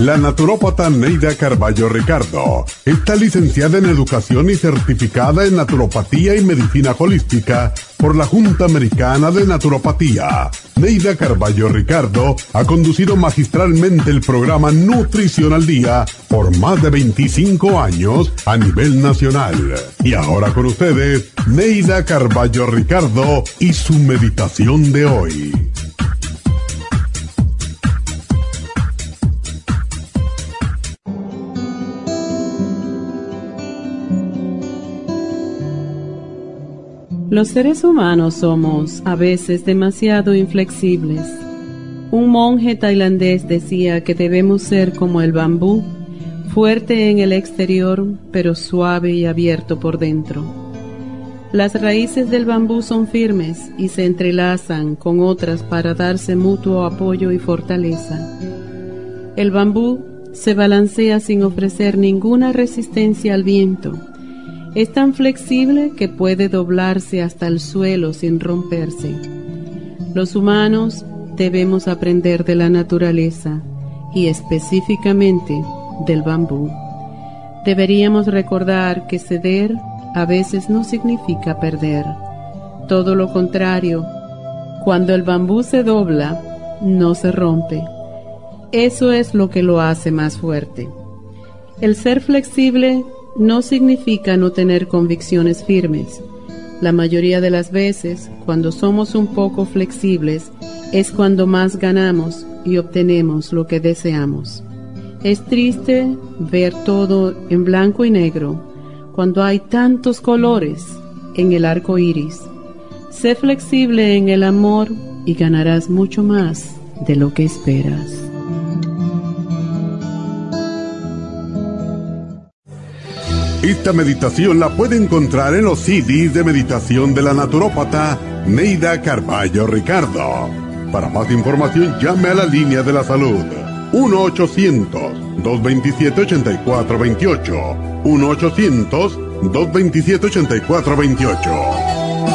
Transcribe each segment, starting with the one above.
La naturópata Neida Carballo Ricardo está licenciada en Educación y certificada en Naturopatía y Medicina Holística por la Junta Americana de Naturopatía. Neida Carballo Ricardo ha conducido magistralmente el programa Nutrición al Día por más de 25 años a nivel nacional. Y ahora con ustedes, Neida Carballo Ricardo y su meditación de hoy. Los seres humanos somos, a veces, demasiado inflexibles. Un monje tailandés decía que debemos ser como el bambú, fuerte en el exterior, pero suave y abierto por dentro. Las raíces del bambú son firmes y se entrelazan con otras para darse mutuo apoyo y fortaleza. El bambú se balancea sin ofrecer ninguna resistencia al viento. Es tan flexible que puede doblarse hasta el suelo sin romperse. Los humanos debemos aprender de la naturaleza y específicamente del bambú. Deberíamos recordar que ceder a veces no significa perder. Todo lo contrario, cuando el bambú se dobla, no se rompe. Eso es lo que lo hace más fuerte. El ser flexible no significa no tener convicciones firmes. La mayoría de las veces, cuando somos un poco flexibles, es cuando más ganamos y obtenemos lo que deseamos. Es triste ver todo en blanco y negro cuando hay tantos colores en el arco iris. Sé flexible en el amor y ganarás mucho más de lo que esperas. Esta meditación la puede encontrar en los CDs de meditación de la naturópata Neida Carballo Ricardo. Para más información, llame a la línea de la salud 1-800-227-8428. 1-800-227-8428.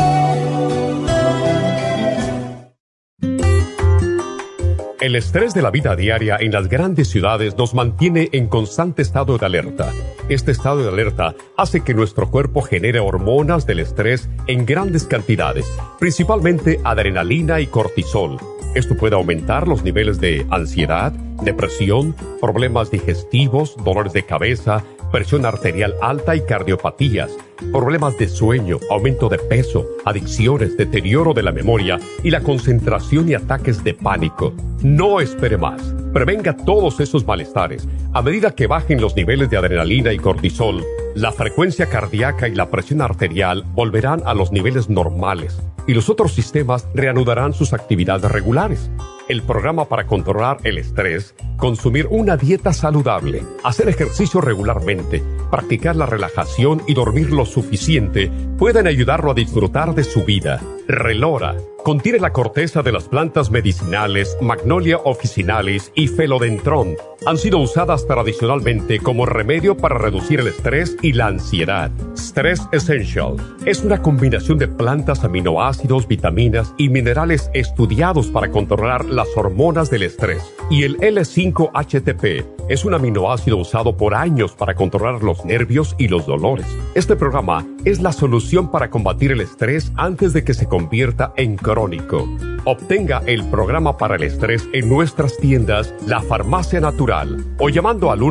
El estrés de la vida diaria en las grandes ciudades nos mantiene en constante estado de alerta. Este estado de alerta hace que nuestro cuerpo genere hormonas del estrés en grandes cantidades, principalmente adrenalina y cortisol. Esto puede aumentar los niveles de ansiedad, depresión, problemas digestivos, dolores de cabeza, presión arterial alta y cardiopatías, problemas de sueño, aumento de peso, adicciones, deterioro de la memoria y la concentración y ataques de pánico. No espere más. Prevenga todos esos malestares. A medida que bajen los niveles de adrenalina y cortisol, la frecuencia cardíaca y la presión arterial volverán a los niveles normales y los otros sistemas reanudarán sus actividades regulares. El programa para controlar el estrés, consumir una dieta saludable, hacer ejercicio regularmente, practicar la relajación y dormir lo suficiente pueden ayudarlo a disfrutar de su vida. Relora contiene la corteza de las plantas medicinales Magnolia officinalis y Philodendron. Han sido usadas tradicionalmente como remedio para reducir el estrés y la ansiedad. Stress Essential es una combinación de plantas, aminoácidos, vitaminas y minerales estudiados para controlar las hormonas del estrés. Y el L5-HTP es un aminoácido usado por años para controlar los nervios y los dolores. Este programa es la solución para combatir el estrés antes de que se convierta en crónico. Obtenga el programa para el estrés en nuestras tiendas La Farmacia Natural o llamando al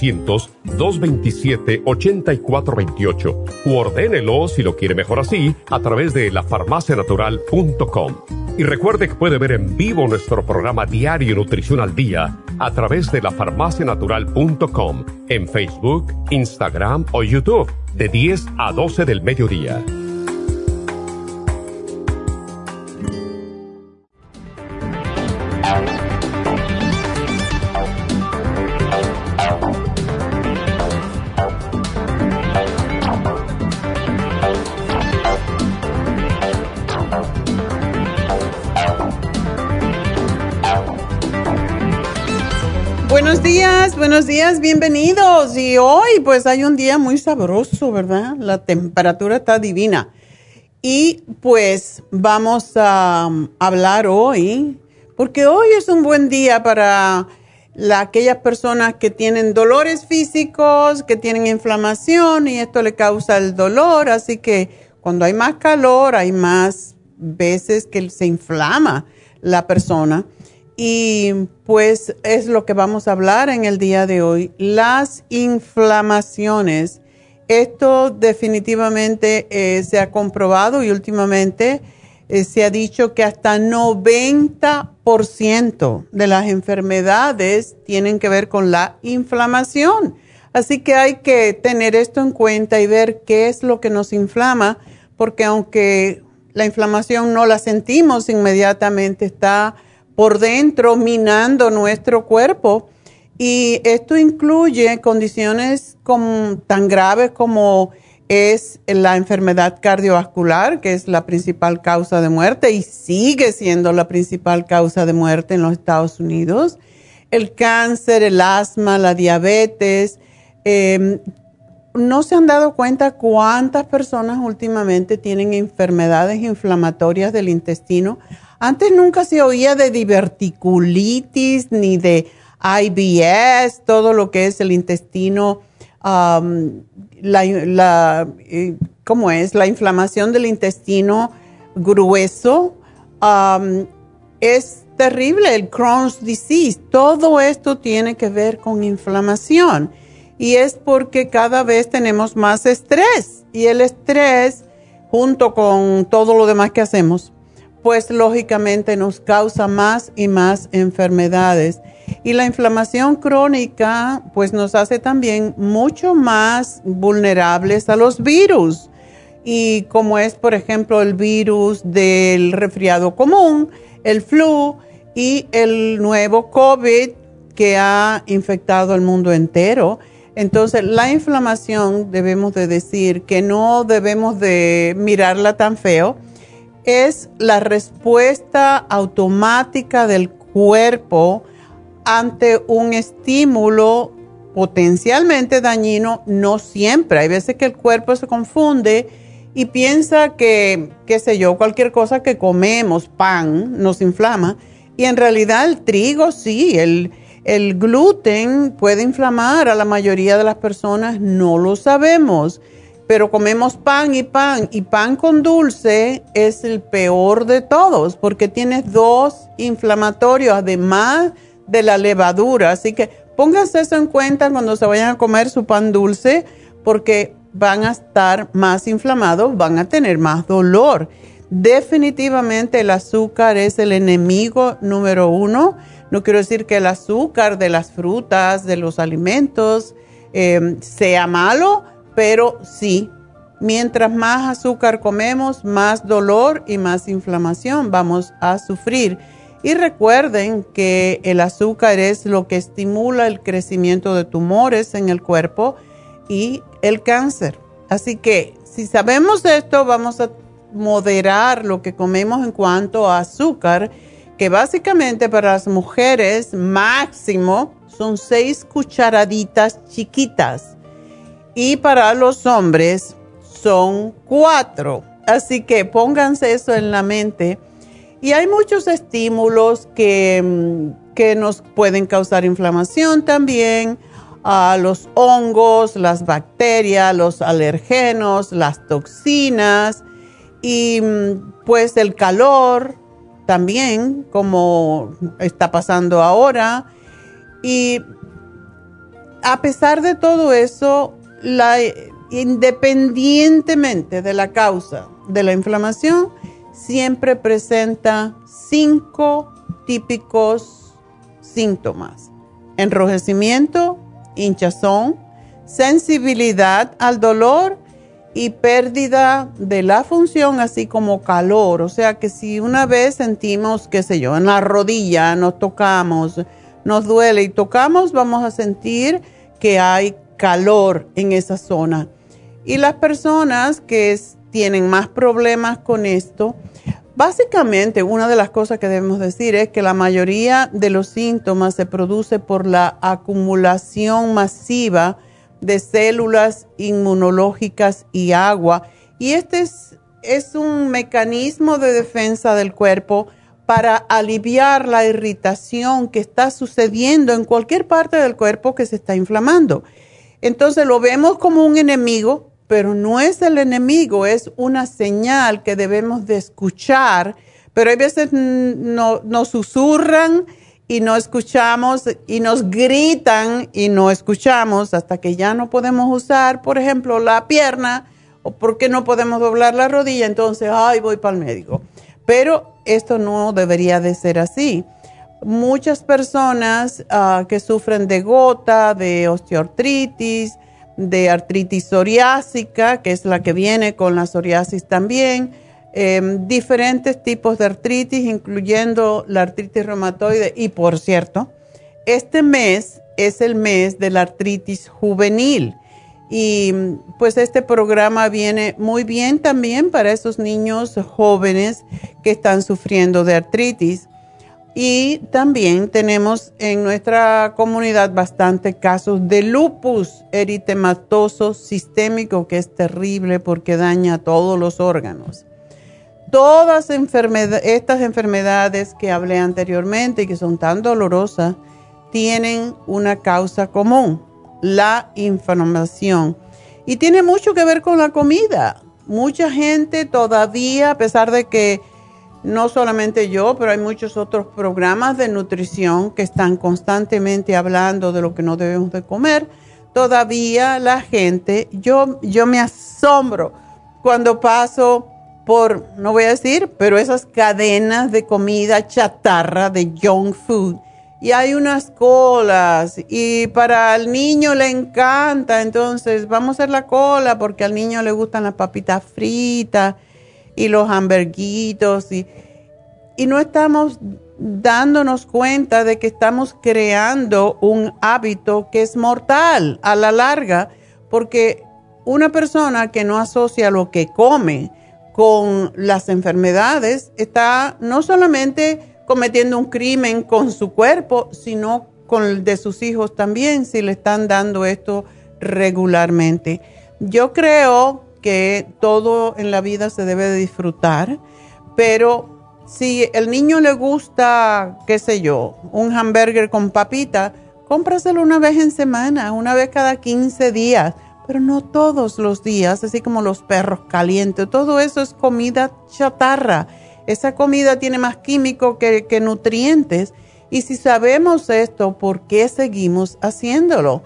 1-800-227-8428 u ordénelo si lo quiere mejor así a través de lafarmacianatural.com. Y recuerde que puede ver en vivo nuestro programa diario Nutrición al Día a través de lafarmacianatural.com en Facebook, Instagram o YouTube de 10 a 12 del mediodía. Buenos días, bienvenidos. Y hoy pues hay un día muy sabroso, ¿verdad? La temperatura está divina. Y pues vamos a hablar hoy, porque hoy es un buen día para aquellas personas que tienen dolores físicos, que tienen inflamación y esto le causa el dolor, así que cuando hay más calor hay más veces que se inflama la persona. Y pues es lo que vamos a hablar en el día de hoy, las inflamaciones. Esto definitivamente se ha comprobado y últimamente se ha dicho que hasta 90% de las enfermedades tienen que ver con la inflamación. Así que hay que tener esto en cuenta y ver qué es lo que nos inflama, porque aunque la inflamación no la sentimos inmediatamente, está por dentro minando nuestro cuerpo. Y esto incluye condiciones tan graves como es la enfermedad cardiovascular, que es la principal causa de muerte y sigue siendo la principal causa de muerte en los Estados Unidos. El cáncer, el asma, la diabetes. No se han dado cuenta cuántas personas últimamente tienen enfermedades inflamatorias del intestino. Antes nunca se oía de diverticulitis ni de IBS, todo lo que es el intestino, ¿cómo es? La inflamación del intestino grueso es terrible, el Crohn's disease. Todo esto tiene que ver con inflamación y es porque cada vez tenemos más estrés y el estrés, junto con todo lo demás que hacemos, pues lógicamente nos causa más y más enfermedades. Y la inflamación crónica pues nos hace también mucho más vulnerables a los virus. Y como es, por ejemplo, el virus del resfriado común, el flu y el nuevo COVID que ha infectado al mundo entero. Entonces, la inflamación, debemos de decir que no debemos de mirarla tan feo, es la respuesta automática del cuerpo ante un estímulo potencialmente dañino. No siempre, hay veces que el cuerpo se confunde y piensa que, qué sé yo, cualquier cosa que comemos, pan, nos inflama. Y en realidad el trigo sí, el gluten puede inflamar a la mayoría de las personas, no lo sabemos. Pero comemos pan y pan con dulce es el peor de todos porque tiene dos inflamatorios, además de la levadura. Así que pónganse eso en cuenta cuando se vayan a comer su pan dulce porque van a estar más inflamados, van a tener más dolor. Definitivamente el azúcar es el enemigo número uno. No quiero decir que el azúcar de las frutas, de los alimentos, sea malo, pero sí, mientras más azúcar comemos, más dolor y más inflamación vamos a sufrir. Y recuerden que el azúcar es lo que estimula el crecimiento de tumores en el cuerpo y el cáncer. Así que si sabemos esto, vamos a moderar lo que comemos en cuanto a azúcar, que básicamente para las mujeres máximo son 6 cucharaditas chiquitas y para los hombres son 4. Así que pónganse eso en la mente. Y hay muchos estímulos que nos pueden causar inflamación también. Los hongos, las bacterias, los alergenos, las toxinas y pues el calor también, como está pasando ahora. Y a pesar de todo eso, independientemente de la causa de la inflamación, siempre presenta 5 típicos síntomas: enrojecimiento, hinchazón, sensibilidad al dolor y pérdida de la función, así como calor. O sea que si una vez sentimos, qué sé yo, en la rodilla nos tocamos, nos duele y tocamos, vamos a sentir que hay calor en esa zona. Y las personas que tienen más problemas con esto, básicamente una de las cosas que debemos decir es que la mayoría de los síntomas se produce por la acumulación masiva de células inmunológicas y agua. Y este es un mecanismo de defensa del cuerpo para aliviar la irritación que está sucediendo en cualquier parte del cuerpo que se está inflamando. Entonces lo vemos como un enemigo, pero no es el enemigo, es una señal que debemos de escuchar. Pero hay veces nos susurran y no escuchamos y nos gritan y no escuchamos hasta que ya no podemos usar, por ejemplo, la pierna o porque no podemos doblar la rodilla, entonces, ay, voy para el médico. Pero esto no debería de ser así. Muchas personas que sufren de gota, de osteoartritis, de artritis psoriásica, que es la que viene con la psoriasis también, diferentes tipos de artritis, incluyendo la artritis reumatoide. Y por cierto, este mes es el mes de la artritis juvenil. Y pues este programa viene muy bien también para esos niños jóvenes que están sufriendo de artritis. Y también tenemos en nuestra comunidad bastantes casos de lupus eritematoso sistémico, que es terrible porque daña todos los órganos. Todas estas enfermedades que hablé anteriormente y que son tan dolorosas tienen una causa común, la inflamación. Y tiene mucho que ver con la comida. Mucha gente todavía, a pesar de que no solamente yo, pero hay muchos otros programas de nutrición que están constantemente hablando de lo que no debemos de comer. Todavía la gente, yo me asombro cuando paso por, no voy a decir, pero esas cadenas de comida chatarra, de junk food, y hay unas colas, y para el niño le encanta, entonces vamos a hacer la cola porque al niño le gustan las papitas fritas y los hamburguitos, y no estamos dándonos cuenta de que estamos creando un hábito que es mortal a la larga, porque una persona que no asocia lo que come con las enfermedades está no solamente cometiendo un crimen con su cuerpo, sino con el de sus hijos también, si le están dando esto regularmente. Yo creo que todo en la vida se debe de disfrutar, pero si el niño le gusta, qué sé yo, un hamburger con papita, cómpraselo una vez en semana, una vez cada 15 días, pero no todos los días, así como los perros calientes. Todo eso es comida chatarra. Esa comida tiene más químico que nutrientes. Y si sabemos esto, ¿por qué seguimos haciéndolo?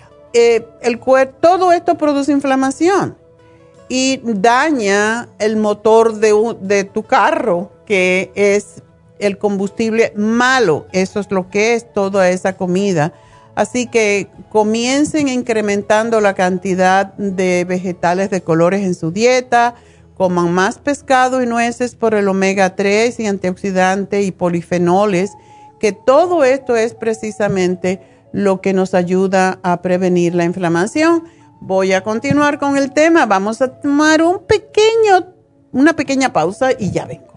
Todo esto produce inflamación y daña el motor de tu carro, que es el combustible malo. Eso es lo que es toda esa comida. Así que comiencen incrementando la cantidad de vegetales de colores en su dieta. Coman más pescado y nueces por el omega 3 y antioxidante y polifenoles, que todo esto es precisamente lo que nos ayuda a prevenir la inflamación. Voy a continuar con el tema. Vamos a tomar una pequeña pausa y ya vengo.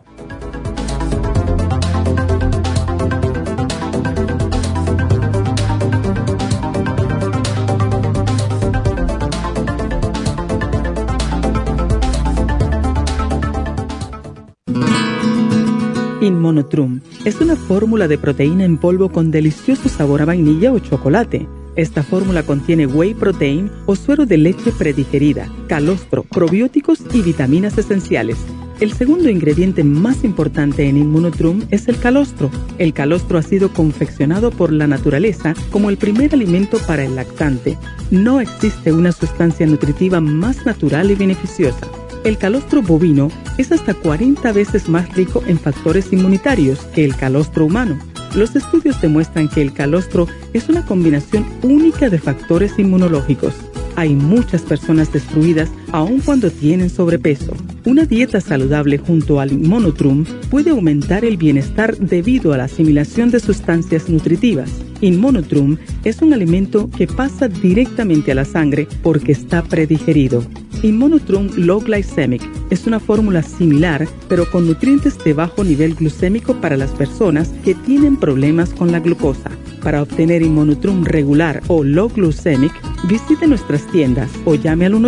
Inmunotrum es una fórmula de proteína en polvo con delicioso sabor a vainilla o chocolate. Esta fórmula contiene whey protein o suero de leche predigerida, calostro, probióticos y vitaminas esenciales. El segundo ingrediente más importante en Inmunotrum es el calostro. El calostro ha sido confeccionado por la naturaleza como el primer alimento para el lactante. No existe una sustancia nutritiva más natural y beneficiosa. El calostro bovino es hasta 40 veces más rico en factores inmunitarios que el calostro humano. Los estudios demuestran que el calostro es una combinación única de factores inmunológicos. Hay muchas personas destruidas aun cuando tienen sobrepeso. Una dieta saludable junto al Inmunotrum puede aumentar el bienestar debido a la asimilación de sustancias nutritivas. Inmunotrum es un alimento que pasa directamente a la sangre porque está predigerido. Inmunotrum Low Glycemic es una fórmula similar, pero con nutrientes de bajo nivel glucémico para las personas que tienen problemas con la glucosa. Para obtener Inmunotrum regular o low glycemic, visite nuestras tiendas o llame al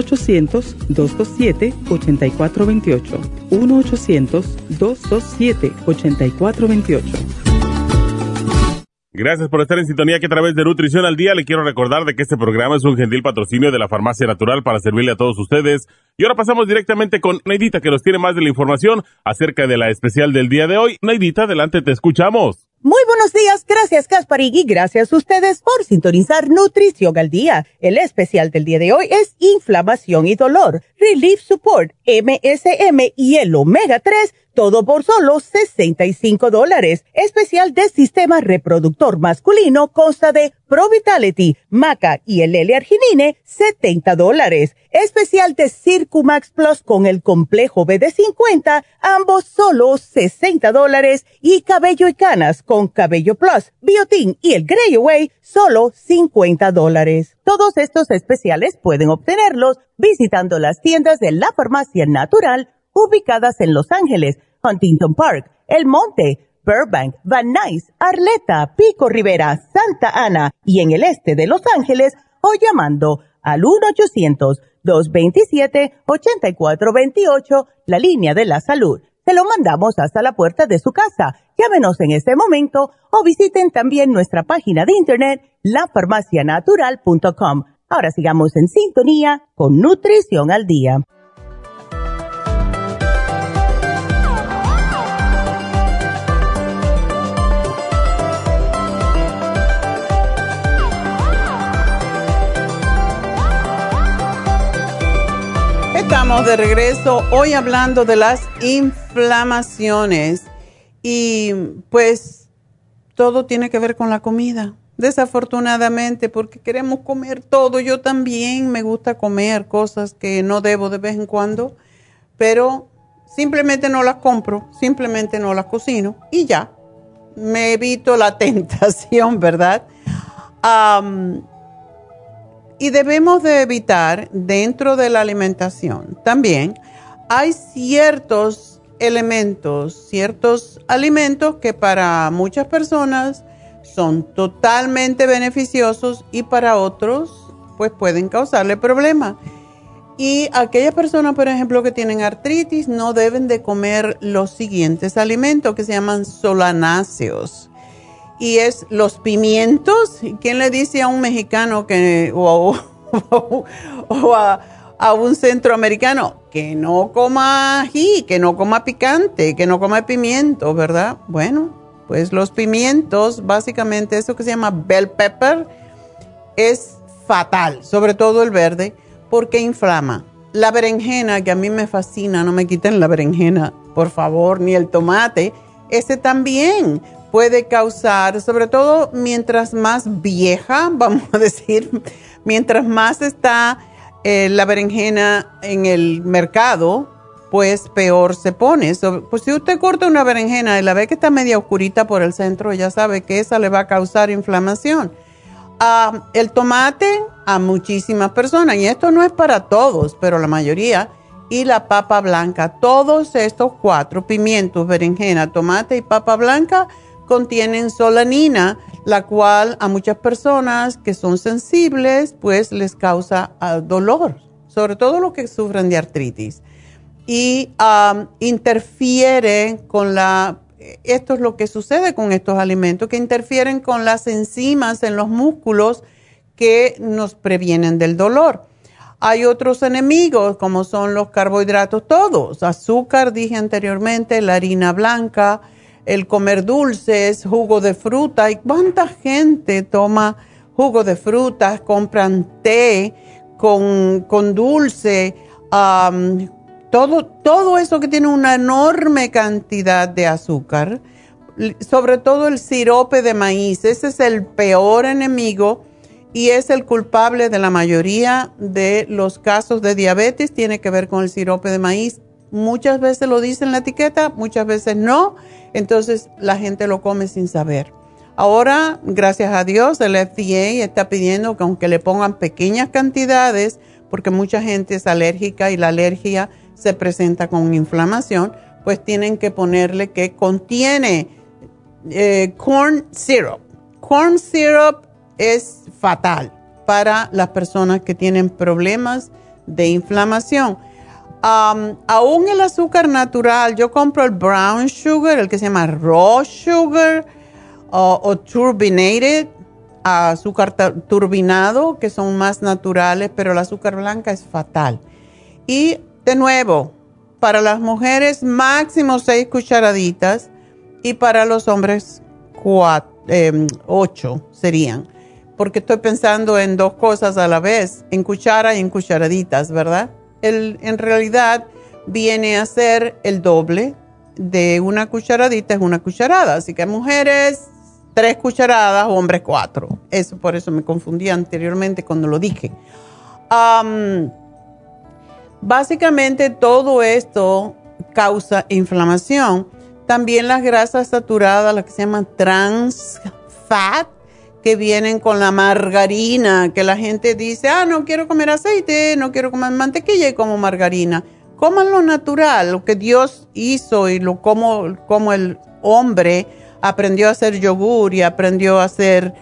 1-800-227-8428. 1-800-227-8428. Gracias por estar en sintonía, que a través de Nutrición al Día le quiero recordar de que este programa es un gentil patrocinio de la Farmacia Natural para servirle a todos ustedes. Y ahora pasamos directamente con Neidita, que nos tiene más de la información acerca de la especial del día de hoy. Neidita, adelante, te escuchamos. Muy buenos días, gracias Gasparín y gracias a ustedes por sintonizar Nutrición al Día. El especial del día de hoy es inflamación y dolor, Relief Support, MSM y el Omega 3, todo por solo $65. Especial de sistema reproductor masculino consta de Pro Vitality, Maca y el L-arginine, $70. Especial de Circumax Plus con el complejo BD50, ambos solo $60. Y cabello y canas con Cabello Plus, Biotin y el Grey Away, solo $50. Todos estos especiales pueden obtenerlos visitando las tiendas de la Farmacia Natural ubicadas en Los Ángeles, Huntington Park, El Monte, Burbank, Van Nuys, Arleta, Pico Rivera, Santa Ana y en el este de Los Ángeles, o llamando al 1-800-227-8428, la línea de la salud. Se lo mandamos hasta la puerta de su casa. Llámenos en este momento o visiten también nuestra página de internet, lafarmacianatural.com. Ahora sigamos en sintonía con Nutrición al Día. Estamos de regreso hoy hablando de las inflamaciones y pues todo tiene que ver con la comida, desafortunadamente, porque queremos comer todo. Yo también me gusta comer cosas que no debo de vez en cuando, pero simplemente no las compro, simplemente no las cocino y ya, me evito la tentación, ¿verdad? Y debemos de evitar dentro de la alimentación también, hay ciertos elementos, ciertos alimentos que para muchas personas son totalmente beneficiosos y para otros pues pueden causarle problemas. Y aquellas personas, por ejemplo, que tienen artritis no deben de comer los siguientes alimentos que se llaman solanáceos. Y es los pimientos. ¿Quién le dice a un mexicano que, o a un centroamericano que no coma ají, que no coma picante, que no coma pimiento, verdad? Bueno, pues los pimientos, básicamente eso que se llama bell pepper, es fatal, sobre todo el verde, porque inflama. La berenjena, que a mí me fascina, no me quiten la berenjena, por favor, ni el tomate, ese también puede causar, sobre todo mientras más vieja, vamos a decir, mientras más está la berenjena en el mercado, pues peor se pone. Pues si usted corta una berenjena y la ve que está media oscurita por el centro, ya sabe que esa le va a causar inflamación. El tomate a muchísimas personas, y esto no es para todos, pero la mayoría, y la papa blanca, todos estos cuatro, pimientos, berenjena, tomate y papa blanca, contienen solanina, la cual a muchas personas que son sensibles, pues les causa dolor, sobre todo los que sufren de artritis. Y interfiere con esto es lo que sucede con estos alimentos, que interfieren con las enzimas en los músculos que nos previenen del dolor. Hay otros enemigos, como son los carbohidratos todos, azúcar, dije anteriormente, la harina blanca, el comer dulces, jugo de fruta. ¿Y cuánta gente toma jugo de frutas, compran té con dulce? Todo eso que tiene una enorme cantidad de azúcar, sobre todo el sirope de maíz, ese es el peor enemigo y es el culpable de la mayoría de los casos de diabetes, tiene que ver con el sirope de maíz. Muchas veces lo dice en la etiqueta, muchas veces no, entonces la gente lo come sin saber. Ahora, gracias a Dios, el FDA está pidiendo que aunque le pongan pequeñas cantidades, porque mucha gente es alérgica y la alergia se presenta con inflamación, pues tienen que ponerle que contiene corn syrup. corn syrup es fatal para las personas que tienen problemas de inflamación. Aún el azúcar natural, yo compro el brown sugar, el que se llama raw sugar o turbinated, azúcar turbinado, que son más naturales, pero el azúcar blanca es fatal. Y de nuevo, para las mujeres máximo 6 cucharaditas y para los hombres 8 serían. Porque estoy pensando en 2 cosas a la vez, en cuchara y en cucharaditas, ¿verdad? En realidad viene a ser el doble de una cucharadita, es una cucharada. Así que mujeres 3 cucharadas, hombres 4. Eso, por eso me confundí anteriormente cuando lo dije. Básicamente todo esto causa inflamación. También las grasas saturadas, las que se llaman trans fat, que vienen con la margarina, que la gente dice, no quiero comer aceite, no quiero comer mantequilla y como margarina. Coman lo natural, lo que Dios hizo y como el hombre aprendió a hacer yogur y aprendió a hacer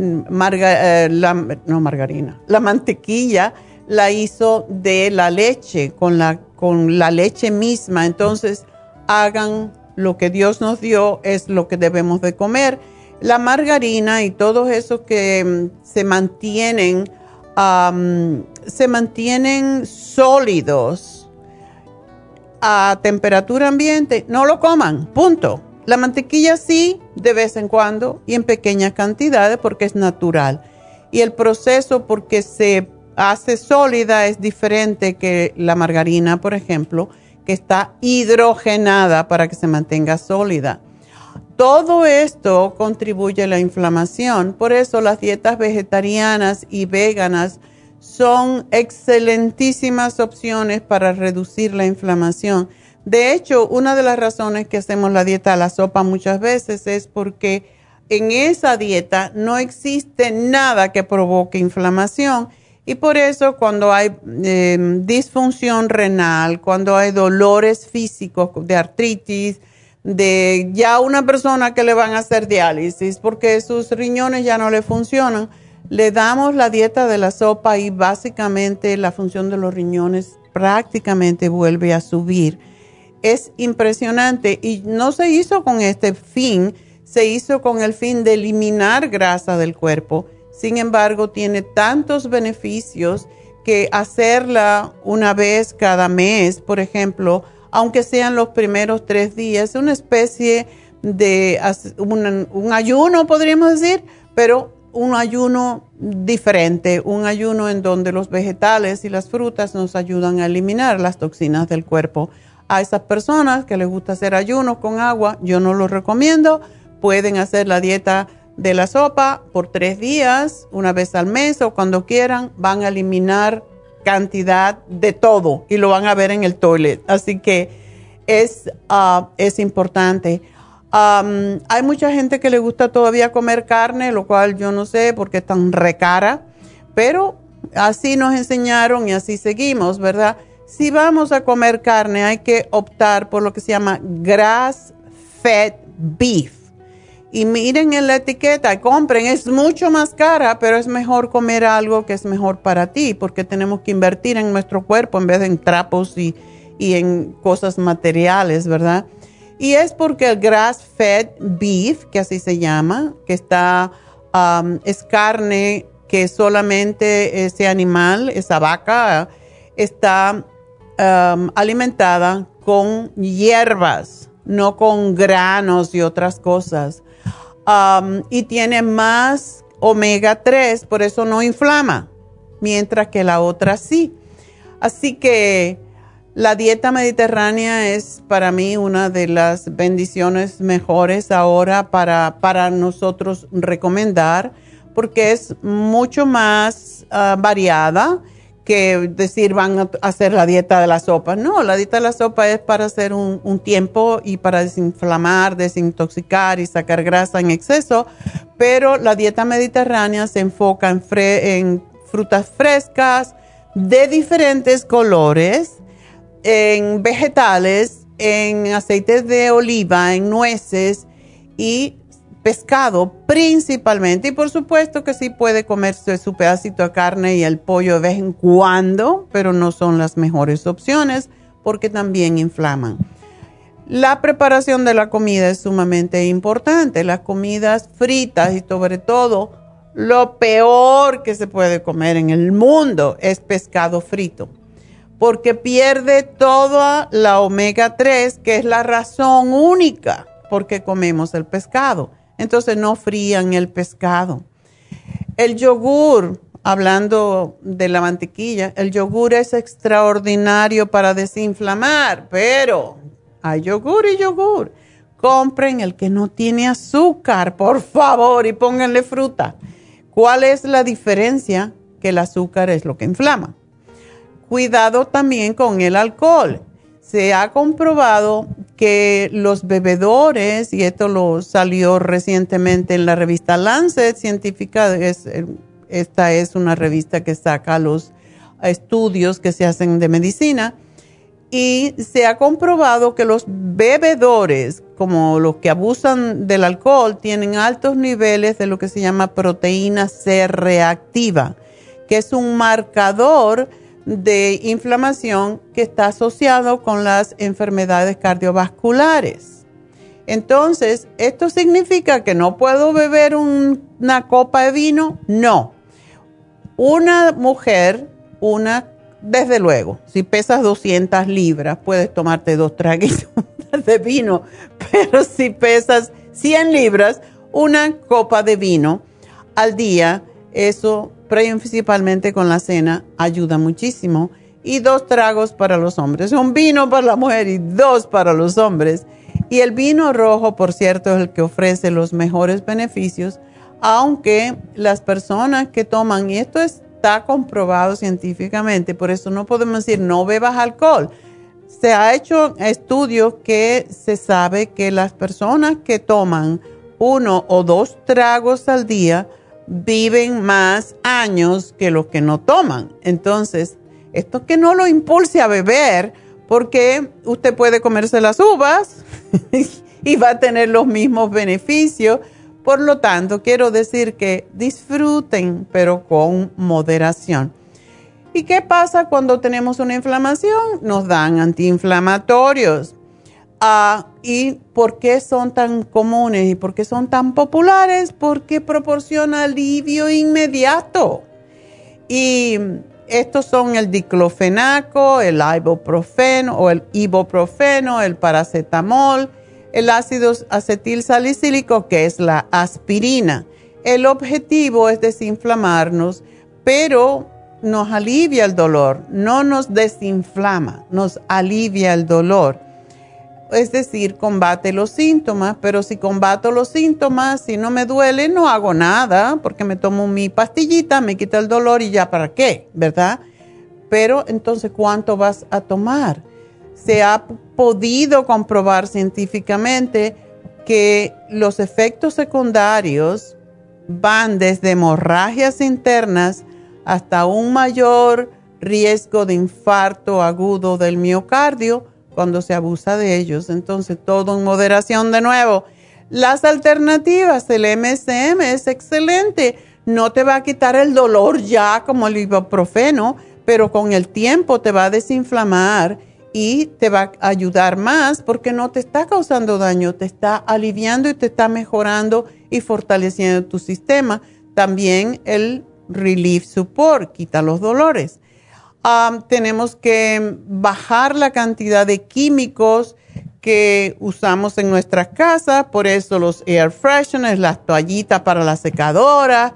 la mantequilla, la hizo de la leche, con la leche misma. Entonces, hagan lo que Dios nos dio, es lo que debemos de comer. La margarina y todos esos que se mantienen sólidos a temperatura ambiente, no lo coman, punto. La mantequilla sí, de vez en cuando y en pequeñas cantidades porque es natural. Y el proceso porque se hace sólida es diferente que la margarina, por ejemplo, que está hidrogenada para que se mantenga sólida. Todo esto contribuye a la inflamación. Por eso las dietas vegetarianas y veganas son excelentísimas opciones para reducir la inflamación. De hecho, una de las razones que hacemos la dieta de la sopa muchas veces es porque en esa dieta no existe nada que provoque inflamación. Y por eso cuando hay disfunción renal, cuando hay dolores físicos de artritis, de ya una persona que le van a hacer diálisis porque sus riñones ya no le funcionan, le damos la dieta de la sopa y básicamente la función de los riñones prácticamente vuelve a subir. Es impresionante y no se hizo con este fin, se hizo con el fin de eliminar grasa del cuerpo. Sin embargo, tiene tantos beneficios que hacerla una vez cada mes, por ejemplo, aunque sean los primeros 3 días, es una especie de un ayuno, podríamos decir, pero un ayuno diferente, un ayuno en donde los vegetales y las frutas nos ayudan a eliminar las toxinas del cuerpo. A esas personas que les gusta hacer ayuno con agua, yo no lo recomiendo. Pueden hacer la dieta de la sopa por 3 días, una vez al mes o cuando quieran, van a eliminar cantidad de todo y lo van a ver en el toilet. Así que es importante. Hay mucha gente que le gusta todavía comer carne, lo cual yo no sé porque es tan recara, pero así nos enseñaron y así seguimos, ¿verdad? Si vamos a comer carne, hay que optar por lo que se llama grass-fed beef. Y miren en la etiqueta, compren, es mucho más cara, pero es mejor comer algo que es mejor para ti, porque tenemos que invertir en nuestro cuerpo en vez de en trapos y en cosas materiales, ¿verdad? Y es porque el grass-fed beef, que así se llama, que es carne que solamente ese animal, esa vaca, está alimentada con hierbas, no con granos y otras cosas. Y tiene más omega 3, por eso no inflama, mientras que la otra sí. Así que la dieta mediterránea es para mí una de las bendiciones mejores ahora para nosotros recomendar, porque es mucho más variada que decir van a hacer la dieta de la sopa. No, la dieta de la sopa es para hacer un tiempo y para desinflamar, desintoxicar y sacar grasa en exceso, pero la dieta mediterránea se enfoca en frutas frescas de diferentes colores, en vegetales, en aceites de oliva, en nueces y pescado principalmente, y por supuesto que sí puede comerse su pedacito de carne y el pollo de vez en cuando, pero no son las mejores opciones porque también inflaman. La preparación de la comida es sumamente importante. Las comidas fritas y sobre todo lo peor que se puede comer en el mundo es pescado frito, porque pierde toda la omega 3, que es la razón única por qué comemos el pescado. Entonces no frían el pescado. El yogur, hablando de la mantequilla, el yogur es extraordinario para desinflamar, pero hay yogur y yogur. Compren el que no tiene azúcar, por favor, y pónganle fruta. ¿Cuál es la diferencia? Que el azúcar es lo que inflama. Cuidado también con el alcohol. Se ha comprobado que los bebedores, y esto lo salió recientemente en la revista Lancet Científica, esta es una revista que saca los estudios que se hacen de medicina, y se ha comprobado que los bebedores, como los que abusan del alcohol, tienen altos niveles de lo que se llama proteína C reactiva, que es un marcador de inflamación que está asociado con las enfermedades cardiovasculares. Entonces, ¿esto significa que no puedo beber una copa de vino? No. Una mujer, desde luego, si pesas 200 libras, puedes tomarte 2 traguitos de vino, pero si pesas 100 libras, una copa de vino al día, eso principalmente con la cena ayuda muchísimo. Y 2 tragos para los hombres, un vino para la mujer y 2 para los hombres. Y el vino rojo, por cierto, es el que ofrece los mejores beneficios, aunque las personas que toman, y esto está comprobado científicamente, por eso no podemos decir no bebas alcohol. Se ha hecho estudios que se sabe que las personas que toman 1 o 2 tragos al día viven más años que los que no toman. Entonces, esto que no lo impulse a beber, porque usted puede comerse las uvas y va a tener los mismos beneficios. Por lo tanto, quiero decir que disfruten, pero con moderación. ¿Y qué pasa cuando tenemos una inflamación? Nos dan antiinflamatorios. ¿Y por qué son tan comunes y por qué son tan populares? Porque proporciona alivio inmediato. Y estos son el diclofenaco, el ibuprofeno, el paracetamol, el ácido acetilsalicílico, que es la aspirina. El objetivo es desinflamarnos, pero nos alivia el dolor, no nos desinflama, nos alivia el dolor. Es decir, combate los síntomas, pero si combato los síntomas, si no me duele, no hago nada, porque me tomo mi pastillita, me quita el dolor y ya para qué, ¿verdad? Pero entonces, ¿cuánto vas a tomar? Se ha podido comprobar científicamente que los efectos secundarios van desde hemorragias internas hasta un mayor riesgo de infarto agudo del miocardio cuando se abusa de ellos. Entonces, todo en moderación de nuevo. Las alternativas, el MSM es excelente. No te va a quitar el dolor ya como el ibuprofeno, pero con el tiempo te va a desinflamar y te va a ayudar más porque no te está causando daño, te está aliviando y te está mejorando y fortaleciendo tu sistema. También el Relief Support quita los dolores. Tenemos que bajar la cantidad de químicos que usamos en nuestras casas, por eso los air fresheners, las toallitas para la secadora,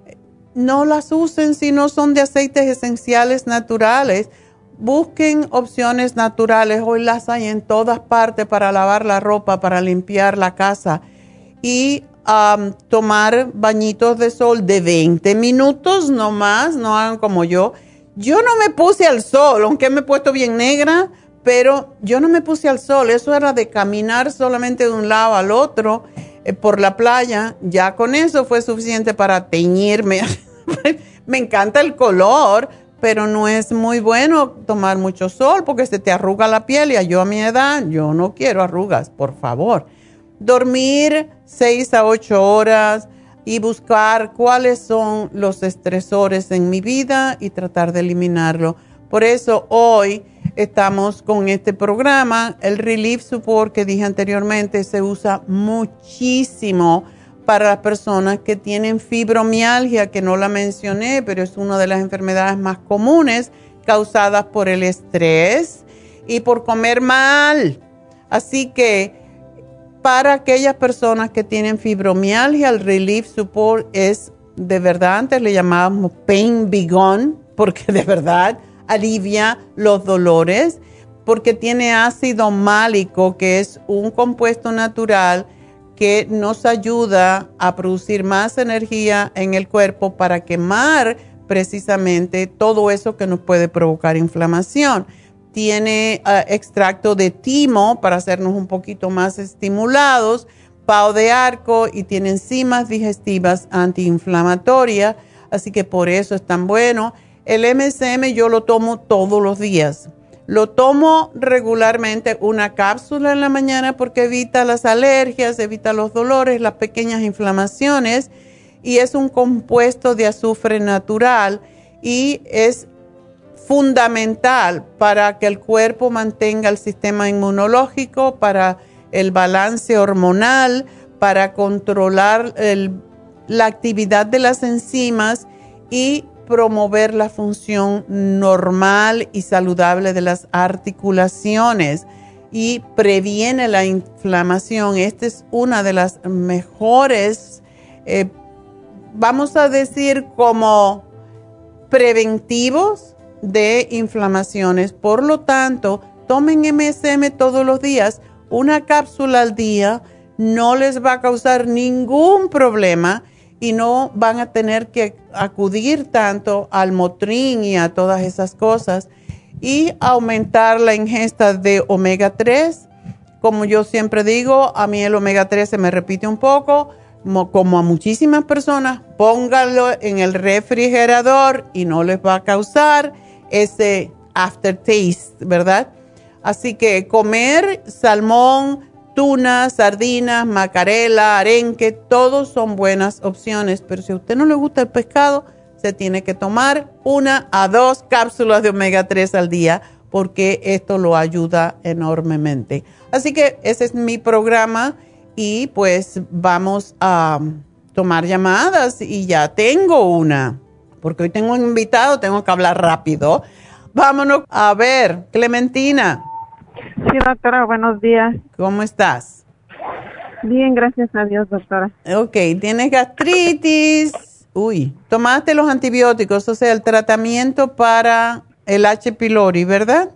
no las usen si no son de aceites esenciales naturales. Busquen opciones naturales, hoy las hay en todas partes para lavar la ropa, para limpiar la casa y tomar bañitos de sol de 20 minutos no más, no hagan como yo. Yo no me puse al sol, aunque me he puesto bien negra, pero yo no me puse al sol. Eso era de caminar solamente de un lado al otro por la playa. Ya con eso fue suficiente para teñirme. Me encanta el color, pero no es muy bueno tomar mucho sol porque se te arruga la piel y yo a mi edad, yo no quiero arrugas, por favor. dormir 6 a 8 horas y buscar cuáles son los estresores en mi vida y tratar de eliminarlo. Por eso hoy estamos con este programa. El Relief Support que dije anteriormente se usa muchísimo para las personas que tienen fibromialgia, que no la mencioné, pero es una de las enfermedades más comunes causadas por el estrés y por comer mal. Así que para aquellas personas que tienen fibromialgia, el Relief Support es de verdad, antes le llamábamos Pain Be Gone, porque de verdad alivia los dolores, porque tiene ácido málico, que es un compuesto natural que nos ayuda a producir más energía en el cuerpo para quemar precisamente todo eso que nos puede provocar inflamación. Tiene extracto de timo para hacernos un poquito más estimulados, pao de arco, y tiene enzimas digestivas antiinflamatorias, así que por eso es tan bueno. El MSM yo lo tomo todos los días. Lo tomo regularmente, una cápsula en la mañana, porque evita las alergias, evita los dolores, las pequeñas inflamaciones, y es un compuesto de azufre natural y es fundamental para que el cuerpo mantenga el sistema inmunológico, para el balance hormonal, para controlar la actividad de las enzimas y promover la función normal y saludable de las articulaciones y previene la inflamación. Esta es una de las mejores, vamos a decir, como preventivos de inflamaciones. Por lo tanto, tomen MSM todos los días, una cápsula al día, no les va a causar ningún problema y no van a tener que acudir tanto al Motrin y a todas esas cosas, y aumentar la ingesta de omega 3. Como yo siempre digo, a mí el omega 3 se me repite un poco, como a muchísimas personas. Pónganlo en el refrigerador y no les va a causar ese aftertaste, ¿verdad? Así que comer salmón, tuna, sardinas, macarela, arenque, todos son buenas opciones, pero si a usted no le gusta el pescado, se tiene que tomar 1 a 2 cápsulas de omega 3 al día, porque esto lo ayuda enormemente. Así que ese es mi programa y pues vamos a tomar llamadas, y ya tengo una, porque hoy tengo un invitado, tengo que hablar rápido. Vámonos a ver, Clementina. Sí, doctora, buenos días. ¿Cómo estás? Bien, gracias a Dios, doctora. Ok, tienes gastritis. Uy, tomaste los antibióticos, o sea, el tratamiento para el H. pylori, ¿verdad?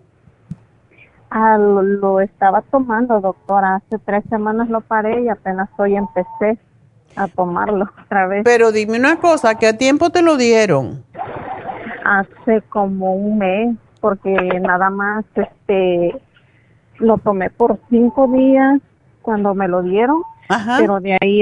Lo estaba tomando, doctora. Hace 3 semanas lo paré y apenas hoy empecé a tomarlo otra vez. Pero dime una cosa, ¿qué tiempo te lo dieron? Hace como un mes, porque nada más lo tomé por 5 días cuando me lo dieron. Ajá. Pero de ahí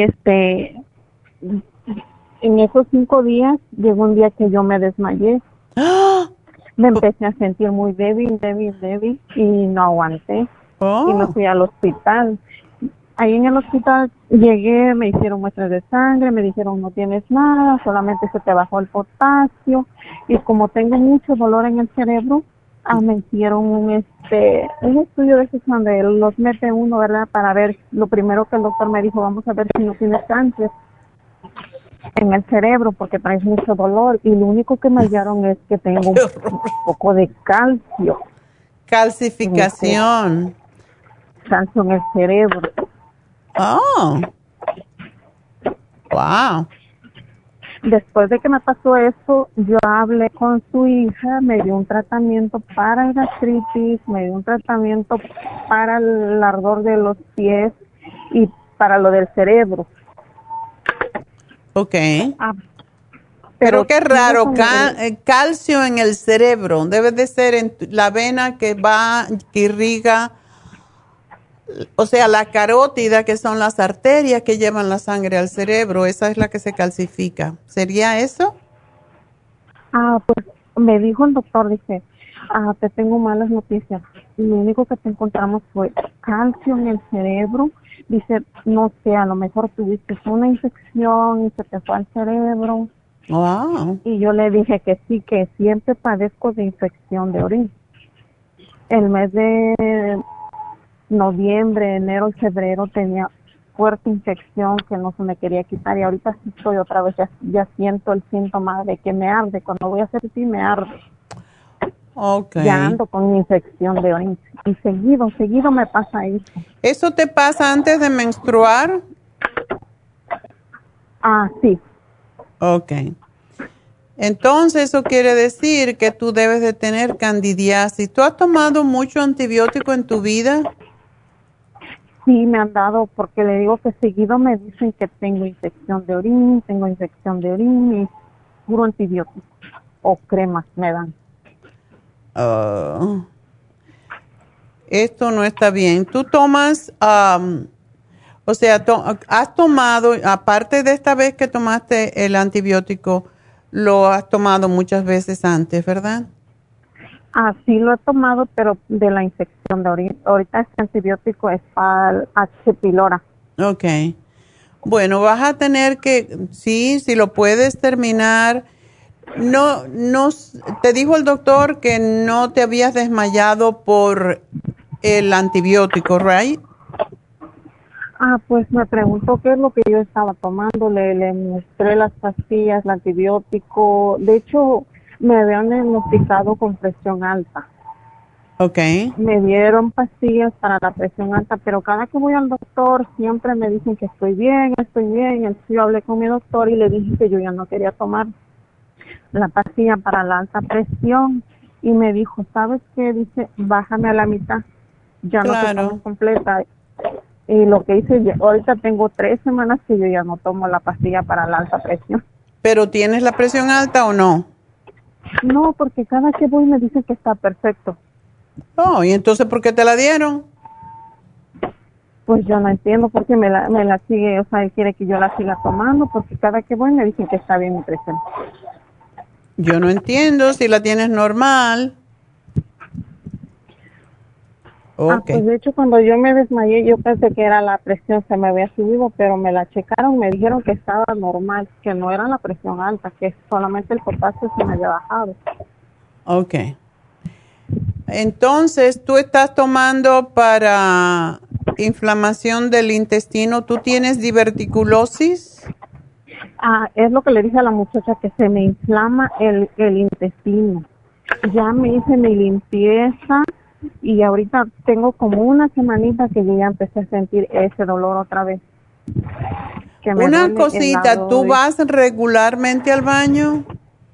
en esos 5 días llegó un día que yo me desmayé. ¡Ah! Me empecé a sentir muy débil y no aguanté. Oh. Y me fui al hospital. Ahí en el hospital llegué, me hicieron muestras de sangre, me dijeron no tienes nada, solamente se te bajó el potasio. Y como tengo mucho dolor en el cerebro, me hicieron un estudio de esos donde los mete uno, ¿verdad? Para ver, lo primero que el doctor me dijo, vamos a ver si no tienes cáncer en el cerebro porque traes mucho dolor, y lo único que me hallaron es que tengo un poco de calcio. Calcificación. Calcio en el cerebro. Oh. Wow. Después de que me pasó eso, yo hablé con su hija, me dio un tratamiento para el gastritis, me dio un tratamiento para el ardor de los pies y para lo del cerebro. Ok. Pero qué raro, calcio en el cerebro, debe de ser en la vena que irriga, o sea, la carótida, que son las arterias que llevan la sangre al cerebro, esa es la que se calcifica. ¿Sería eso? Pues me dijo el doctor, dice, te tengo malas noticias. lo único que te encontramos fue calcio en el cerebro. Dice, no sé, a lo mejor tuviste una infección y se te fue al cerebro. Wow. Y yo le dije que sí, que siempre padezco de infección de orina. El mes de noviembre, enero y febrero tenía fuerte infección que no se me quería quitar y ahorita sí estoy otra vez, ya siento el síntoma de que me arde. Cuando voy a hacer pipí me arde. Okay. Ya ando con infección de orina y seguido me pasa eso. ¿Eso te pasa antes de menstruar? Sí. Okay. Entonces eso quiere decir que tú debes de tener candidiasis. ¿Tú has tomado mucho antibiótico en tu vida? Sí, me han dado, porque le digo que seguido me dicen que tengo infección de orina y puro antibiótico o cremas me dan. Esto no está bien. Tú tomas, o sea, has tomado, aparte de esta vez que tomaste el antibiótico, lo has tomado muchas veces antes, ¿verdad? Sí lo he tomado, pero de la infección de orina. Ahorita este antibiótico es para el H. pylori. Ok. Bueno, vas a tener que, sí, si lo puedes terminar. No, te dijo el doctor que no te habías desmayado por el antibiótico, ¿right? Pues me preguntó qué es lo que yo estaba tomando, le mostré las pastillas, el antibiótico. De hecho, me habían diagnosticado con presión alta. Okay. Me dieron pastillas para la presión alta, pero cada que voy al doctor siempre me dicen que estoy bien. Entonces yo hablé con mi doctor y le dije que yo ya no quería tomar la pastilla para la alta presión y me dijo, ¿sabes qué? Dice, bájame a la mitad, ya no te tomo completa. Y lo que hice, ahorita tengo 3 semanas que yo ya no tomo la pastilla para la alta presión. ¿Pero tienes la presión alta o no? No, porque cada que voy me dicen que está perfecto. Oh, ¿y entonces por qué te la dieron? Pues yo no entiendo por qué me la sigue, o sea, él quiere que yo la siga tomando, porque cada que voy me dicen que está bien mi presión. Yo no entiendo si la tienes normal. Okay. Pues de hecho cuando yo me desmayé yo pensé que era la presión, se me había subido, pero me la checaron, me dijeron que estaba normal, que no era la presión alta, que solamente el potasio se me había bajado. Ok. Entonces, tú estás tomando para inflamación del intestino, ¿tú tienes diverticulosis? Es lo que le dije a la muchacha, que se me inflama el intestino. Ya me hice mi limpieza y ahorita tengo como una semanita que yo ya empecé a sentir ese dolor otra vez. Una cosita, ¿tú vas regularmente al baño?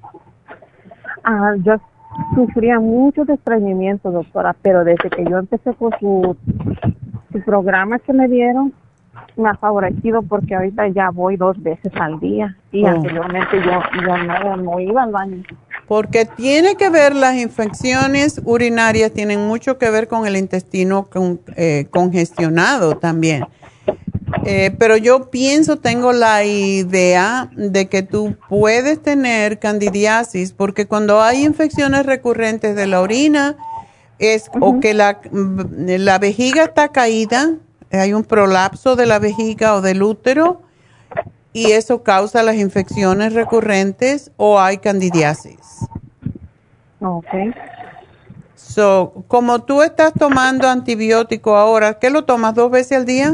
Yo sufría mucho de estreñimiento, doctora, pero desde que yo empecé con su programa que me dieron, me ha favorecido porque ahorita ya voy 2 veces al día y anteriormente yo no iba al baño. Porque tiene que ver, las infecciones urinarias tienen mucho que ver con el intestino congestionado también. Pero yo tengo la idea de que tú puedes tener candidiasis porque cuando hay infecciones recurrentes de la orina es o que la vejiga está caída, hay un prolapso de la vejiga o del útero y eso causa las infecciones recurrentes o hay candidiasis. Okay. So, como tú estás tomando antibiótico ahora, ¿qué lo tomas 2 veces al día?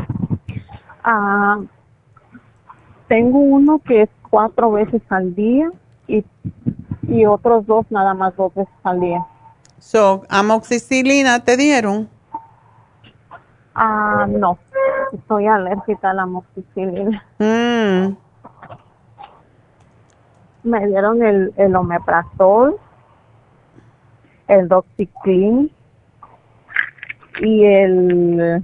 Tengo uno que es 4 veces al día y otros 2 nada más 2 veces al día. So, amoxicilina te dieron. No, estoy alérgica a la amoxicilina. Me dieron el omeprazol, el doxycycline y el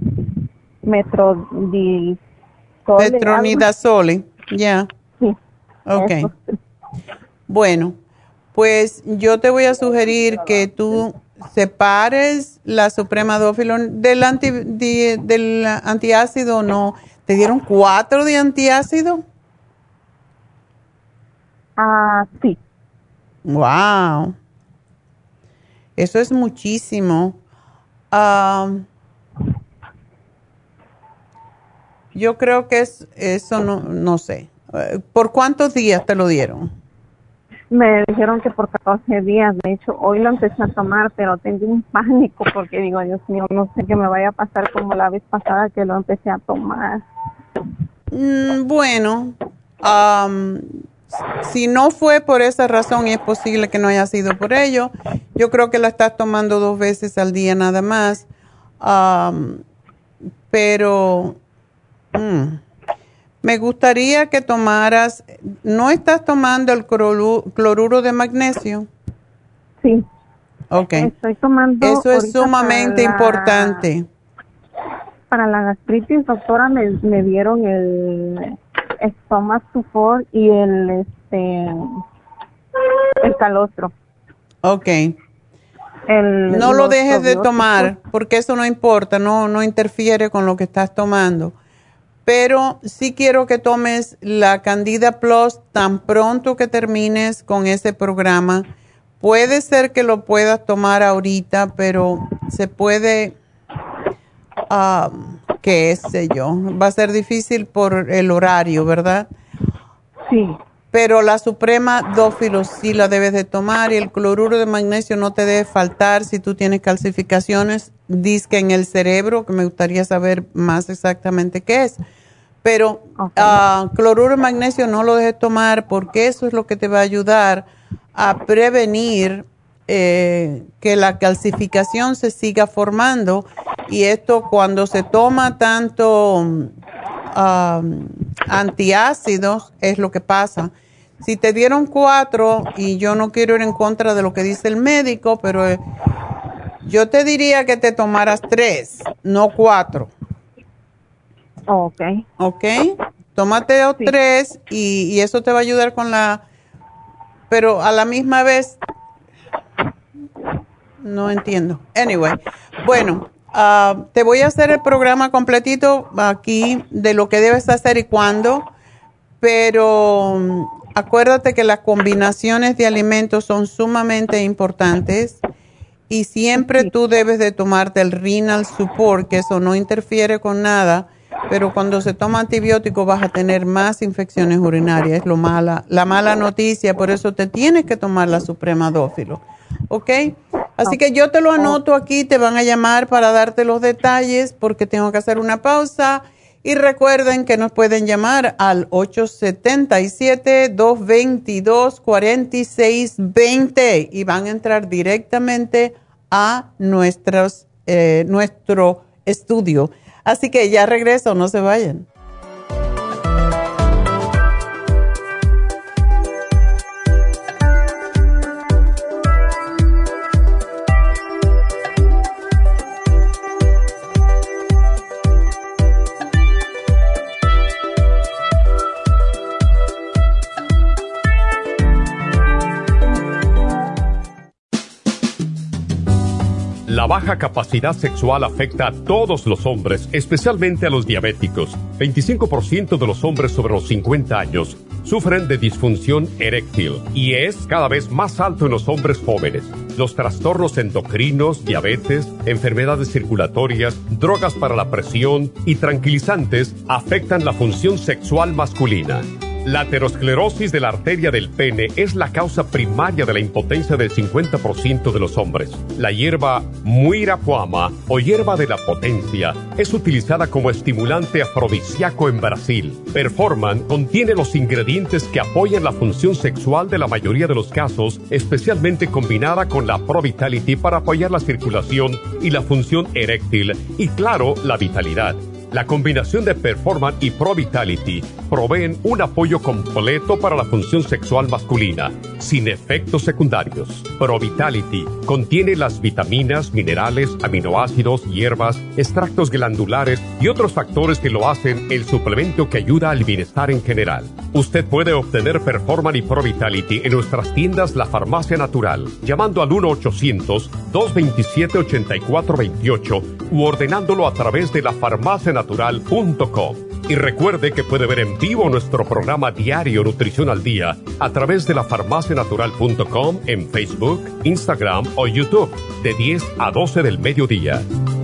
metronidazole, ya. Sí. Okay. Eso. Bueno, pues yo te voy a sugerir que tú separes la supremadófilo del antiácido, ¿no? ¿Te dieron 4 de antiácido? Sí. Wow. Eso es muchísimo. Yo creo que eso no sé. ¿Por cuántos días te lo dieron? Me dijeron que por 14 días. De hecho, hoy lo empecé a tomar, pero tengo un pánico porque digo, Dios mío, no sé qué me vaya a pasar como la vez pasada que lo empecé a tomar. Bueno, si no fue por esa razón, y es posible que no haya sido por ello, yo creo que la estás tomando 2 veces al día nada más. Pero me gustaría que tomaras, ¿no estás tomando el cloruro de magnesio? Sí. Ok. Estoy tomando. Eso es sumamente importante. Para la gastritis, doctora, me dieron el Stomach Support y el calostro. Ok. No lo dejes de tomar porque eso no importa, no interfiere con lo que estás tomando. Pero sí quiero que tomes la Candida Plus tan pronto que termines con ese programa. Puede ser que lo puedas tomar ahorita, pero se puede, qué sé yo, va a ser difícil por el horario, ¿verdad? Sí. Pero la Suprema Dófilo sí la debes de tomar y el cloruro de magnesio no te debe faltar si tú tienes calcificaciones, disque en el cerebro, que me gustaría saber más exactamente qué es. Pero cloruro de magnesio no lo dejes tomar porque eso es lo que te va a ayudar a prevenir que la calcificación se siga formando. Y esto cuando se toma tanto antiácidos es lo que pasa. Si te dieron 4, y yo no quiero ir en contra de lo que dice el médico, pero yo te diría que te tomaras 3, no 4. Ok. Ok. Tómate 3 y eso te va a ayudar con pero a la misma vez, no entiendo. Anyway, bueno, te voy a hacer el programa completito aquí de lo que debes hacer y cuándo, pero acuérdate que las combinaciones de alimentos son sumamente importantes y siempre tú debes de tomarte el Renal Support, que eso no interfiere con nada, pero cuando se toma antibiótico vas a tener más infecciones urinarias, es la mala noticia, por eso te tienes que tomar la Suprema Dófilo, ¿ok? Así que yo te lo anoto aquí, te van a llamar para darte los detalles porque tengo que hacer una pausa. Y recuerden que nos pueden llamar al 877-222-4620 y van a entrar directamente a nuestro estudio. Así que ya regreso, no se vayan. La baja capacidad sexual afecta a todos los hombres, especialmente a los diabéticos. 25% de los hombres sobre los 50 años sufren de disfunción eréctil y es cada vez más alto en los hombres jóvenes. Los trastornos endocrinos, diabetes, enfermedades circulatorias, drogas para la presión y tranquilizantes afectan la función sexual masculina. La aterosclerosis de la arteria del pene es la causa primaria de la impotencia del 50% de los hombres. La hierba muirapuama o hierba de la potencia es utilizada como estimulante afrodisíaco en Brasil. Performan contiene los ingredientes que apoyan la función sexual de la mayoría de los casos, especialmente combinada con la Pro Vitality para apoyar la circulación y la función eréctil y, claro, la vitalidad. La combinación de Performan y Pro Vitality proveen un apoyo completo para la función sexual masculina, sin efectos secundarios. Pro Vitality contiene las vitaminas, minerales, aminoácidos, hierbas, extractos glandulares y otros factores que lo hacen el suplemento que ayuda al bienestar en general. Usted puede obtener Performan y Pro Vitality en nuestras tiendas La Farmacia Natural, llamando al 1-800-227-8428 u ordenándolo a través de lafarmacianatural.com. Y recuerde que puede ver en vivo nuestro programa diario Nutrición al Día a través de lafarmacianatural.com en Facebook, Instagram o YouTube de 10 a 12 del mediodía.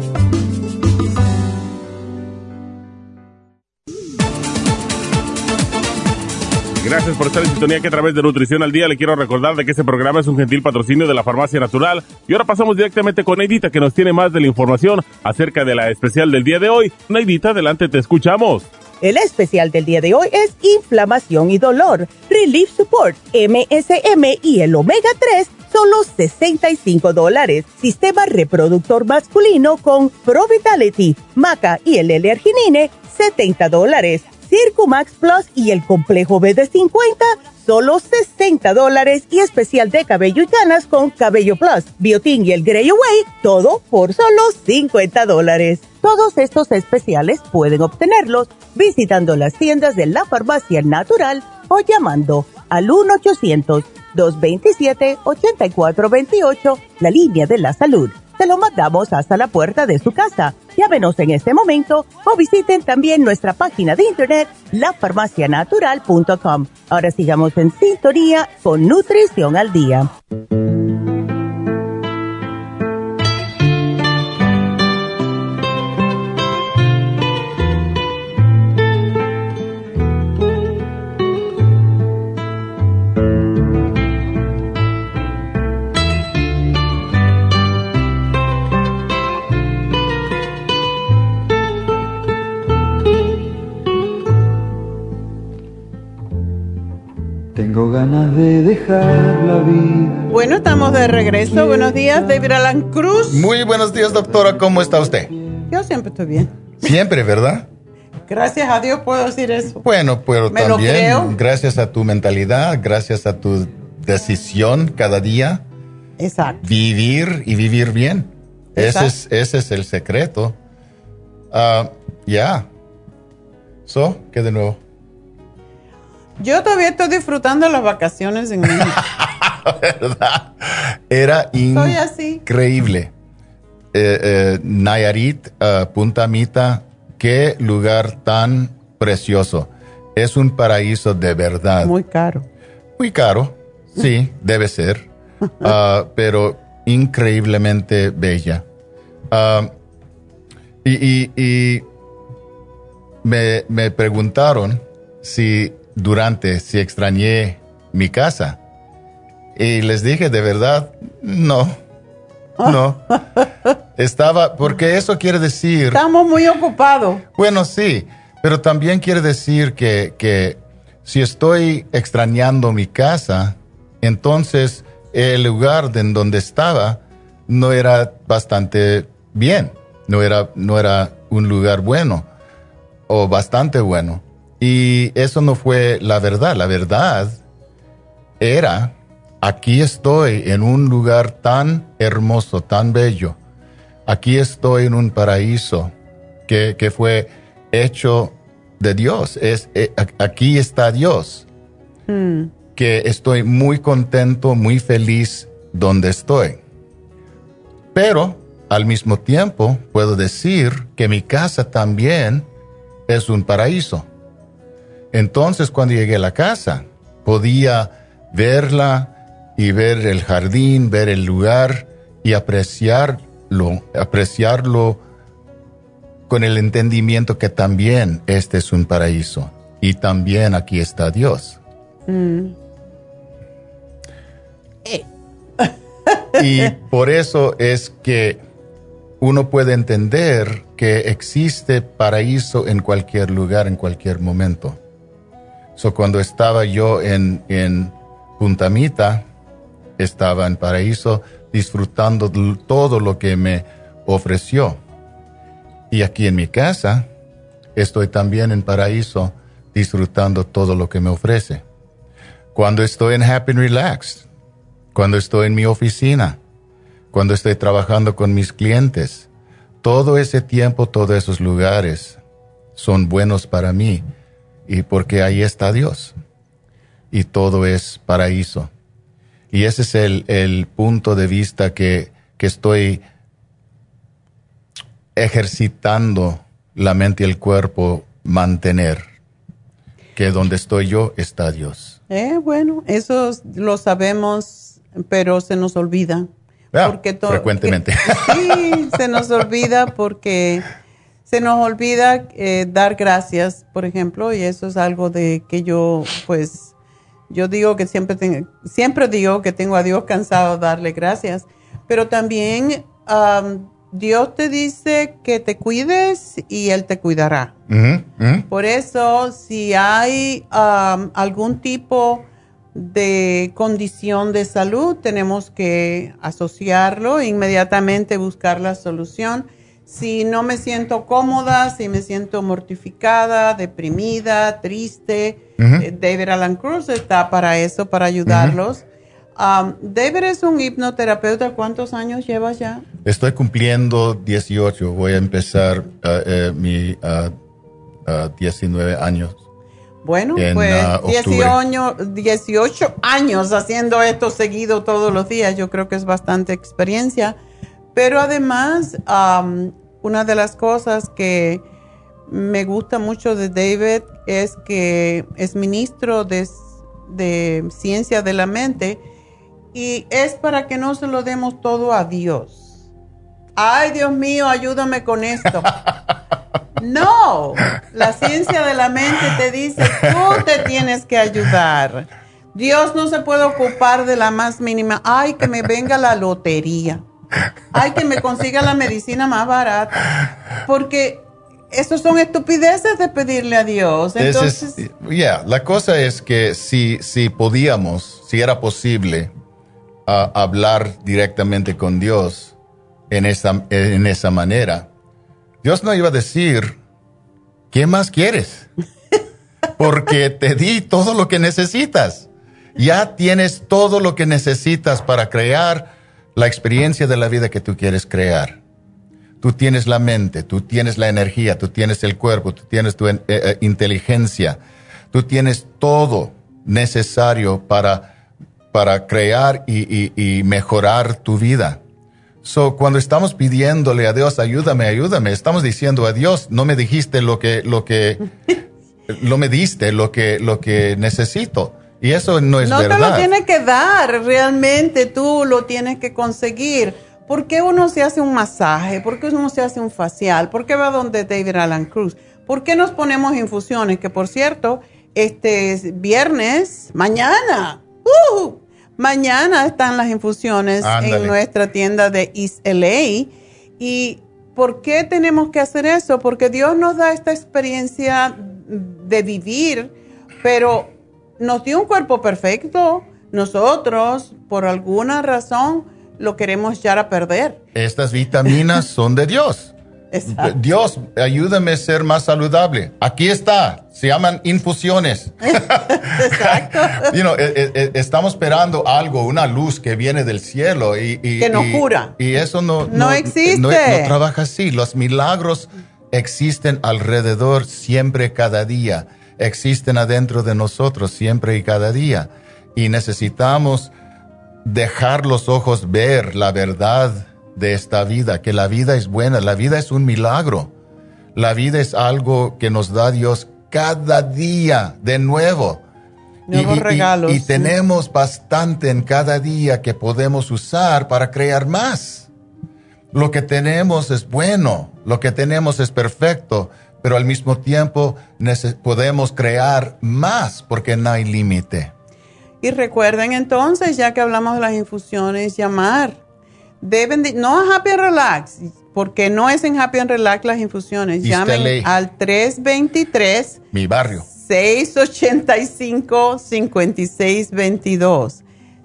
Gracias por estar en sintonía que a través de Nutrición al Día le quiero recordar de que este programa es un gentil patrocinio de la Farmacia Natural. Y ahora pasamos directamente con Neidita, que nos tiene más de la información acerca de la especial del día de hoy. Neidita, adelante, te escuchamos. El especial del día de hoy es inflamación y dolor, Relief Support, MSM y el Omega 3, solo $65. Sistema reproductor masculino con Pro Vitality, Maca y el L-Arginine, $70. Circumax Plus y el complejo B de 50, solo $60. Y especial de cabello y canas con Cabello Plus, Biotin y el Grey Away, todo por solo $50. Todos estos especiales pueden obtenerlos visitando las tiendas de la Farmacia Natural o llamando al 1-800-227-8428, la línea de la salud. Se lo mandamos hasta la puerta de su casa. Llámenos en este momento o visiten también nuestra página de internet, lafarmacianatural.com. Ahora sigamos en sintonía con Nutrición al Día. Tengo ganas de dejar la vida. Bueno, estamos de regreso. Buenos días, David Alan Cruz. Muy buenos días, doctora. ¿Cómo está usted? Yo siempre estoy bien. Siempre, ¿verdad? Gracias a Dios puedo decir eso. Bueno, pero ¿Me también lo creo? gracias a tu mentalidad, gracias a tu decisión cada día. Exacto. Vivir y vivir bien. Ese es el secreto. ¿Qué de nuevo? Yo todavía estoy disfrutando las vacaciones en México. ¿Verdad? Era Soy así. increíble. Nayarit, Punta Mita, qué lugar tan precioso. Es un paraíso de verdad. Muy caro. Muy caro, sí, debe ser. Pero increíblemente bella. Y me preguntaron si extrañé mi casa. Y les dije, de verdad, no. Porque eso quiere decir... Estamos muy ocupados. Bueno, sí, pero también quiere decir que si estoy extrañando mi casa, entonces el lugar en donde estaba no era bastante bien, no era un lugar bueno o bastante bueno. Y eso no fue la verdad. La verdad era, aquí estoy en un lugar tan hermoso, tan bello. Aquí estoy en un paraíso que fue hecho de Dios. Aquí está Dios. Que estoy muy contento, muy feliz donde estoy. Pero al mismo tiempo puedo decir que mi casa también es un paraíso. Entonces, cuando llegué a la casa, podía verla y ver el jardín, ver el lugar y apreciarlo con el entendimiento que también este es un paraíso y también aquí está Dios. Y por eso es que uno puede entender que existe paraíso en cualquier lugar, en cualquier momento. Cuando estaba yo en Punta Mita, estaba en paraíso disfrutando de todo lo que me ofreció. Y aquí en mi casa, estoy también en paraíso disfrutando todo lo que me ofrece. Cuando estoy en Happy and Relaxed, cuando estoy en mi oficina, cuando estoy trabajando con mis clientes, todo ese tiempo, todos esos lugares son buenos para mí. Y porque ahí está Dios. Y todo es paraíso. Y ese es el punto de vista que estoy ejercitando la mente y el cuerpo mantener. Que donde estoy yo está Dios. Bueno, eso lo sabemos, pero se nos olvida. Frecuentemente. Sí, se nos olvida porque se nos olvida dar gracias, por ejemplo, y eso es algo de que yo digo que siempre digo que tengo a Dios cansado de darle gracias, pero también Dios te dice que te cuides y Él te cuidará. Por eso, si hay algún tipo de condición de salud, tenemos que asociarlo e inmediatamente buscar la solución. Si no me siento cómoda, si me siento mortificada, deprimida, triste, David Alan Cruz está para eso, para ayudarlos. David es un hipnoterapeuta. ¿Cuántos años llevas ya? Estoy cumpliendo 18. Voy a empezar mi 19 años. Bueno, pues 18 años haciendo esto seguido todos los días. Yo creo que es bastante experiencia. Pero además, una de las cosas que me gusta mucho de David es que es ministro de ciencia de la mente y es para que no se lo demos todo a Dios. Ay, Dios mío, ayúdame con esto. No, la ciencia de la mente te dice, tú te tienes que ayudar. Dios no se puede ocupar de la más mínima. Ay, que me venga la lotería. Ay, que me consiga la medicina más barata. Porque esos son estupideces de pedirle a Dios. Entonces, la cosa es que si podíamos, si era posible hablar directamente con Dios en esa manera, Dios no iba a decir, ¿qué más quieres? Porque te di todo lo que necesitas. Ya tienes todo lo que necesitas para crear la experiencia de la vida que tú quieres crear. Tú tienes la mente, tú tienes la energía, tú tienes el cuerpo, tú tienes tu inteligencia. Tú tienes todo necesario para crear y mejorar tu vida. Cuando estamos pidiéndole a Dios, ayúdame, estamos diciendo a Dios, no me dijiste no me diste lo que necesito. Y eso no es verdad. No te lo tienes que dar, realmente tú lo tienes que conseguir. ¿Por qué uno se hace un masaje? ¿Por qué uno se hace un facial? ¿Por qué va donde David Alan Cruz? ¿Por qué nos ponemos infusiones? Que por cierto, viernes, mañana están las infusiones. Ándale. En nuestra tienda de East LA. ¿Y por qué tenemos que hacer eso? Porque Dios nos da esta experiencia de vivir, pero nos dio un cuerpo perfecto. Nosotros, por alguna razón, lo queremos echar a perder. Estas vitaminas son de Dios. Exacto. Dios, ayúdame a ser más saludable. Aquí está, se llaman infusiones. Exacto. Estamos esperando algo, una luz que viene del cielo que nos cura. Y eso no existe. No trabaja así. Los milagros existen alrededor siempre, cada día. Existen adentro de nosotros siempre y cada día. Y necesitamos dejar los ojos ver la verdad de esta vida, que la vida es buena, la vida es un milagro. La vida es algo que nos da Dios cada día de nuevo. Nuevos regalos. Y tenemos bastante en cada día que podemos usar para crear más. Lo que tenemos es bueno, lo que tenemos es perfecto, pero al mismo tiempo podemos crear más porque no hay límite. Y recuerden entonces, ya que hablamos de las infusiones, llamar. No a Happy and Relax, porque no es en Happy and Relax las infusiones. Llamen al 323. Mi barrio. 685-5622.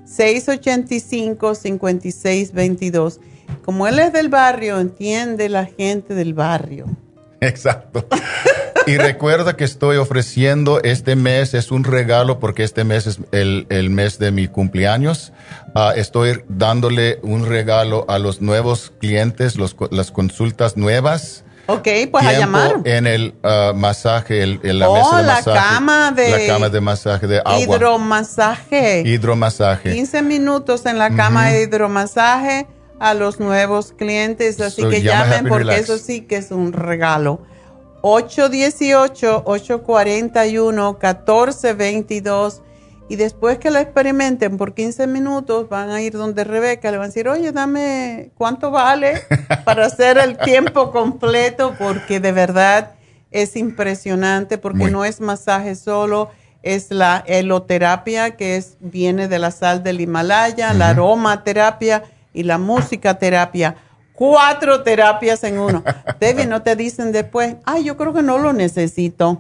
685-5622. Como él es del barrio, entiende la gente del barrio. Exacto. Y recuerda que estoy ofreciendo este mes, es un regalo porque este mes es el mes de mi cumpleaños. Estoy dándole un regalo a los nuevos clientes, las consultas nuevas. Ok, pues a llamar. En el masaje, la mesa de masaje. La cama de masaje de agua. Hidromasaje. 15 minutos en la cama de hidromasaje a los nuevos clientes. Así que llamen porque eso sí que es un regalo. 818-841-1422. Y después que la experimenten por 15 minutos, van a ir donde Rebeca, le van a decir, oye, dame cuánto vale para hacer el tiempo completo, porque de verdad es impresionante, porque no es masaje solo, es la heloterapia, que viene de la sal del Himalaya, la aromaterapia y la musicaterapia. 4 terapias en uno. David, no te dicen después, ay, yo creo que no lo necesito.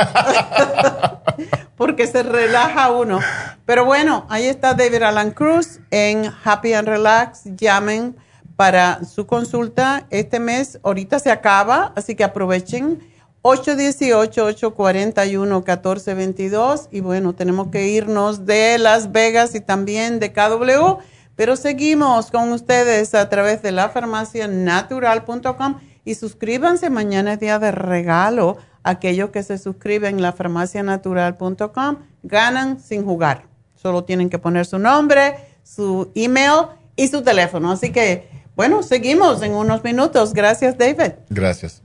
Porque se relaja uno. Pero bueno, ahí está David Alan Cruz en Happy and Relax. Llamen para su consulta este mes. Ahorita se acaba, así que aprovechen. 818-841-1422. Y bueno, tenemos que irnos de Las Vegas y también de KW. Pero seguimos con ustedes a través de lafarmacianatural.com y suscríbanse, mañana es día de regalo. Aquellos que se suscriben en lafarmacianatural.com ganan sin jugar. Solo tienen que poner su nombre, su email y su teléfono. Así que, bueno, seguimos en unos minutos. Gracias, David. Gracias.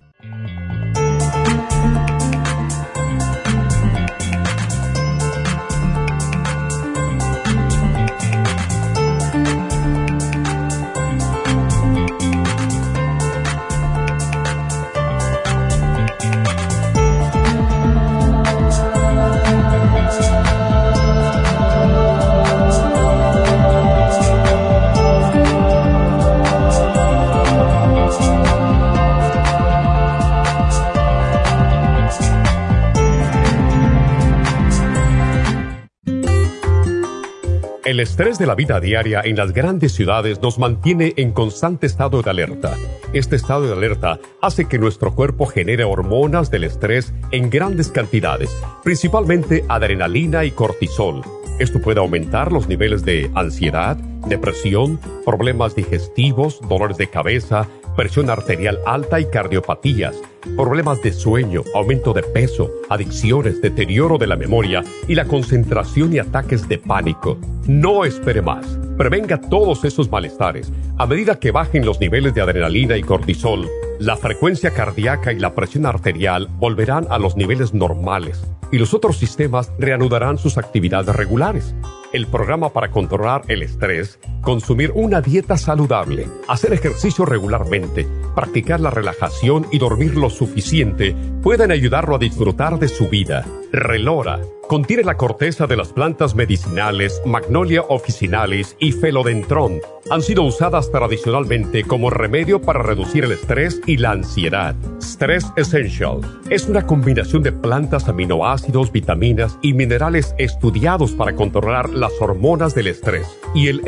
El estrés de la vida diaria en las grandes ciudades nos mantiene en constante estado de alerta. Este estado de alerta hace que nuestro cuerpo genere hormonas del estrés en grandes cantidades, principalmente adrenalina y cortisol. Esto puede aumentar los niveles de ansiedad, depresión, problemas digestivos, dolores de cabeza, presión arterial alta y cardiopatías, problemas de sueño, aumento de peso, adicciones, deterioro de la memoria y la concentración y ataques de pánico. No espere más. Prevenga todos esos malestares. A medida que bajen los niveles de adrenalina y cortisol, la frecuencia cardíaca y la presión arterial volverán a los niveles normales y los otros sistemas reanudarán sus actividades regulares. El programa para controlar el estrés, consumir una dieta saludable, hacer ejercicio regularmente, practicar la relajación y dormir lo suficiente pueden ayudarlo a disfrutar de su vida. Relora contiene la corteza de las plantas medicinales Magnolia officinalis y Philodendron. Han sido usadas tradicionalmente como remedio para reducir el estrés y la ansiedad. Stress Essential es una combinación de plantas, aminoácidos, vitaminas y minerales estudiados para controlar las hormonas del estrés. Y el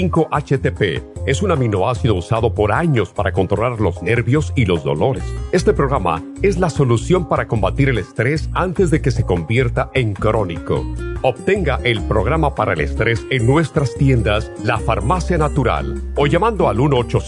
L5-HTP es un aminoácido usado por años para controlar los nervios y los dolores. Este programa es la solución para combatir el estrés antes de que se convierta en crónico. Obtenga el programa para el estrés en nuestras tiendas La Farmacia Natural o llamando al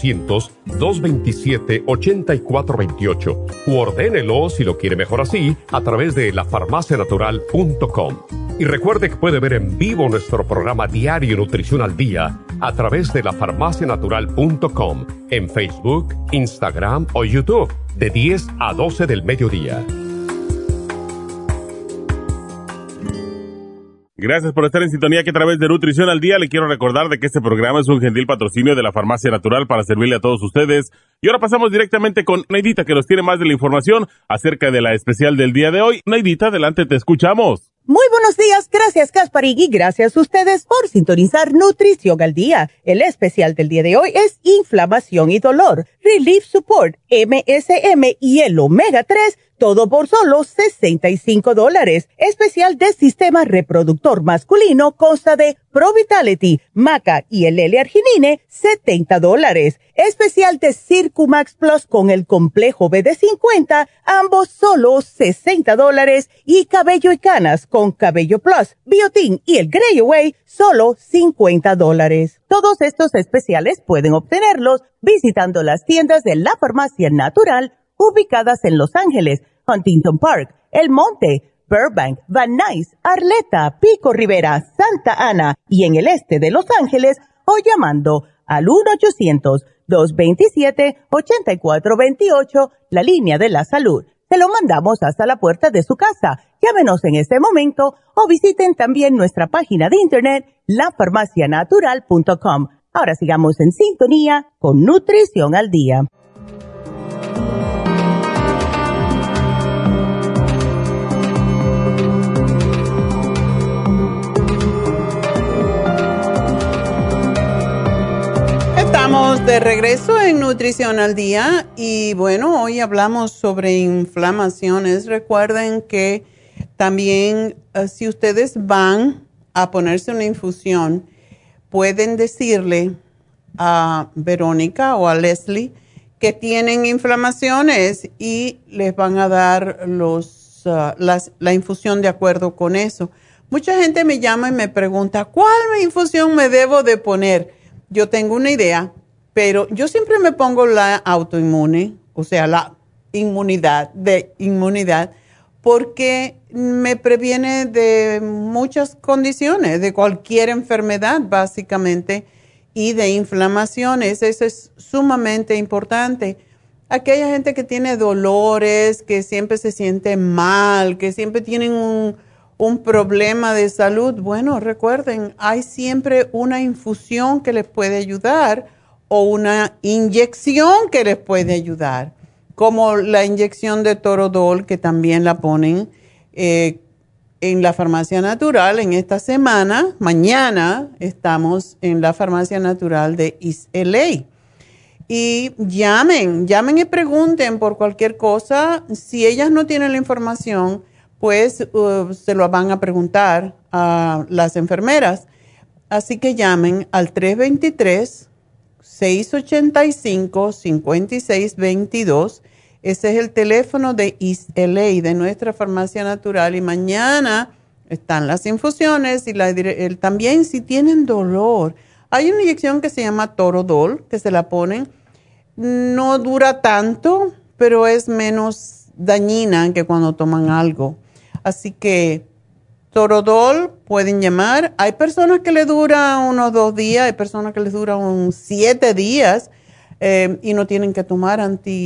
1-800-227-8428 u ordénelo si lo quiere mejor así a través de lafarmacianatural.com. Y recuerde que puede ver en vivo nuestro programa diario Nutrición al Día a través de lafarmacianatural.com en Facebook, Instagram o YouTube de 10 a 12 del mediodía. Gracias por estar en sintonía que a través de Nutrición al Día le quiero recordar de que este programa es un gentil patrocinio de la Farmacia Natural para servirle a todos ustedes. Y ahora pasamos directamente con Neidita, que nos tiene más de la información acerca de la especial del día de hoy. Neidita, adelante, te escuchamos. Muy buenos días, gracias Gasparigui, gracias a ustedes por sintonizar Nutrición al Día. El especial del día de hoy es inflamación y dolor, Relief Support, MSM y el Omega 3, todo por solo $65. Especial de sistema reproductor masculino consta de Pro Vitality, Maca y el L-arginine, $70. Especial de Circumax Plus con el complejo BD50, ambos solo $60. Y cabello y canas con Cabello Plus, Biotin y el Grey Away, solo $50. Todos estos especiales pueden obtenerlos visitando las tiendas de la Farmacia Natural ubicadas en Los Ángeles, Huntington Park, El Monte, Burbank, Van Nuys, Arleta, Pico Rivera, Santa Ana y en el este de Los Ángeles o llamando al 1-800-227-8428, la línea de la salud. se lo mandamos hasta la puerta de su casa. Llámenos en este momento o visiten también nuestra página de internet, lafarmacianatural.com. Ahora sigamos en sintonía con Nutrición al Día. Estamos de regreso en Nutrición al Día y bueno, hoy hablamos sobre inflamaciones. Recuerden que también si ustedes van a ponerse una infusión, pueden decirle a Verónica o a Leslie que tienen inflamaciones y les van a dar la infusión de acuerdo con eso. Mucha gente me llama y me pregunta, ¿cuál infusión me debo de poner? Yo tengo una idea, pero yo siempre me pongo la autoinmune, o sea, la inmunidad, porque me previene de muchas condiciones, de cualquier enfermedad básicamente, y de inflamaciones. Eso es sumamente importante. Aquella gente que tiene dolores, que siempre se siente mal, que siempre tienen un problema de salud, bueno, recuerden, hay siempre una infusión que les puede ayudar o una inyección que les puede ayudar, como la inyección de Torodol, que también la ponen en la Farmacia Natural en esta semana. Mañana estamos en la Farmacia Natural de East LA. Y llamen y pregunten por cualquier cosa. Si ellas no tienen la información, pues se lo van a preguntar a las enfermeras. Así que llamen al 323-685-5622. Ese es el teléfono de East LA, de nuestra Farmacia Natural. Y mañana están las infusiones y también si tienen dolor. Hay una inyección que se llama Torodol, que se la ponen. No dura tanto, pero es menos dañina que cuando toman algo. Así que Torodol pueden llamar. Hay personas que les dura unos 2 días, hay personas que les dura unos 7 días y no tienen que tomar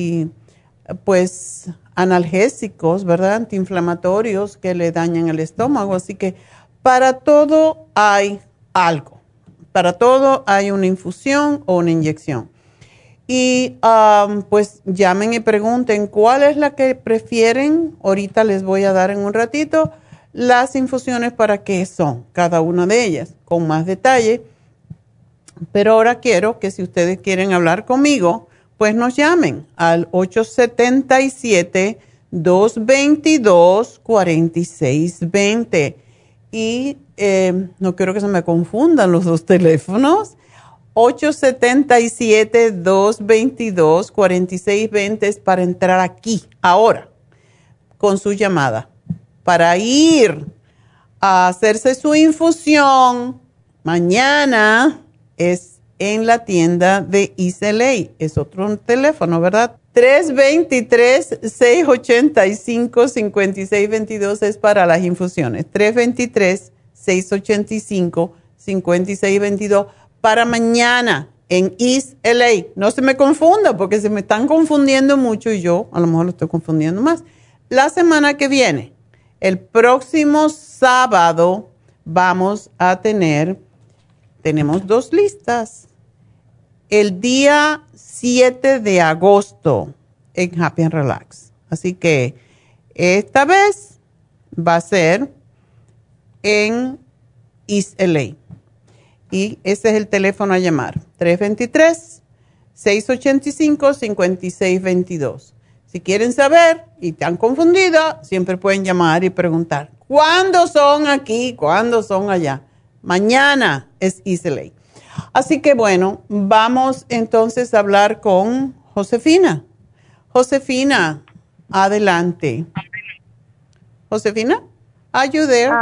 analgésicos, ¿verdad? Antiinflamatorios que le dañan el estómago. Así que para todo hay algo. Para todo hay una infusión o una inyección. Y pues llamen y pregunten cuál es la que prefieren. Ahorita les voy a dar en un ratito las infusiones para qué son cada una de ellas, con más detalle. Pero ahora quiero que si ustedes quieren hablar conmigo, pues nos llamen al 877-222-4620. Y no quiero que se me confundan los dos teléfonos. 877-222-4620 es para entrar aquí, ahora, con su llamada, para ir a hacerse su infusión. Mañana es en la tienda de East LA. Es otro teléfono, ¿verdad? 323-685-5622 es para las infusiones. 323-685-5622 para mañana en East LA. No se me confunda porque se me están confundiendo mucho y yo a lo mejor lo estoy confundiendo más. La semana que viene, el próximo sábado, tenemos 2 listas. El día 7 de agosto en Happy and Relax. Así que esta vez va a ser en East LA. Y ese es el teléfono a llamar, 323-685-5622. Si quieren saber y están confundidas, siempre pueden llamar y preguntar, ¿cuándo son aquí? ¿Cuándo son allá? Mañana es East LA. Así que bueno, vamos entonces a hablar con Josefina. Josefina, adelante. Josefina, are you there?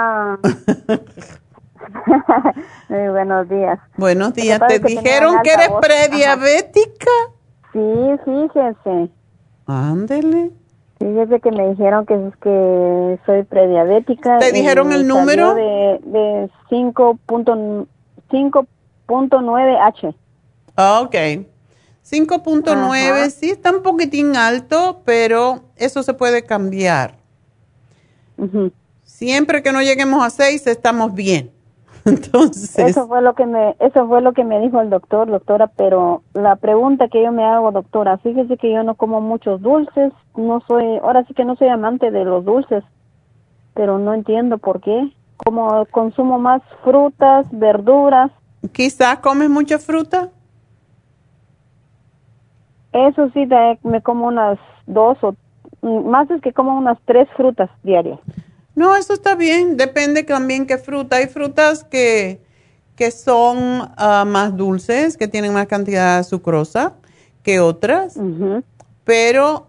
Muy buenos días. Buenos días. ¿Te dijeron que eres prediabética? Sí, fíjese. Ándele. Fíjese que me dijeron que soy prediabética. ¿Te dijeron el número? De 5.9H. Ok. 5.9, sí está un poquitín alto, pero eso se puede cambiar. Siempre que no lleguemos a 6 estamos bien. Entonces, eso fue lo que me dijo el doctor, doctora, pero la pregunta que yo me hago, doctora, fíjese que yo no como muchos dulces, ahora sí que no soy amante de los dulces, pero no entiendo por qué. Como consumo más frutas, verduras. ¿Quizás comes mucha fruta? Eso sí, me como unas 2 o más, es que como unas 3 frutas diarias. No, eso está bien, depende también qué fruta. Hay frutas que son más dulces, que tienen más cantidad de sucrosa que otras, pero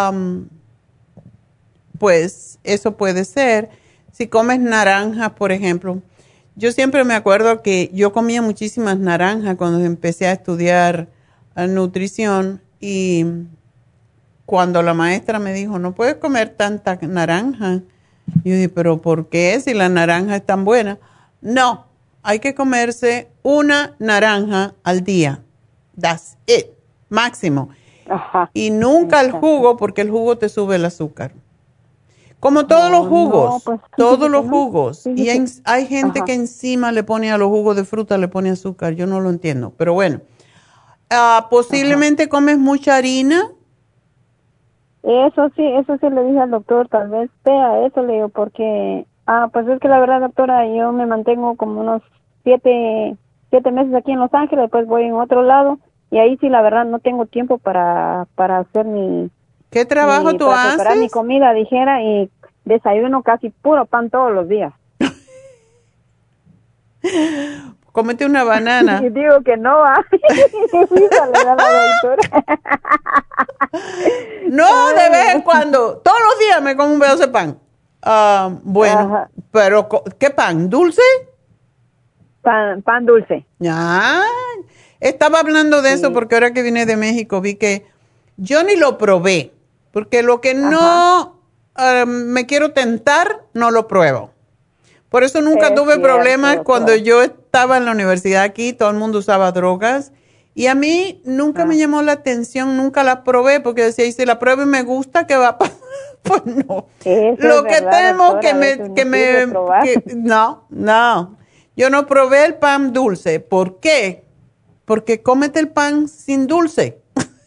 pues eso puede ser. Si comes naranjas, por ejemplo, yo siempre me acuerdo que yo comía muchísimas naranjas cuando empecé a estudiar nutrición, y cuando la maestra me dijo, no puedes comer tanta naranja. Yo dije, ¿pero por qué si la naranja es tan buena? No, hay que comerse una naranja al día. That's it, máximo. Y nunca el jugo, porque el jugo te sube el azúcar. Como todos los jugos, todos los jugos. Y hay gente que encima le pone a los jugos de fruta, le pone azúcar. Yo no lo entiendo, pero bueno. Posiblemente comes mucha harina. Eso sí le dije al doctor, tal vez sea eso, le digo, porque, pues es que la verdad, doctora, yo me mantengo como unos 7 meses aquí en Los Ángeles, después voy en otro lado, y ahí sí, la verdad, no tengo tiempo para hacer ¿Qué trabajo tú haces? Preparar mi comida, dijera, y desayuno casi puro pan todos los días. Cómete una banana. Y digo que no, No, de vez en cuando. Todos los días me como un pedazo de pan. Bueno, pero ¿qué pan? ¿Dulce? Pan dulce. Estaba hablando de eso porque ahora que vine de México vi que yo ni lo probé, porque lo que no me quiero tentar, no lo pruebo. Por eso nunca tuve problemas cuando yo estaba en la universidad aquí, todo el mundo usaba drogas. Y a mí nunca me llamó la atención, nunca la probé, porque decía, y si la pruebo y me gusta, ¿qué va a pasar? Pues no. Lo que temo no. Yo no probé el pan dulce. ¿Por qué? Porque cómete el pan sin dulce.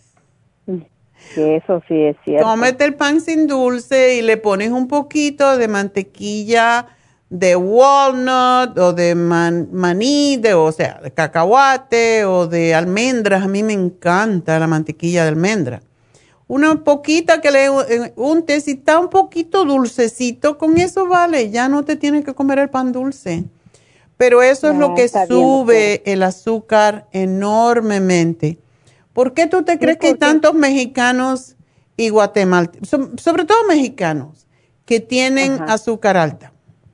Eso sí es cierto. Cómete el pan sin dulce y le pones un poquito de mantequilla de walnut o de maní, o sea, de cacahuate o de almendras. A mí me encanta la mantequilla de almendra. Una poquita que le untes, si está un poquito dulcecito, con eso vale, ya no te tienes que comer el pan dulce. Pero eso es lo que sube el azúcar enormemente. ¿Por qué tú te crees que hay tantos mexicanos y guatemaltecos, sobre todo mexicanos, que tienen azúcar alta?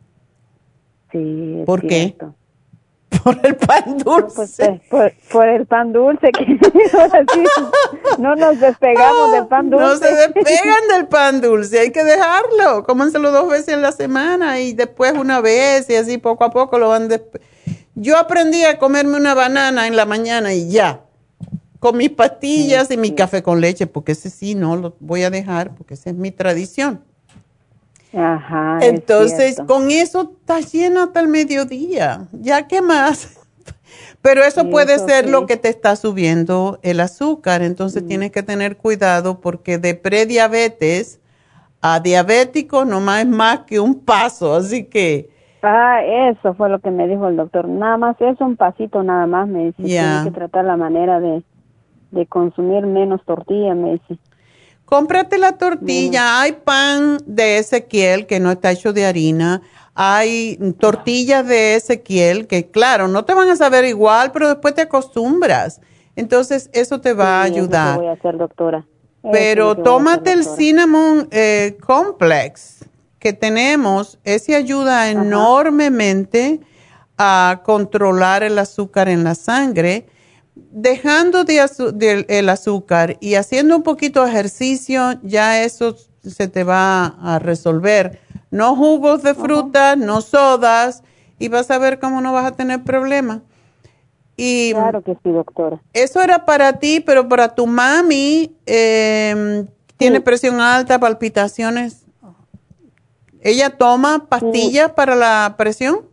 Sí, ¿por qué? Por el pan dulce. Por el pan dulce, que no nos despegamos del pan dulce. No se despegan del pan dulce, hay que dejarlo. Cómanselo 2 veces en la semana y después una vez y así poco a poco lo van Yo aprendí a comerme una banana en la mañana y ya, con mis pastillas y mi café con leche, porque ese sí no lo voy a dejar, porque esa es mi tradición. Entonces, con eso estás llena hasta el mediodía. ¿Ya qué más? Pero eso puede ser lo que te está subiendo el azúcar. Entonces, tienes que tener cuidado porque de prediabetes a diabético nomás es más que un paso. Así que... eso fue lo que me dijo el doctor. Nada más es un pasito, nada más. Me dice, tienes que tratar la manera de consumir menos tortilla, me dice. Cómprate la tortilla. Hay pan de Ezequiel que no está hecho de harina. Hay tortillas de Ezequiel que, claro, no te van a saber igual, pero después te acostumbras. Entonces, eso te va a ayudar. Eso voy a hacer, doctora. Pero tómate el Cinnamon Complex que tenemos. Ese ayuda enormemente a controlar el azúcar en la sangre. Dejando el azúcar y haciendo un poquito de ejercicio, ya eso se te va a resolver. No jugos de fruta, no sodas, y vas a ver cómo no vas a tener problemas. Y claro que sí, doctora. Eso era para ti, pero para tu mami, tiene presión alta, palpitaciones. ¿Ella toma pastillas para la presión?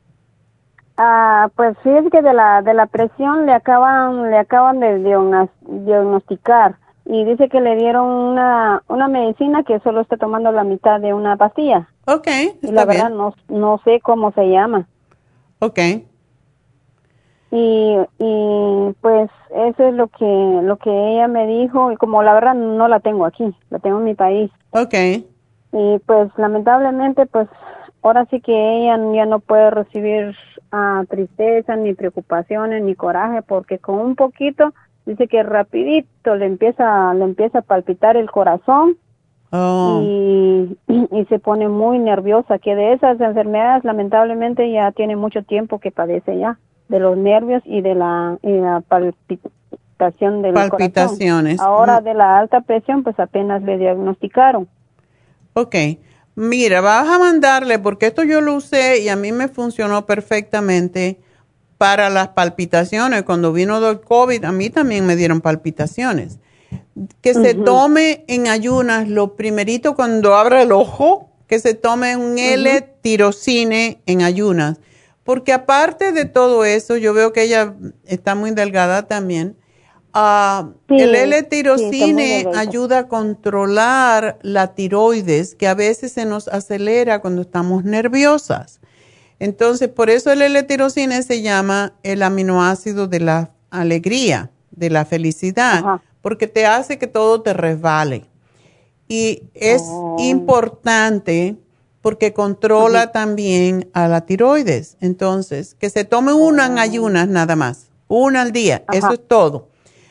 Pues sí, es que de la presión le acaban de diagnosticar y dice que le dieron una medicina que solo está tomando la mitad de una pastilla. Okay, y la verdad no sé cómo se llama. Okay. Y pues eso es lo que ella me dijo, y como la verdad no la tengo aquí, la tengo en mi país. Okay. Y pues lamentablemente pues ahora sí que ella ya no puede recibir tristeza, ni preocupaciones, ni coraje, porque con un poquito dice que rapidito le empieza a palpitar el corazón. Y se pone muy nerviosa, que de esas enfermedades lamentablemente ya tiene mucho tiempo que padece ya, de los nervios y de la palpitación del palpitaciones. Corazón. Ahora de la alta presión pues apenas le diagnosticaron. Okay. Mira, vas a mandarle, porque esto yo lo usé y a mí me funcionó perfectamente para las palpitaciones. Cuando vino el COVID, a mí también me dieron palpitaciones. Que se tome en ayunas, lo primerito cuando abra el ojo, que se tome un L-tirocine en ayunas. Porque aparte de todo eso, yo veo que ella está muy delgada también. El L-tirocine ayuda a controlar la tiroides, que a veces se nos acelera cuando estamos nerviosas. Entonces, por eso el L-tirocine se llama el aminoácido de la alegría, de la felicidad, porque te hace que todo te resbale. Y es importante porque controla también a la tiroides. Entonces, que se tome una en ayunas nada más, una al día, eso es todo.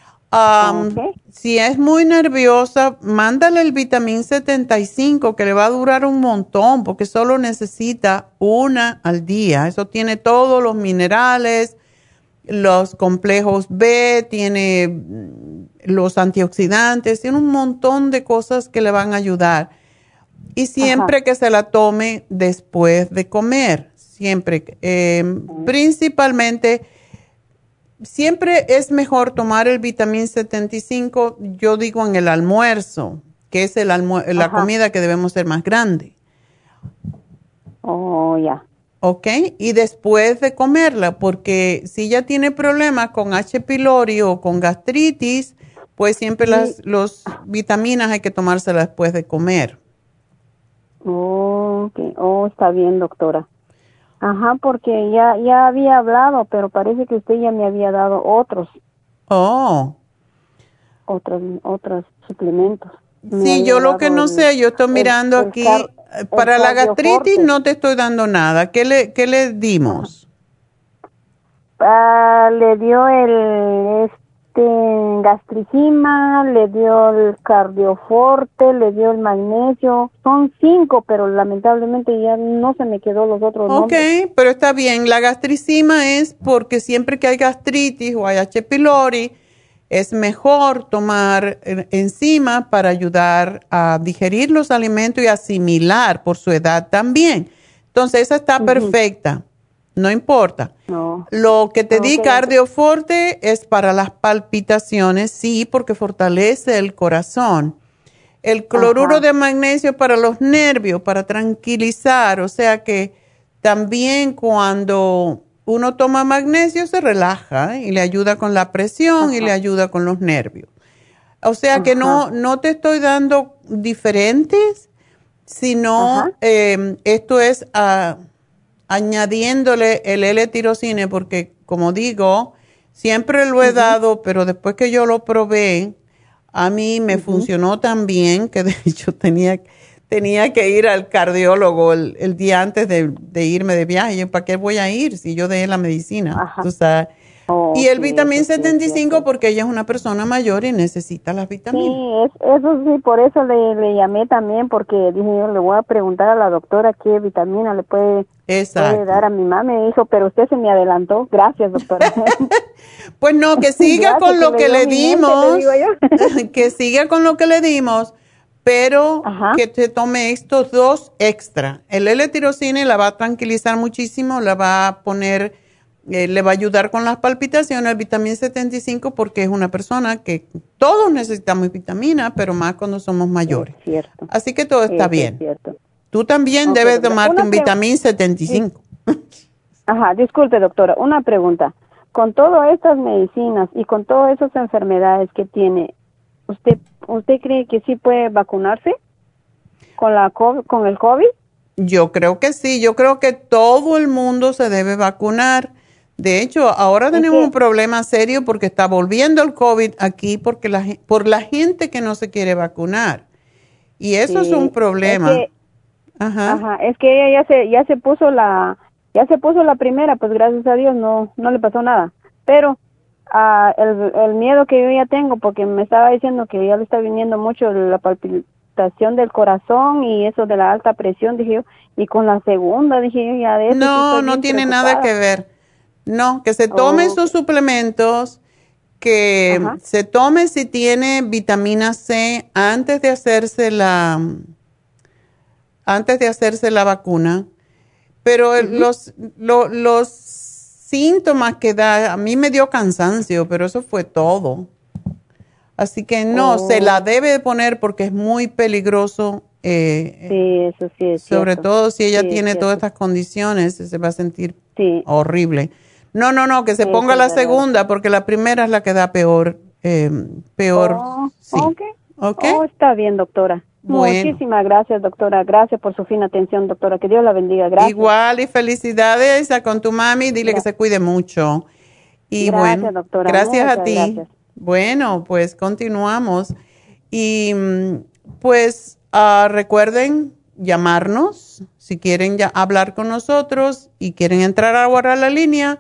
Si es muy nerviosa, mándale el vitamín 75 que le va a durar un montón porque solo necesita una al día. Eso tiene todos los minerales, los complejos B, tiene los antioxidantes, tiene un montón de cosas que le van a ayudar. Y siempre que se la tome después de comer, siempre, principalmente. Siempre es mejor tomar el vitamín 75, yo digo en el almuerzo, que es la comida que debemos ser más grande. Ya. ¿Ok? Y después de comerla, porque si ya tiene problemas con H. pylori o con gastritis, pues siempre los vitaminas hay que tomárselas después de comer. Está bien, doctora. Porque ya había hablado, pero parece que usted ya me había dado otros. Otros suplementos. Sí, yo lo que no sé, yo estoy mirando aquí, para la gastritis no te estoy dando nada. ¿Qué le dimos? Le dio el gastricima, le dio el cardioforte, le dio el magnesio. Son 5, pero lamentablemente ya no se me quedó los otros nombres. Ok, pero está bien. La gastricima es porque siempre que hay gastritis o hay H. pylori, es mejor tomar enzima para ayudar a digerir los alimentos y asimilar por su edad también. Entonces, esa está perfecta. No importa. No. Lo que te di cardioforte es para las palpitaciones, sí, porque fortalece el corazón. El cloruro de magnesio para los nervios, para tranquilizar. O sea que también cuando uno toma magnesio se relaja y le ayuda con la presión y le ayuda con los nervios. O sea que no te estoy dando diferentes, sino esto es añadiéndole el L-tirocine, porque como digo, siempre lo he dado, pero después que yo lo probé, a mí me funcionó tan bien que de hecho tenía que ir al cardiólogo el día antes de irme de viaje. Yo, ¿para qué voy a ir si yo dejé la medicina? Tú sabes. Y el vitamín 75 porque ella es una persona mayor y necesita las vitaminas. Sí, eso sí, por eso le llamé también, porque dije yo le voy a preguntar a la doctora qué vitamina le puede dar a mi mamá. Me dijo, pero usted se me adelantó. Gracias, doctora. Pues no, que siga con lo que le dimos, que siga con lo que le dimos, pero que te tome estos 2 extra. El L-tirocine la va a tranquilizar muchísimo, la va a poner le va a ayudar con las palpitaciones, el vitamina 75, porque es una persona que todos necesitamos vitamina, pero más cuando somos mayores. Es cierto. Así que todo está bien. Es cierto. Tú también debes tomarte un vitamina 75. Ajá, disculpe, doctora, una pregunta. Con todas estas medicinas y con todas esas enfermedades que tiene, ¿usted cree que sí puede vacunarse con el COVID? Yo creo que sí, yo creo que todo el mundo se debe vacunar. De hecho, ahora tenemos un problema serio porque está volviendo el COVID aquí porque por la gente que no se quiere vacunar. Y eso es un problema. Es que ella ya se puso la primera, pues gracias a Dios no le pasó nada. Pero el miedo que yo ya tengo, porque me estaba diciendo que ya le está viniendo mucho la palpitación del corazón y eso de la alta presión, dije yo, y con la segunda, dije yo, ya de eso. No tiene nada que ver. No, que se tome sus suplementos, que se tome si tiene vitamina C antes de hacerse la vacuna. Pero los síntomas que da, a mí me dio cansancio, pero eso fue todo. Así que no, se la debe de poner porque es muy peligroso. Sí, eso sí es sobre cierto. todo si ella tiene todas estas condiciones, se va a sentir horrible. No, que se ponga la segunda porque la primera es la que da peor. Sí. Está bien, doctora. Bueno. Muchísimas gracias, doctora. Gracias por su fina atención, doctora. Que Dios la bendiga. Gracias. Igual y felicidades con tu mami. Dile que se cuide mucho. Y gracias, bueno, doctora. Gracias Muchas a ti. Gracias. Bueno, pues continuamos. Y pues recuerden llamarnos si quieren hablar con nosotros y quieren entrar ahora a la línea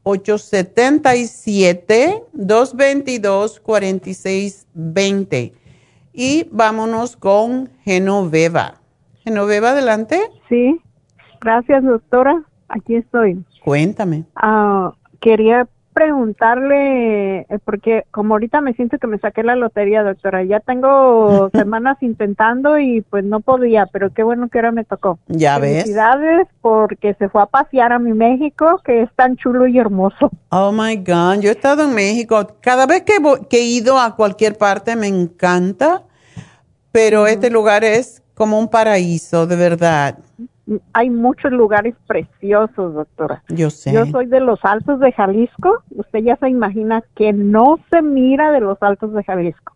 877-222-4620. Y vámonos con Genoveva. Genoveva, adelante. Sí, gracias, doctora. Aquí estoy. Cuéntame. Quería preguntarle, porque como ahorita me siento que me saqué la lotería, doctora. Ya tengo semanas intentando y pues no podía, pero qué bueno que ahora me tocó. Ya ves. Felicidades porque se fue a pasear a mi México, que es tan chulo y hermoso. Oh, my God. Yo he estado en México. Cada vez que he ido a cualquier parte me encanta, pero este lugar es como un paraíso, de verdad. Hay muchos lugares preciosos, doctora. Yo sé. Yo soy de los Altos de Jalisco. Usted ya se imagina que no se mira de los Altos de Jalisco.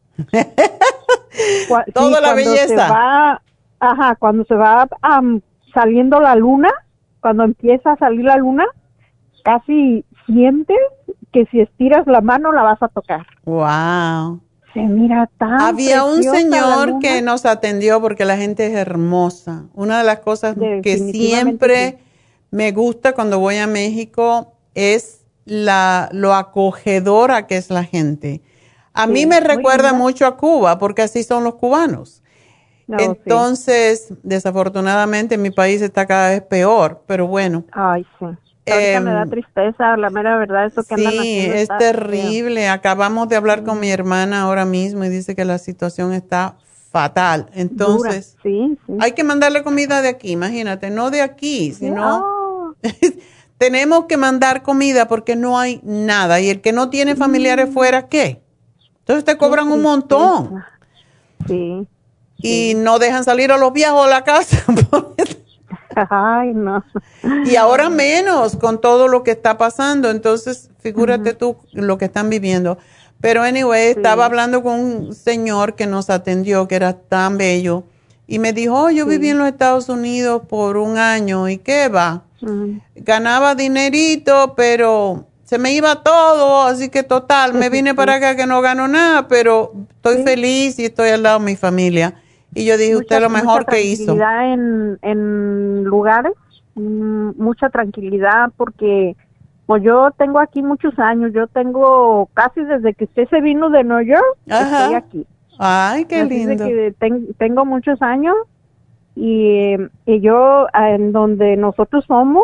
Toda la belleza. Cuando se va saliendo la luna, cuando empieza a salir la luna, casi sientes que si estiras la mano la vas a tocar. Wow. Se mira tan Había un preciosa señor que nos atendió porque la gente es hermosa. Una de las cosas que siempre me gusta cuando voy a México es lo acogedora que es la gente. A mí me recuerda mucho a Cuba porque así son los cubanos. Entonces, desafortunadamente mi país está cada vez peor, pero bueno. Ay, sí. Ahorita me da tristeza, la mera verdad, eso que andan haciendo es terrible. Acabamos de hablar con mi hermana ahora mismo y dice que la situación está fatal. Entonces, hay que mandarle comida de aquí, imagínate, no de aquí, sino tenemos que mandar comida porque no hay nada. Y el que no tiene familiares fuera, ¿qué? Entonces te cobran un montón. Sí. Y no dejan salir a los viejos a la casa. Ay, no. Y ahora menos con todo lo que está pasando. Entonces, figúrate tú lo que están viviendo. Pero, anyway, estaba hablando con un señor que nos atendió, que era tan bello. Y me dijo, yo viví en los Estados Unidos por un año. ¿Y qué va? Ganaba dinerito, pero se me iba todo. Así que, total, me vine para acá que no gano nada. Pero estoy feliz y estoy al lado de mi familia. Y yo dije, usted lo mejor que hizo. Mucha tranquilidad en lugares, mucha tranquilidad porque pues yo tengo aquí muchos años, yo tengo casi desde que usted se vino de Nueva York, estoy aquí. Ay, qué lindo. Que tengo muchos años y yo en donde nosotros somos,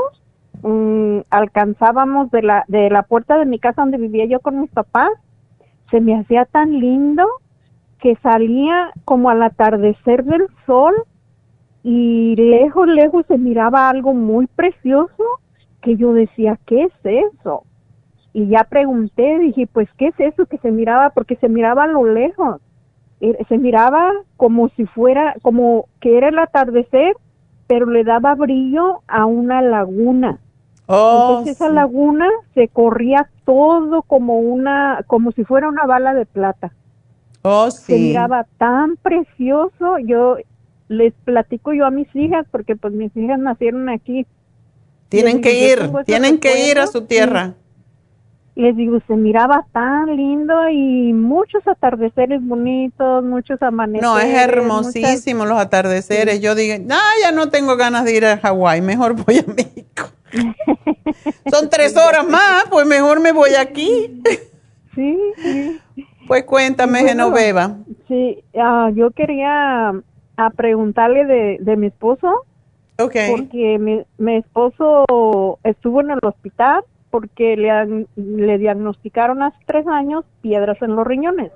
alcanzábamos de la puerta de mi casa donde vivía yo con mis papás, se me hacía tan lindo que salía como al atardecer del sol y lejos se miraba algo muy precioso que yo decía, ¿qué es eso? Y ya pregunté, dije, pues, ¿qué es eso que se miraba? Porque se miraba a lo lejos. Se miraba como si fuera, como que era el atardecer, pero le daba brillo a una laguna. Entonces esa laguna se corría todo como si fuera una bala de plata. Se miraba tan precioso. Yo les platico yo a mis hijas, porque pues mis hijas nacieron aquí. Tienen que ir a su tierra. Les digo, se miraba tan lindo y muchos atardeceres bonitos, muchos amaneceres. No, es hermosísimo los atardeceres. Sí. Yo digo, ya no tengo ganas de ir a Hawái, mejor voy a México. Son 3 horas más, pues mejor me voy aquí. Sí. Pues cuéntame, bueno, Genoveva. Sí, yo quería preguntarle de mi esposo. Okay. Porque mi esposo estuvo en el hospital porque le diagnosticaron hace 3 años piedras en los riñones.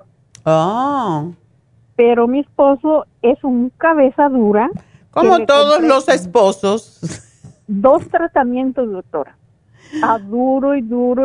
Pero mi esposo es un cabeza dura. Como todos los esposos. 2 tratamientos, doctora. Duro,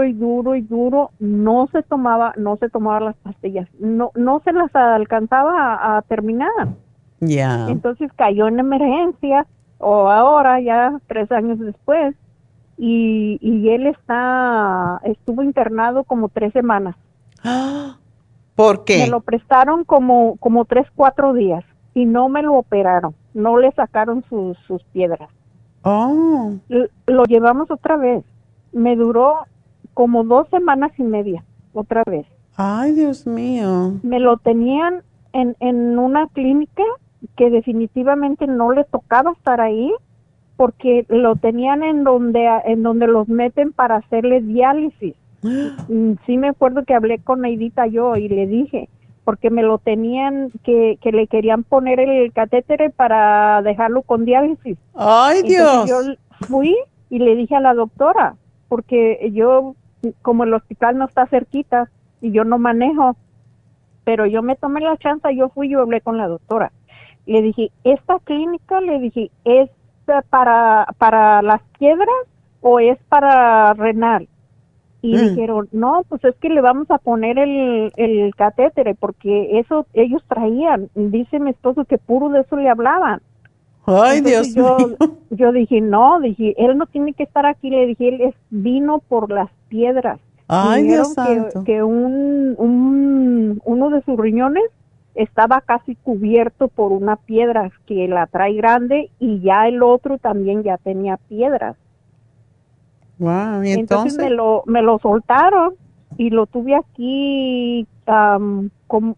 no se tomaba las pastillas. No se las alcanzaba a terminar. Ya. Entonces cayó en emergencia, o ahora ya 3 años después. Y él estuvo internado como 3 semanas. ¿Por qué? Me lo prestaron como 3, 4 días y no me lo operaron, no le sacaron sus piedras. Lo llevamos otra vez. Me duró como 2 semanas y media, otra vez. Ay, Dios mío. Me lo tenían en una clínica que definitivamente no le tocaba estar ahí, porque lo tenían en donde los meten para hacerle diálisis. Sí me acuerdo que hablé con Neidita yo y le dije, porque me lo tenían, que le querían poner el catéter para dejarlo con diálisis. ¡Ay, Dios! Entonces yo fui y le dije a la doctora, porque yo, como el hospital no está cerquita y yo no manejo, pero yo me tomé la chance, yo fui y hablé con la doctora. Le dije, ¿esta clínica, le dije, es para las piedras o es para renal? Y dijeron, no, pues es que le vamos a poner el catéter, porque eso ellos traían. Dice mi esposo que puro de eso le hablaban. Ay, entonces Dios mío. Yo dije, no, él no tiene que estar aquí. Le dije, él vino por las piedras. Ay, Dios santo. Que uno de sus riñones estaba casi cubierto por una piedra que la trae grande, y ya el otro también ya tenía piedras. Wow, ¿y entonces? Me lo soltaron y lo tuve aquí como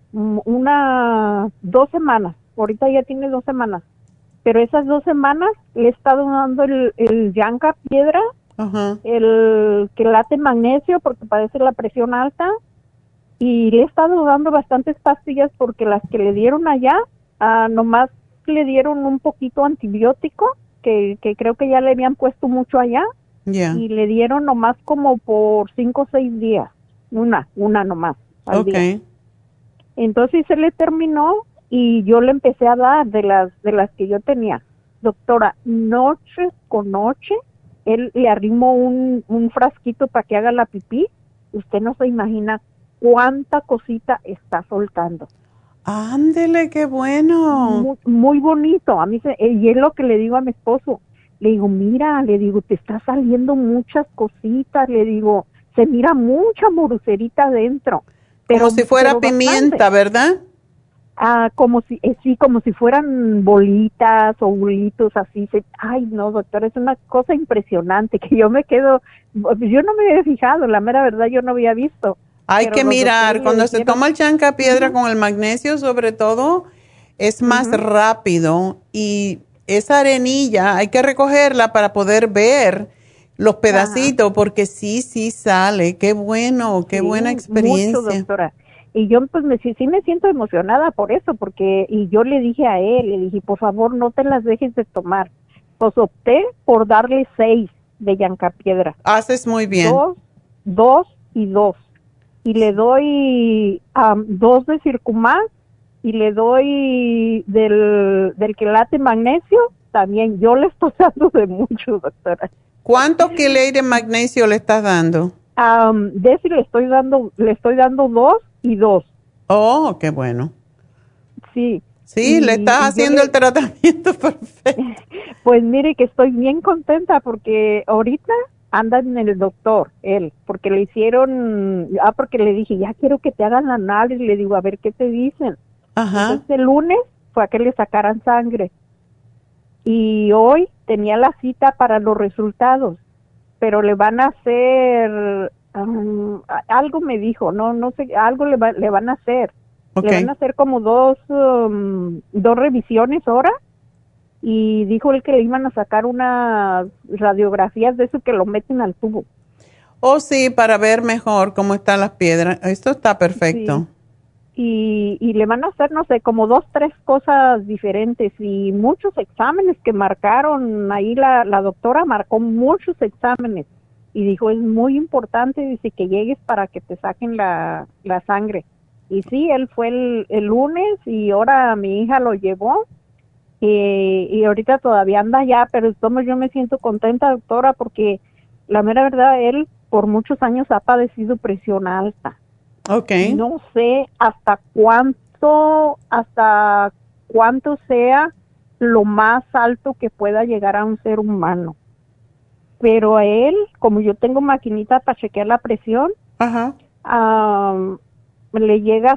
2 semanas. Ahorita ya tiene 2 semanas. Pero esas 2 semanas le he estado dando el Yanka piedra, el quelate magnesio porque padece la presión alta, y le he estado dando bastantes pastillas porque las que le dieron allá, nomás le dieron un poquito antibiótico, que creo que ya le habían puesto mucho allá. Yeah. Y le dieron nomás como por 5 o 6 días, una nomás al día. Entonces se le terminó y yo le empecé a dar de las que yo tenía. Doctora, noche con noche, él le arrimó un frasquito para que haga la pipí. Usted no se imagina cuánta cosita está soltando. Ándele, qué bueno. Muy, muy bonito. A mí y es lo que le digo a mi esposo. Le digo, mira, le digo, te está saliendo muchas cositas, le digo, se mira mucha morucerita adentro. Pero, como si fuera pimienta, ¿verdad? Como si fueran bolitas o bulitos así. Ay, no, doctor, es una cosa impresionante que yo me quedo, yo no me había fijado, la mera verdad yo no había visto. Hay que mirar, cuando se toma el chanca piedra con el magnesio sobre todo, es más rápido, y esa arenilla hay que recogerla para poder ver los pedacitos, porque sí sale. Qué bueno, qué buena experiencia. Mucho, doctora. Y yo pues sí me siento emocionada por eso, porque y yo le dije a él, le dije, por favor, no te las dejes de tomar. Pues opté por darle 6 de yancapiedra. Haces muy bien. 2 y 2. Y le doy 2 de Circumax, y le doy del quelate magnesio también. Yo le estoy dando de mucho, doctora. ¿Cuántos quilates de magnesio le estás dando? De ese le estoy dando 2 y 2. Oh, qué bueno. Sí. Sí, le estás haciendo el tratamiento perfecto. Pues mire que estoy bien contenta porque ahorita anda en el doctor, él, porque le hicieron, porque le dije, ya quiero que te hagan la análisis, le digo, a ver qué te dicen. Ajá. Entonces el lunes fue a que le sacaran sangre y hoy tenía la cita para los resultados, pero le van a hacer, algo me dijo, no sé, algo le van a hacer. Okay. Le van a hacer como dos revisiones ahora y dijo él que le iban a sacar unas radiografías de eso que lo meten al tubo. Oh, sí, para ver mejor cómo están las piedras. Esto está perfecto. Sí. Y le van a hacer, no sé, como 2, 3 cosas diferentes y muchos exámenes que marcaron. Ahí la doctora marcó muchos exámenes y dijo, es muy importante, dice, que llegues para que te saquen la sangre. Y sí, él fue el lunes y ahora mi hija lo llevó y ahorita todavía anda allá, pero yo me siento contenta, doctora, porque la mera verdad, él por muchos años ha padecido presión alta. Okay. No sé hasta cuánto sea lo más alto que pueda llegar a un ser humano. Pero a él, como yo tengo maquinita para chequear la presión, ajá, le llega a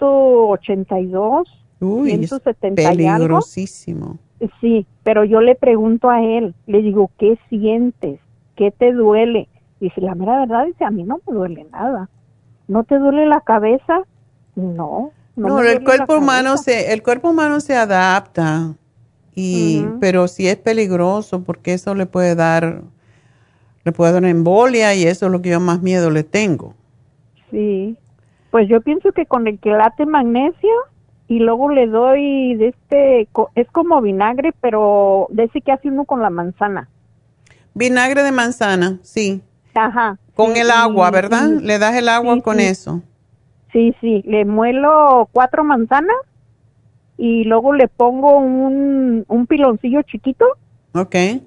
182, 170 peligrosísimo. y algo. Sí, pero yo le pregunto a él, le digo, ¿qué sientes? ¿Qué te duele? Dice, la mera verdad, dice, a mí no me duele nada. ¿No te duele la cabeza? No. No, el cuerpo humano se adapta, pero sí es peligroso porque eso le puede dar una embolia y eso es lo que yo más miedo le tengo. Sí. Pues yo pienso que con el quelate magnesio y luego le doy es como vinagre, pero de ese que hace uno con la manzana. Vinagre de manzana, sí. Ajá. Con el agua, ¿verdad? Le das el agua con eso. Sí, le muelo 4 manzanas y luego le pongo un piloncillo chiquito. Okay.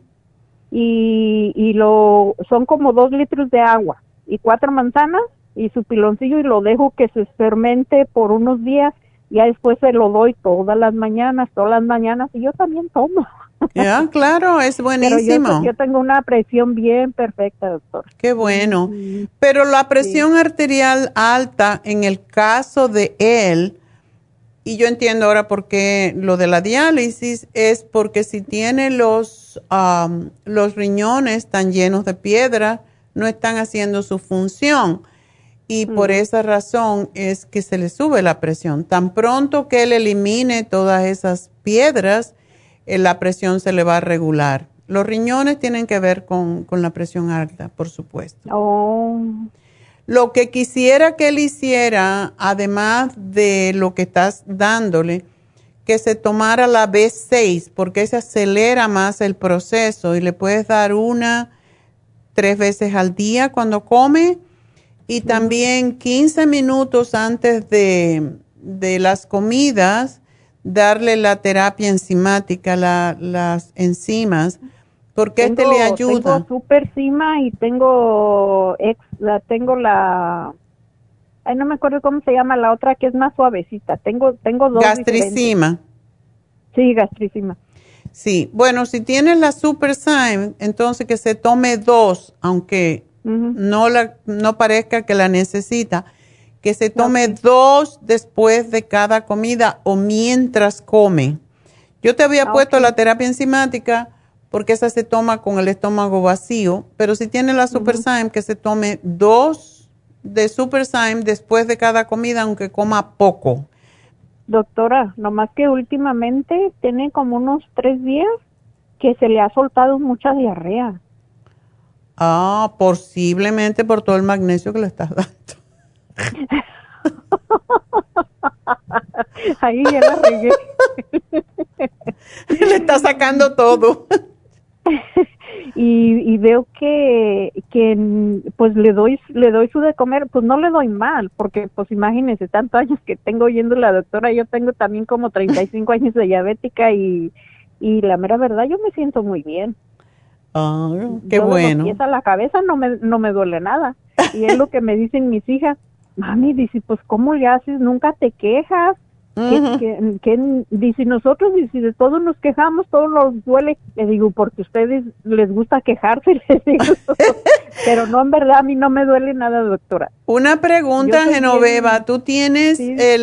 Y son como 2 litros de agua y 4 manzanas y su piloncillo y lo dejo que se fermente por unos días, ya después se lo doy todas las mañanas y yo también tomo. Ya, claro, es buenísimo. Pero yo tengo una presión bien perfecta, doctor. Qué bueno. Pero la presión arterial alta, en el caso de él, y yo entiendo ahora por qué lo de la diálisis, es porque si tiene los riñones tan llenos de piedra, no están haciendo su función. Y por esa razón es que se le sube la presión. Tan pronto que él elimine todas esas piedras, la presión se le va a regular. Los riñones tienen que ver con la presión alta, por supuesto. Oh. Lo que quisiera que él hiciera, además de lo que estás dándole, que se tomara la B6, porque se acelera más el proceso y le puedes dar 3 veces al día cuando come. Y también 15 minutos antes de las comidas, darle la terapia enzimática, las enzimas, porque le ayuda. Tengo Supercima y tengo la, no me acuerdo cómo se llama la otra que es más suavecita. Tengo 2 Gastricima. Sí, Gastricima. Sí, bueno, si tienes la Superzyme, entonces que se tome 2, aunque no parezca que la necesita, que se tome 2 después de cada comida o mientras come. Yo te había puesto la terapia enzimática porque esa se toma con el estómago vacío, pero si tiene la Superzyme, que se tome 2 de Superzyme después de cada comida, aunque coma poco. Doctora, nomás que últimamente tiene como unos 3 días que se le ha soltado mucha diarrea. Ah, posiblemente por todo el magnesio que le estás dando. Ahí ya la regué. Le está sacando todo. Y veo que pues le doy su de comer, pues no le doy mal, porque pues imagínense, tantos años que tengo yendo a la doctora, yo tengo también como 35 años de diabética y la mera verdad yo me siento muy bien. Qué bueno. De los pies a la cabeza no me duele nada. Y es lo que me dicen mis hijas. Mami, dice, pues, ¿cómo le haces? Nunca te quejas. Dice, nosotros, dice, de todos nos quejamos, todos nos duele. Le digo, porque a ustedes les gusta quejarse, les digo. Pero no, en verdad, a mí no me duele nada, doctora. Una pregunta, Genoveva, ¿tú tienes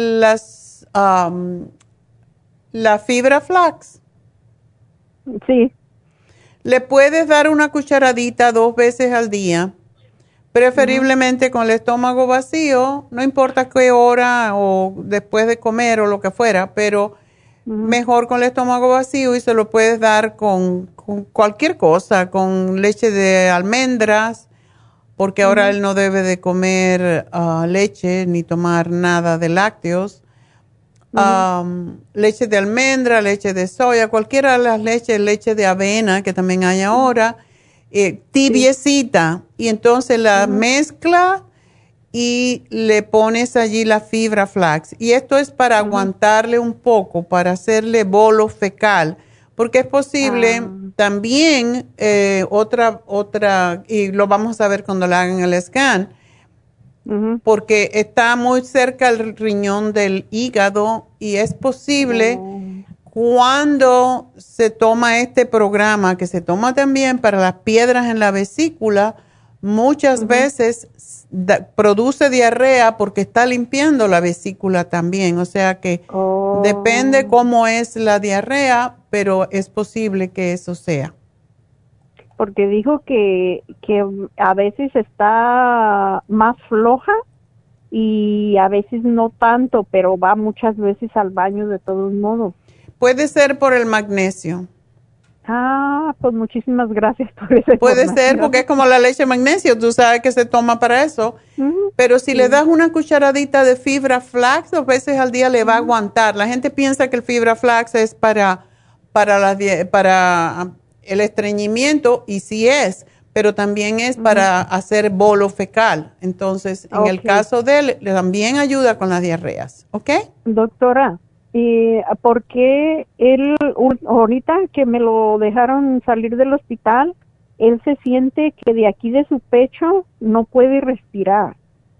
la fibra flax? Sí. Le puedes dar una cucharadita 2 veces al día, preferiblemente con el estómago vacío, no importa qué hora o después de comer o lo que fuera, pero mejor con el estómago vacío, y se lo puedes dar con cualquier cosa, con leche de almendras, porque ahora él no debe de comer leche ni tomar nada de lácteos. Leche de almendra, leche de soya, cualquiera de las leches, leche de avena que también hay ahora, tibiecita, y entonces la mezcla y le pones allí la fibra flax, y esto es para aguantarle un poco, para hacerle bolo fecal, porque es posible también otra, y lo vamos a ver cuando le hagan el scan, porque está muy cerca el riñón del hígado, y es posible cuando se toma este programa, que se toma también para las piedras en la vesícula, muchas veces produce diarrea porque está limpiando la vesícula también. O sea que depende cómo es la diarrea, pero es posible que eso sea. Porque dijo que a veces está más floja y a veces no tanto, pero va muchas veces al baño de todos modos. Puede ser por el magnesio. Pues muchísimas gracias por esa información. Puede ser porque es como la leche de magnesio, tú sabes que se toma para eso. Pero si le das una cucharadita de fibra flax 2 veces al día, le va a aguantar. La gente piensa que el fibra flax es para el estreñimiento, y sí es, pero también es para hacer bolo fecal. Entonces, en el caso de él, también ayuda con las diarreas. ¿Ok? Doctora, ¿por qué él, ahorita que me lo dejaron salir del hospital, él se siente que de aquí de su pecho no puede respirar?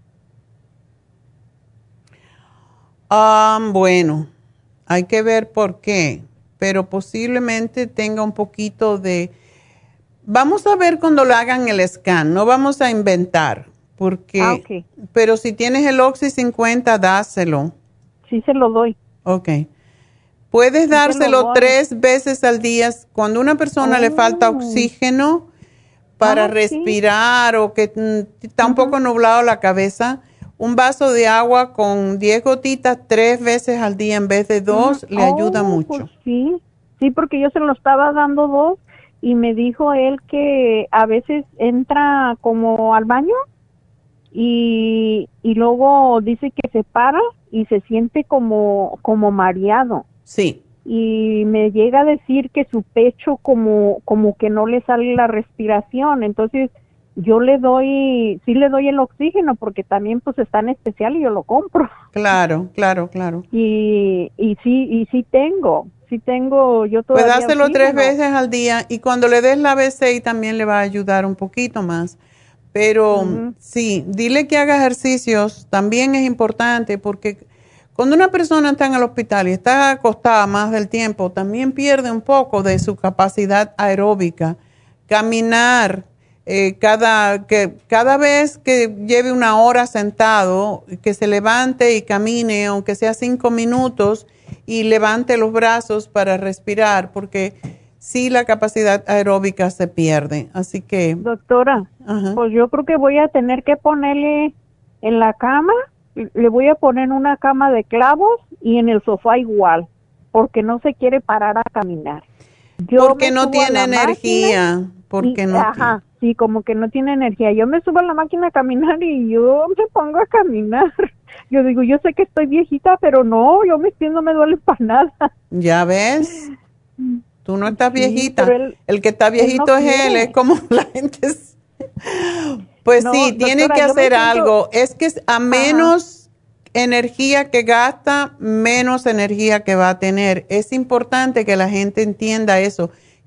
Bueno, hay que ver por qué, pero posiblemente tenga un poquito de... Vamos a ver cuando le hagan el scan, no vamos a inventar, porque... Pero si tienes el Oxy 50, dáselo. Sí, se lo doy. Ok. Puedes dárselo 3 veces al día. Cuando a una persona le falta oxígeno para respirar o que está un poco nublado la cabeza, un vaso de agua con 10 gotitas 3 veces al día en vez de 2 le ayuda mucho. Pues sí, porque yo se lo estaba dando 2 y me dijo él que a veces entra como al baño y luego dice que se para y se siente como mareado. Sí. Y me llega a decir que su pecho como que no le sale la respiración. Entonces yo le doy el oxígeno porque también pues está en especial y yo lo compro. Claro. Y sí tengo yo todavía. Pues dáselo oxígeno. 3 veces al día, y cuando le des la B6 también le va a ayudar un poquito más. Pero sí, dile que haga ejercicios, también es importante, porque cuando una persona está en el hospital y está acostada más del tiempo, también pierde un poco de su capacidad aeróbica. Caminar, cada vez que lleve 1 hora sentado, que se levante y camine, aunque sea 5 minutos, y levante los brazos para respirar, porque sí, la capacidad aeróbica se pierde. Así que... Doctora, pues yo creo que voy a tener que ponerle en la cama, le voy a poner una cama de clavos y en el sofá igual, porque no se quiere parar a caminar. Porque no tiene energía. Sí, como que no tiene energía. Yo me subo a la máquina a caminar y yo me pongo a caminar. Yo digo, yo sé que estoy viejita, pero no, yo mis pies no me duelen para nada. ¿Ya ves? Tú no estás viejita. El que está viejito es él, es como la gente... Pues no, sí, tiene que hacer algo. Es que a menos energía que gasta, menos energía que va a tener. Es importante que la gente entienda eso,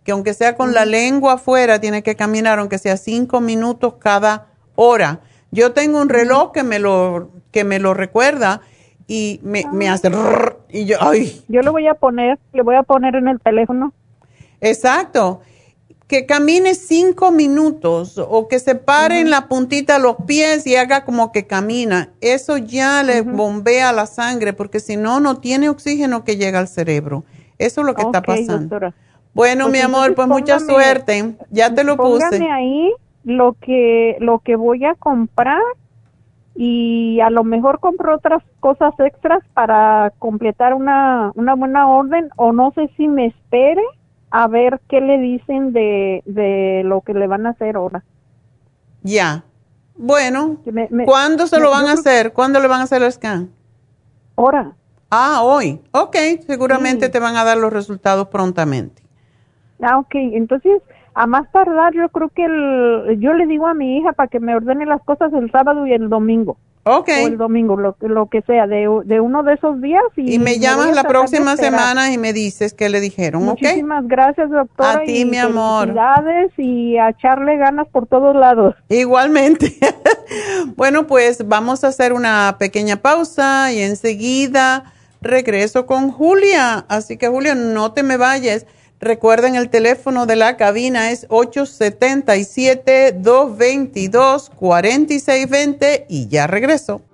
que aunque sea con la lengua afuera, tiene que caminar, aunque sea 5 minutos cada hora. Yo tengo un reloj que me lo recuerda y me hace y yo, ay. Yo le voy a poner en el teléfono. Exacto. Que camine 5 minutos o que se pare en la puntita de los pies y haga como que camina. Eso ya le bombea la sangre porque si no, no tiene oxígeno que llega al cerebro. Eso es lo que está pasando. Doctora. Bueno, pues mi amor, pues mucha suerte. Ya te lo puse. Póngame ahí lo que voy a comprar y a lo mejor compro otras cosas extras para completar una buena orden, o no sé si me espere a ver qué le dicen de lo que le van a hacer ahora. Ya. Bueno, ¿cuándo se lo van a hacer? ¿Cuándo le van a hacer el scan? Ahora. Ah, hoy. Ok, seguramente te van a dar los resultados prontamente. Ah, ok. Entonces, a más tardar, yo creo que yo le digo a mi hija para que me ordene las cosas el sábado y el domingo. Ok. O el domingo, lo que sea, de uno de esos días. Y me llamas la próxima semana y me dices qué le dijeron, ¿ok? Muchísimas gracias, doctora. A ti, mi amor. Felicidades y a echarle ganas por todos lados. Igualmente. Bueno, pues vamos a hacer una pequeña pausa y enseguida regreso con Julia. Así que, Julia, no te me vayas. Recuerden, el teléfono de la cabina es 877-222-4620 y ya regreso.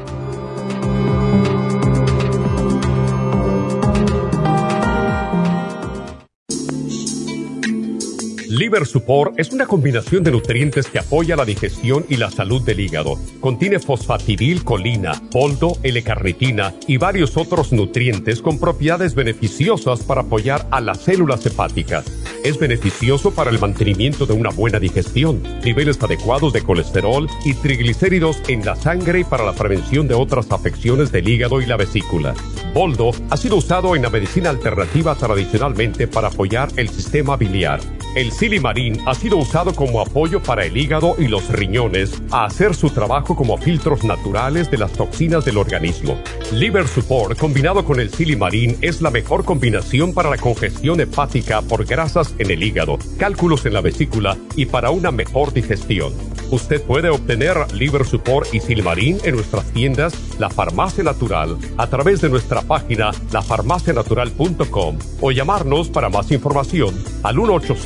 Liver Support es una combinación de nutrientes que apoya la digestión y la salud del hígado. Contiene fosfatidilcolina, boldo, L-carnitina y varios otros nutrientes con propiedades beneficiosas para apoyar a las células hepáticas. Es beneficioso para el mantenimiento de una buena digestión, niveles adecuados de colesterol y triglicéridos en la sangre y para la prevención de otras afecciones del hígado y la vesícula. Boldo ha sido usado en la medicina alternativa tradicionalmente para apoyar el sistema biliar. El Silimarín ha sido usado como apoyo para el hígado y los riñones a hacer su trabajo como filtros naturales de las toxinas del organismo. Liver Support combinado con el Silimarín es la mejor combinación para la congestión hepática por grasas en el hígado, cálculos en la vesícula y para una mejor digestión. Usted puede obtener Liver Support y Silimarín en nuestras tiendas La Farmacia Natural a través de nuestra página lafarmacianatural.com o llamarnos para más información al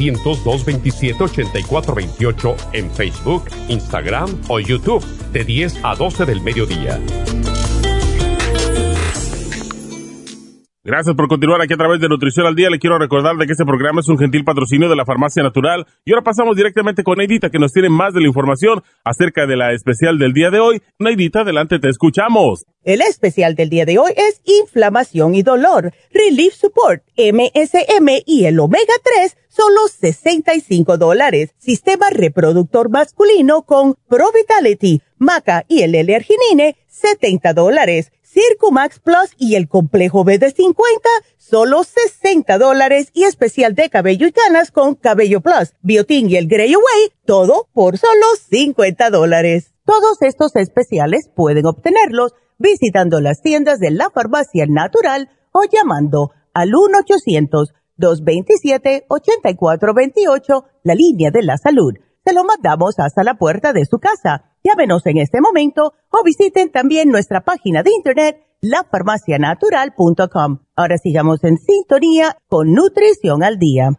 1-800-227-8428 en Facebook, Instagram o YouTube de 10 a 12 del mediodía. Gracias por continuar aquí a través de Nutrición al Día. Le quiero recordar de que este programa es un gentil patrocinio de la Farmacia Natural. Y ahora pasamos directamente con Neidita, que nos tiene más de la información acerca de la especial del día de hoy. Neidita, adelante, te escuchamos. El especial del día de hoy es inflamación y dolor, Relief Support, MSM y el Omega 3, solo $65. Sistema reproductor masculino con Pro Vitality, Maca y el L-arginine, $70. Circumax Plus y el complejo B de 50, solo $60. Y especial de cabello y canas con Cabello Plus, Biotin y el Grey Away, todo por solo $50. Todos estos especiales pueden obtenerlos visitando las tiendas de la Farmacia Natural o llamando al 1-800-227-8428, la línea de la salud. Se lo mandamos hasta la puerta de su casa. Llámenos en este momento o visiten también nuestra página de internet, lafarmacianatural.com. Ahora sigamos en sintonía con Nutrición al Día.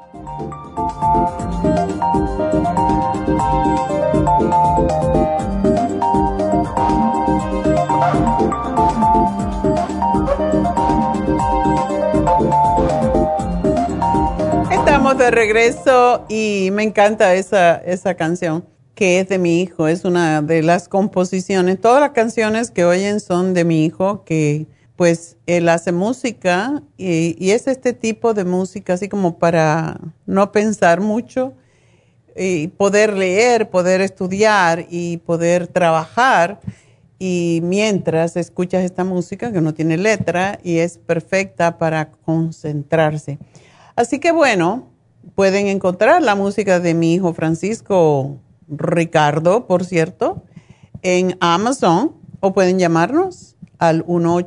Estamos de regreso y me encanta esa canción que es de mi hijo, es una de las composiciones. Todas las canciones que oyen son de mi hijo, que pues él hace música y es este tipo de música así como para no pensar mucho y poder leer, poder estudiar y poder trabajar. Y mientras escuchas esta música que no tiene letra y es perfecta para concentrarse. Así que bueno, pueden encontrar la música de mi hijo Francisco Ricardo, por cierto, en Amazon, o pueden llamarnos al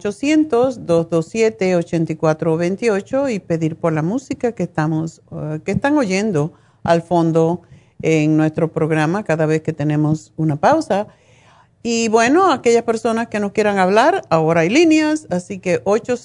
1-800-227-8428 y pedir por la música que están oyendo al fondo en nuestro programa cada vez que tenemos una pausa. Y bueno, aquellas personas que no quieran hablar, ahora hay líneas, así que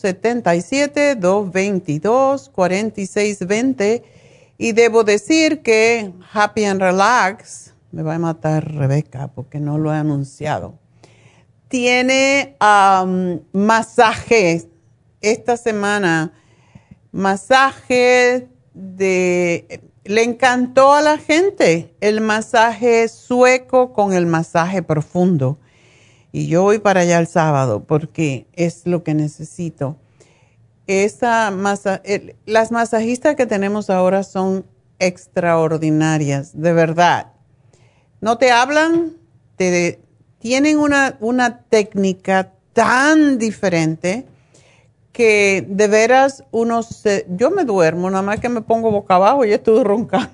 877-222-4620. Y debo decir que Happy and Relax, me va a matar Rebeca porque no lo he anunciado, tiene masajes esta semana, masaje le encantó a la gente el masaje sueco con el masaje profundo. Y yo voy para allá el sábado porque es lo que necesito. Las masajistas que tenemos ahora son extraordinarias, de verdad. No te hablan, tienen una técnica tan diferente que de veras yo me duermo, nada más que me pongo boca abajo y estoy roncando.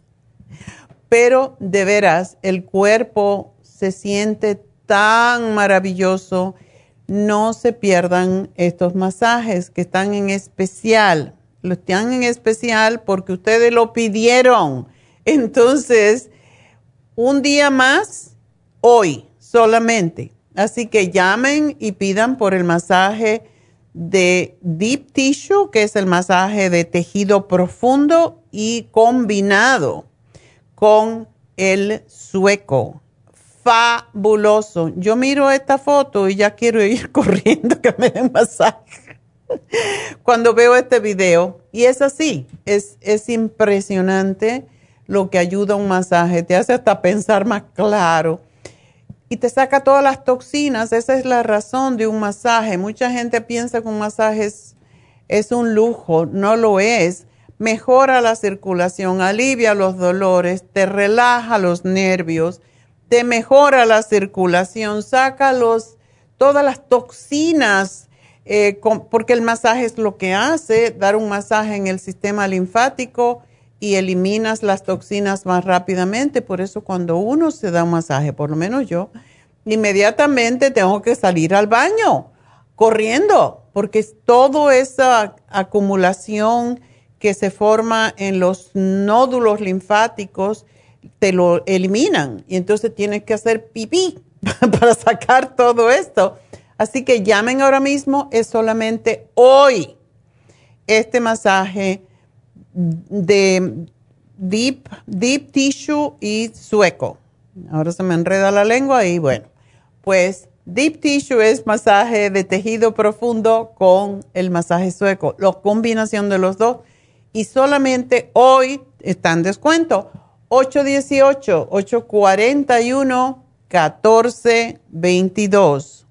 Pero de veras, el cuerpo se siente tan maravilloso. No se pierdan estos masajes que están en especial. Los están en especial porque ustedes lo pidieron. Entonces, un día más, hoy solamente. Así que llamen y pidan por el masaje de Deep Tissue, que es el masaje de tejido profundo y combinado con el sueco. Fabuloso. Yo miro esta foto y ya quiero ir corriendo que me den masaje cuando veo este video. Y es así, es impresionante lo que ayuda a un masaje. Te hace hasta pensar más claro. Y te saca todas las toxinas. Esa es la razón de un masaje. Mucha gente piensa que un masaje es un lujo. No lo es. Mejora la circulación, alivia los dolores, te relaja los nervios, te mejora la circulación, saca todas las toxinas, porque el masaje es lo que hace, dar un masaje en el sistema linfático y eliminas las toxinas más rápidamente. Por eso cuando uno se da un masaje, por lo menos yo, inmediatamente tengo que salir al baño corriendo, porque es toda esa acumulación que se forma en los nódulos linfáticos, te lo eliminan y entonces tienes que hacer pipí para sacar todo esto. Así que llamen ahora mismo, es solamente hoy este masaje de deep Tissue y sueco. Ahora se me enreda la lengua y bueno, pues Deep Tissue es masaje de tejido profundo con el masaje sueco, la combinación de los dos. Y solamente hoy está en descuento, 818-841-1422.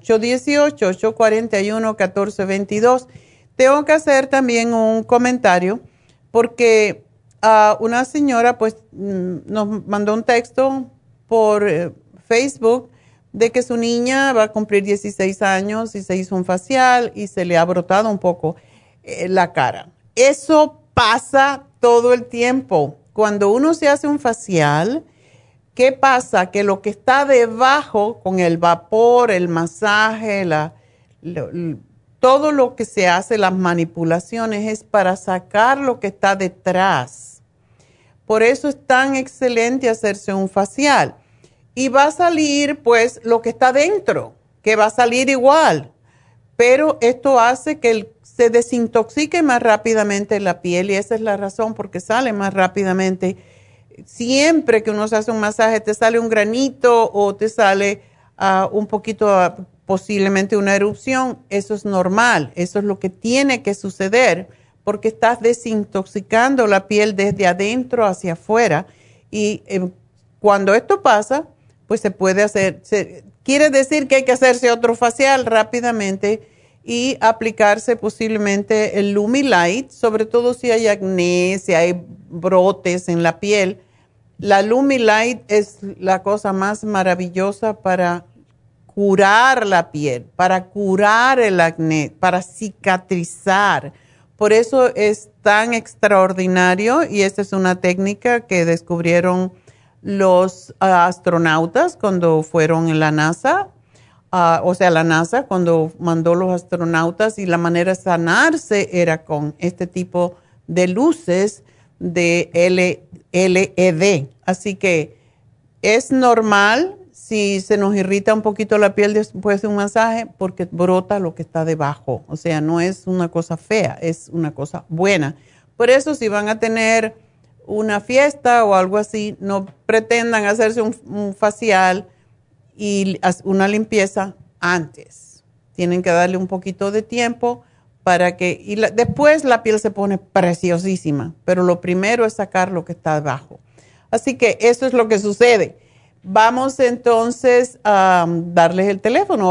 818-841-1422. Tengo que hacer también un comentario porque una señora pues nos mandó un texto por Facebook de que su niña va a cumplir 16 años y se hizo un facial y se le ha brotado un poco la cara. Eso pasa todo el tiempo. Cuando uno se hace un facial, ¿qué pasa? Que lo que está debajo, con el vapor, el masaje, todo lo que se hace, las manipulaciones, es para sacar lo que está detrás. Por eso es tan excelente hacerse un facial. Y va a salir, pues, lo que está dentro, que va a salir igual. Pero esto hace que se desintoxique más rápidamente la piel y esa es la razón porque sale más rápidamente. Siempre que uno se hace un masaje te sale un granito o te sale un poquito, posiblemente una erupción. Eso es normal, eso es lo que tiene que suceder porque estás desintoxicando la piel desde adentro hacia afuera. Y cuando esto pasa, pues se puede hacer, quiere decir que hay que hacerse otro facial rápidamente y aplicarse posiblemente el Lumilight, sobre todo si hay acné, si hay brotes en la piel. La Lumilight es la cosa más maravillosa para curar la piel, para curar el acné, para cicatrizar. Por eso es tan extraordinario y esta es una técnica que descubrieron los astronautas cuando fueron en la NASA. o sea, la NASA cuando mandó los astronautas, y la manera de sanarse era con este tipo de luces de LED. Así que es normal si se nos irrita un poquito la piel después de un masaje porque brota lo que está debajo. O sea, no es una cosa fea, es una cosa buena. Por eso si van a tener una fiesta o algo así, no pretendan hacerse un facial y una limpieza antes. Tienen que darle un poquito de tiempo para que, después la piel se pone preciosísima, pero lo primero es sacar lo que está abajo. Así que eso es lo que sucede. Vamos entonces a darles el teléfono,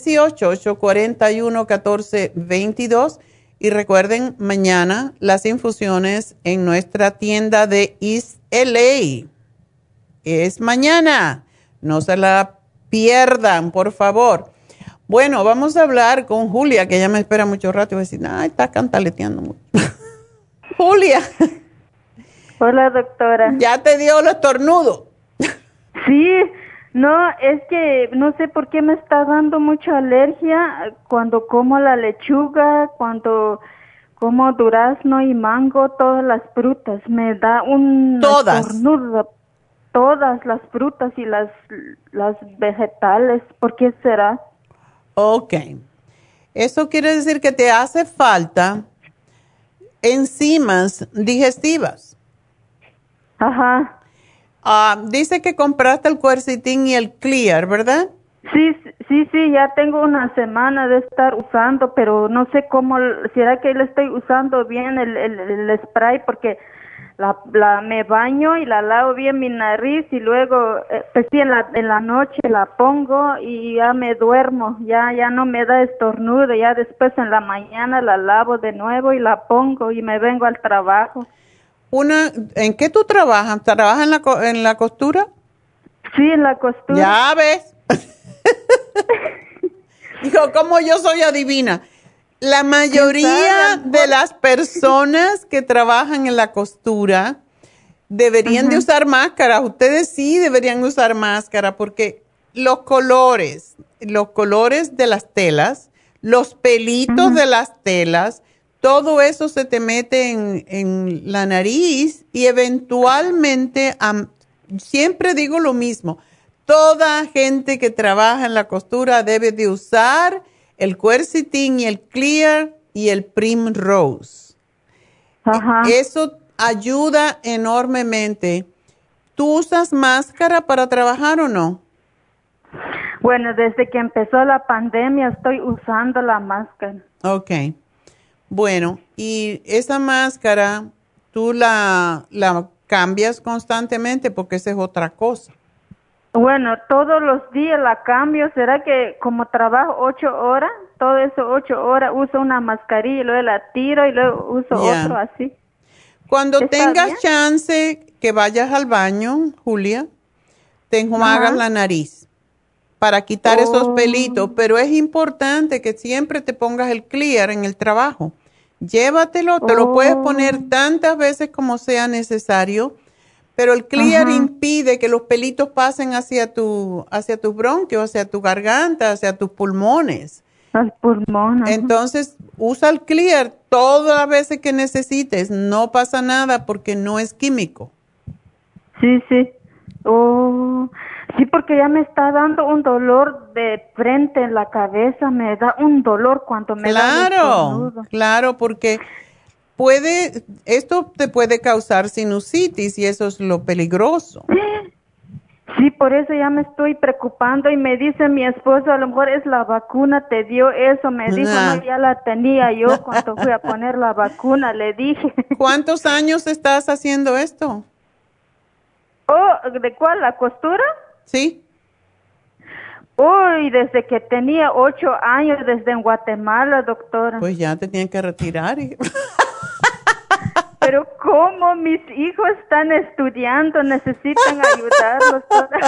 818-841-1422. Y recuerden, mañana las infusiones en nuestra tienda de East LA. Es mañana. No se la pierdan, por favor. Bueno, vamos a hablar con Julia, que ella me espera mucho rato y va a decir, ay, está cantaleteando mucho. Julia. Hola, doctora. ¿Ya te dio el estornudo? Sí, no, es que no sé por qué me está dando mucha alergia cuando como la lechuga, cuando como durazno y mango, todas las frutas. Me da un estornudo. Todas las frutas y las vegetales. ¿Por qué será? Ok. Eso quiere decir que te hace falta enzimas digestivas. Ajá. Dice que compraste el Quercetin y el Clear, ¿verdad? Sí, ya tengo una semana de estar usando, pero no sé cómo, será que le estoy usando bien el spray, porque me baño y la lavo bien mi nariz y luego, pues sí, en la noche la pongo y ya me duermo, ya no me da estornudo, ya después en la mañana la lavo de nuevo y la pongo y me vengo al trabajo. ¿En qué tú trabajas? ¿Trabajas en la costura? Sí, en la costura. Ya ves. Dijo, ¿cómo yo soy adivina? La mayoría de las personas que trabajan en la costura deberían de usar máscara. Ustedes sí deberían usar máscara porque los colores de las telas, los pelitos de las telas, todo eso se te mete en la nariz y eventualmente, siempre digo lo mismo, toda gente que trabaja en la costura debe de usar el Quercetin y el Clear y el Primrose. Ajá. Eso ayuda enormemente. ¿Tú usas máscara para trabajar o no? Bueno, desde que empezó la pandemia estoy usando la máscara. Ok. Bueno, y esa máscara, ¿tú la cambias constantemente? Porque esa es otra cosa. Bueno, todos los días la cambio. ¿Será que como trabajo 8 horas, todo eso 8 horas uso una mascarilla y luego la tiro y luego uso otro así? Cuando tengas chance que vayas al baño, Julia, te enjuagas la nariz para quitar esos pelitos, pero es importante que siempre te pongas el Clear en el trabajo. Llévatelo, te lo puedes poner tantas veces como sea necesario, pero el Clear impide que los pelitos pasen hacia tus bronquios, hacia tu garganta, hacia tus pulmones. Al pulmón. Entonces, usa el Clear todas las veces que necesites. No pasa nada porque no es químico. Sí. Sí, porque ya me está dando un dolor de frente en la cabeza. Me da un dolor cuando me da el estornudo. Claro, porque esto te puede causar sinusitis y eso es lo peligroso. Sí, por eso ya me estoy preocupando y me dice mi esposo, a lo mejor es la vacuna, te dio eso. Me dijo, no, ya la tenía yo cuando fui a poner la vacuna, le dije. ¿Cuántos años estás haciendo esto? ¿De cuál? ¿La costura? Sí. Uy, desde que tenía 8 años, desde en Guatemala, doctora. Pues ya te tienen que retirar. Pero ¿cómo? Mis hijos están estudiando, necesitan ayudarlos.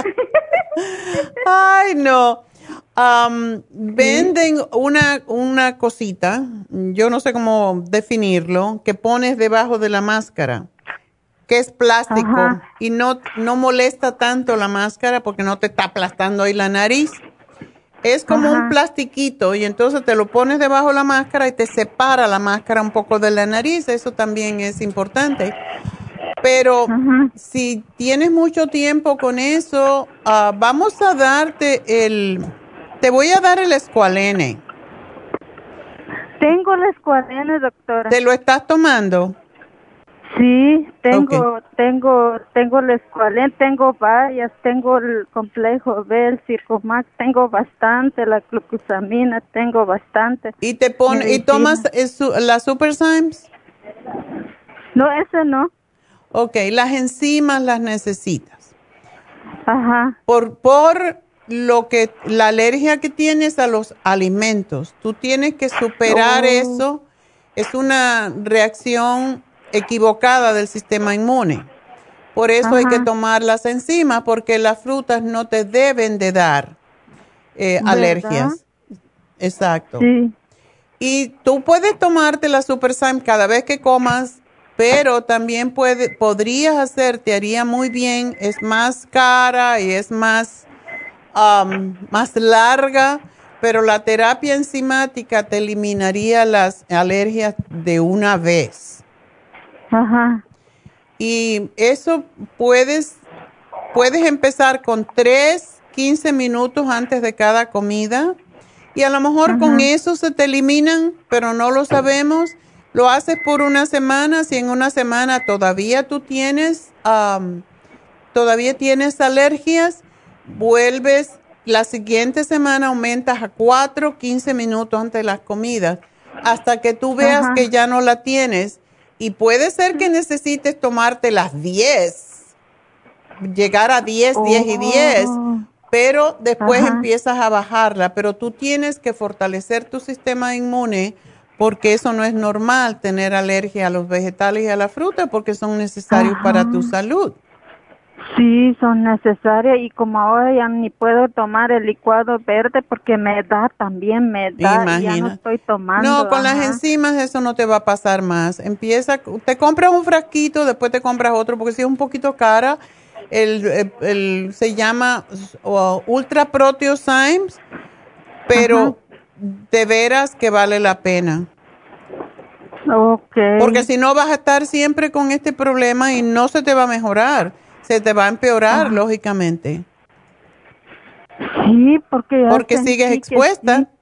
Ay, no. Venden una cosita, yo no sé cómo definirlo, que pones debajo de la máscara, que es plástico y no molesta tanto la máscara porque no te está aplastando ahí la nariz. Es como un plastiquito y entonces te lo pones debajo de la máscara y te separa la máscara un poco de la nariz. Eso también es importante. Pero si tienes mucho tiempo con eso, vamos a darte te voy a dar el Escualene. Tengo el Escualene, doctora. ¿Te lo estás tomando? Sí, tengo el Escualene, tengo varias, tengo el complejo B, el Circomax, tengo bastante, la glucosamina, tengo bastante. ¿Y tomas la Super Symes? No, ese no. Ok, las enzimas las necesitas. Ajá. Por la alergia que tienes a los alimentos. Tú tienes que superar eso. Es una reacción equivocada del sistema inmune. Por eso hay que tomar las enzimas, porque las frutas no te deben de dar alergias. Exacto. Sí. Y tú puedes tomarte la Super Syme cada vez que comas, pero también podrías te haría muy bien, es más cara y es más larga, pero la terapia enzimática te eliminaría las alergias de una vez. Ajá. Y eso puedes empezar con 15 minutos antes de cada comida y a lo mejor con eso se te eliminan, pero no lo sabemos. Lo haces por una semana, si en una semana todavía tienes alergias, vuelves la siguiente semana, aumentas a 15 minutos antes de las comidas, hasta que tú veas que ya no la tienes. Y puede ser que necesites tomarte las 10, llegar a 10 y 10, pero después empiezas a bajarla. Pero tú tienes que fortalecer tu sistema inmune, porque eso no es normal, tener alergia a los vegetales y a la fruta, porque son necesarios para tu salud. Sí, son necesarias, y como ahora ya ni puedo tomar el licuado verde porque me da, Imagina. Y ya no estoy tomando. No, con las enzimas eso no te va a pasar más. Te compras un frasquito, después te compras otro, porque si es un poquito cara, se llama Ultra Proteosymes, pero de veras que vale la pena. Okay. Porque si no vas a estar siempre con este problema y no se te va a mejorar. Se te va a empeorar, lógicamente. Sí, porque sigues expuesta. Sí.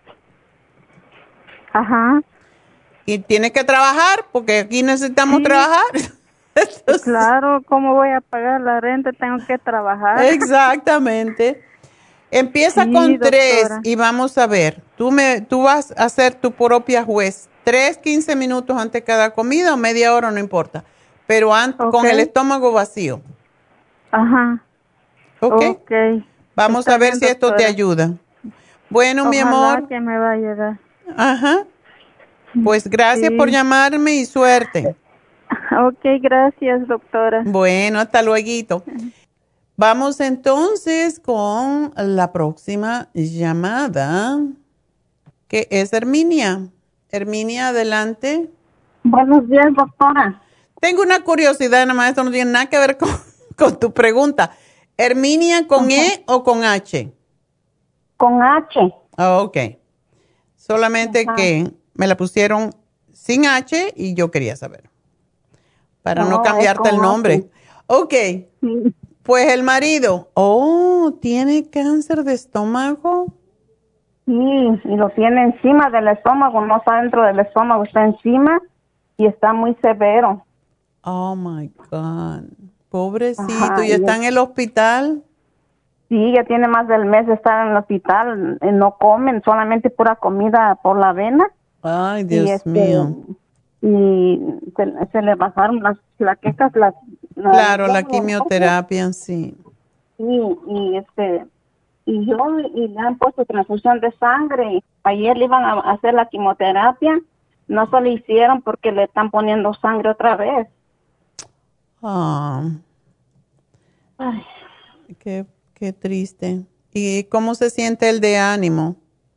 Ajá. Y tienes que trabajar, porque aquí necesitamos trabajar. Entonces, claro, ¿cómo voy a pagar la renta? Tengo que trabajar. Exactamente. Empieza con 3 y vamos a ver. Tú vas a hacer tu propia juez. 15 minutos antes de cada comida o media hora, no importa. Pero con el estómago vacío. Ajá. ¿Ok? Vamos a ver si esto te ayuda. Bueno, mi amor. Que me va a ayudar. Ajá. Pues gracias por llamarme y suerte. Ok, gracias, doctora. Bueno, hasta luego. Vamos entonces con la próxima llamada, que es Herminia. Herminia, adelante. Buenos días, doctora. Tengo una curiosidad, nada más, esto no tiene nada que ver con tu pregunta. ¿Herminia con E o con H? Con H. Oh, ok. Solamente que me la pusieron sin H y yo quería saber. Para no cambiarte el nombre. Ok. Sí. Pues el marido. Oh, ¿tiene cáncer de estómago? Sí, y lo tiene encima del estómago, no está dentro del estómago, está encima y está muy severo. Oh, my God. Pobrecito. Ajá, ¿y está en el hospital? Sí, ya tiene más del mes de estar en el hospital. No comen, solamente pura comida por la avena. Ay, Dios mío. Y se le bajaron las plaquetas. Claro, la quimioterapia, sí. Y le han puesto transfusión de sangre. Ayer le iban a hacer la quimioterapia. No se le hicieron porque le están poniendo sangre otra vez. Ah. Ay. Qué triste. ¿Y cómo se siente el de ánimo?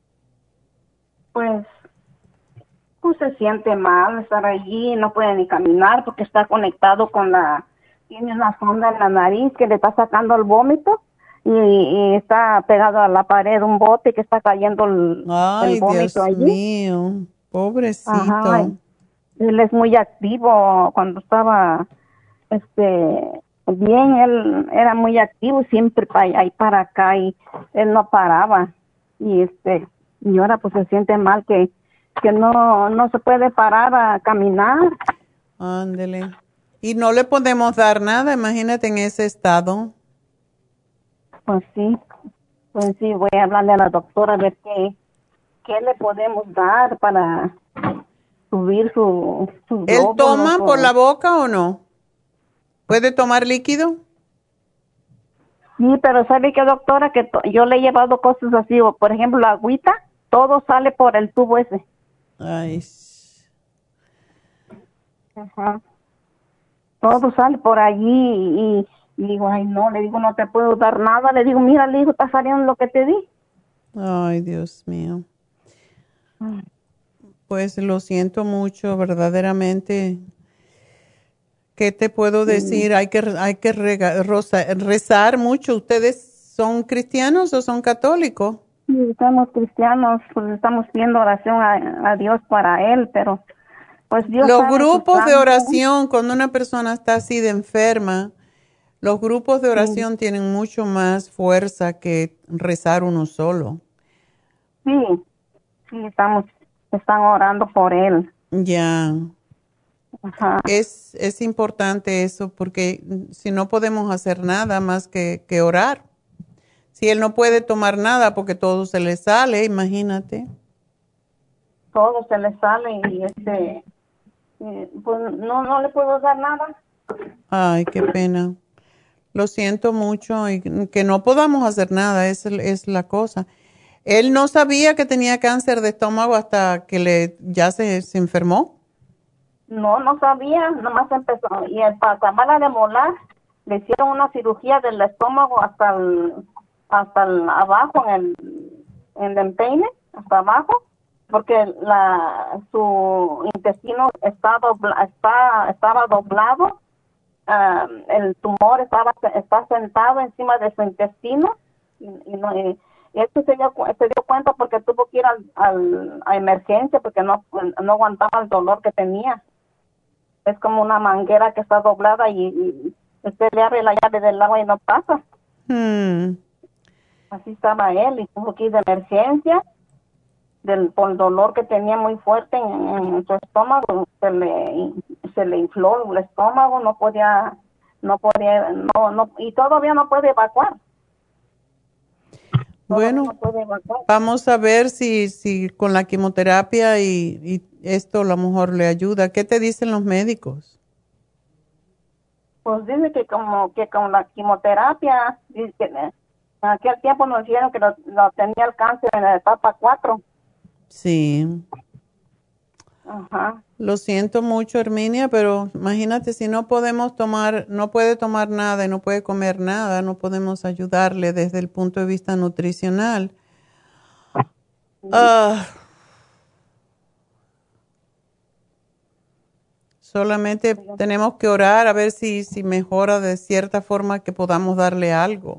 Pues se siente mal estar allí, no puede ni caminar porque está conectado tiene una sonda en la nariz que le está sacando el vómito y está pegado a la pared un bote que está cayendo el vómito Dios allí. mío, pobrecito. Ajá. Él es muy activo. Cuando estaba bien, él era muy activo, siempre para allá y para acá, y él no paraba. Y y ahora pues se siente mal que no se puede parar a caminar. Ándele. Y no le podemos dar nada, imagínate en ese estado. Pues sí, voy a hablarle a la doctora a ver qué le podemos dar para subir su ¿Él glóbulos, toma por la boca o no? ¿Puede tomar líquido? Sí, pero ¿sabe qué, doctora? Que yo le he llevado cosas así, o por ejemplo la agüita, todo sale por el tubo ese. Ay. Ajá. Todo sale por allí y digo, ay no, le digo, no te puedo dar nada. Le digo, mira, le digo, está saliendo lo que te di. Ay, Dios mío. Pues lo siento mucho, verdaderamente. ¿Qué te puedo decir? Hay que rezar mucho. ¿Ustedes son cristianos o son católicos? Sí, somos cristianos, pues estamos pidiendo oración a Dios para él, pero pues Dios Los sabe grupos de planes. oración, cuando una persona está así de enferma, los grupos de oración tienen mucho más fuerza que rezar uno solo. Sí, están orando por él. Ya. Ajá. Es importante eso porque si no podemos hacer nada más que orar. Si él no puede tomar nada porque todo se le sale, imagínate. Todo se le sale y pues no le puedo dar nada. Ay, qué pena. Lo siento mucho y que no podamos hacer nada, es la cosa. Él no sabía que tenía cáncer de estómago hasta que ya se enfermó. No sabía, nomás empezó. Y para acabarla de molar, le hicieron una cirugía del estómago hasta el abajo, en el empeine, hasta abajo, porque su intestino estaba doblado. El tumor está sentado encima de su intestino y esto se dio cuenta porque tuvo que ir a emergencia porque no aguantaba el dolor que tenía. Es como una manguera que está doblada y usted le abre la llave del agua y no pasa. Así estaba él y tuvo que ir de emergencia por el dolor que tenía muy fuerte en su estómago. Se le infló el estómago, no podía, y todavía no puede evacuar. Bueno, vamos a ver si con la quimioterapia y esto a lo mejor le ayuda. ¿Qué te dicen los médicos? Pues dice que con la quimioterapia, dice que en aquel tiempo nos dijeron que lo tenía el cáncer en la etapa 4. Sí. Ajá. Lo siento mucho, Herminia, pero imagínate, si no puede tomar nada y no puede comer nada, no podemos ayudarle desde el punto de vista nutricional. Solamente tenemos que orar a ver si mejora de cierta forma que podamos darle algo.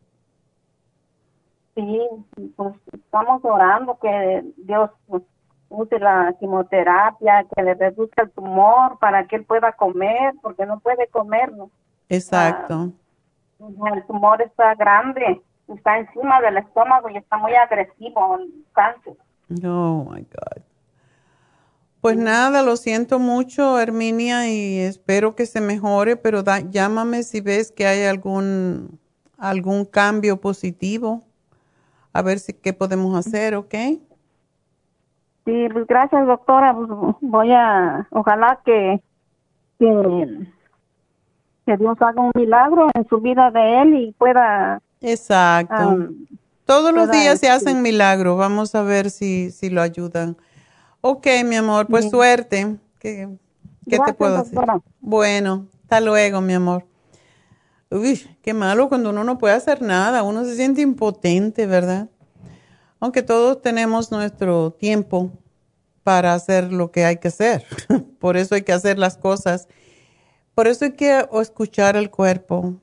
Sí, pues estamos orando que Dios use la quimioterapia, que le reduzca el tumor para que él pueda comer, porque no puede comer, ¿no? Exacto. El tumor está grande, está encima del estómago y está muy agresivo el cáncer. Oh, my God. Pues nada, lo siento mucho, Herminia, y espero que se mejore, pero llámame si ves que hay algún cambio positivo, a ver qué podemos hacer, ¿ok? Sí, pues gracias, doctora. Pues ojalá que Dios haga un milagro en su vida de él y pueda. Exacto. Todos los días se hacen milagros. Vamos a ver si lo ayudan. Ok, mi amor, pues suerte. ¿Qué te puedo decir? Doctora. Bueno, hasta luego, mi amor. Uy, qué malo cuando uno no puede hacer nada. Uno se siente impotente, ¿verdad? Aunque todos tenemos nuestro tiempo para hacer lo que hay que hacer. Por eso hay que hacer las cosas. Por eso hay que escuchar el cuerpo.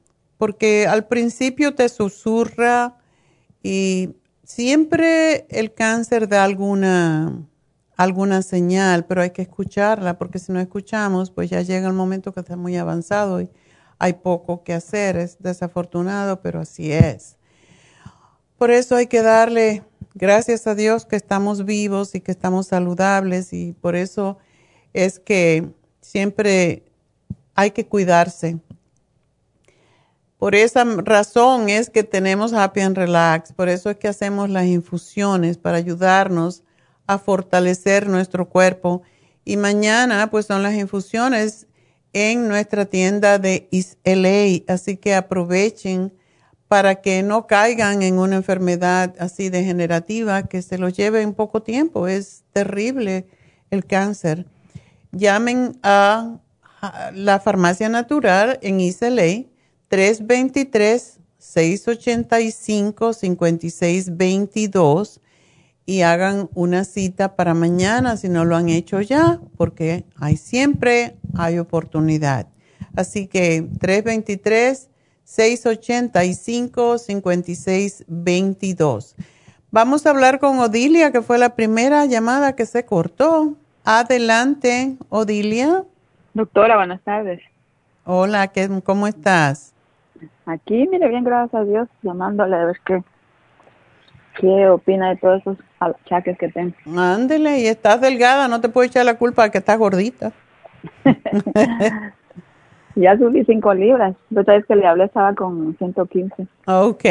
porque al principio te susurra y siempre el cáncer da alguna señal, pero hay que escucharla, porque si no escuchamos, pues ya llega el momento que está muy avanzado y hay poco que hacer. Es desafortunado, pero así es. Por eso hay que darle gracias a Dios que estamos vivos y que estamos saludables, y por eso es que siempre hay que cuidarse. Por esa razón es que tenemos Happy and Relax, por eso es que hacemos las infusiones para ayudarnos a fortalecer nuestro cuerpo. Y mañana pues son las infusiones en nuestra tienda de East LA, así que aprovechen para que no caigan en una enfermedad así degenerativa que se los lleve en poco tiempo. Es terrible el cáncer. Llamen a la Farmacia Natural en East LA, 323-685-5622, y hagan una cita para mañana si no lo han hecho ya, porque siempre hay oportunidad. Así que 323-685-5622. Vamos a hablar con Odilia, que fue la primera llamada que se cortó. Adelante, Odilia. Doctora, buenas tardes. Hola, ¿cómo estás? Aquí, mire, bien, gracias a Dios, llamándole a ver qué opina de todos esos achaques que tengo. Ándele, y estás delgada, no te puedo echar la culpa de que estás gordita. Ya subí 5 libras. La otra vez que le hablé estaba con 115. Ok.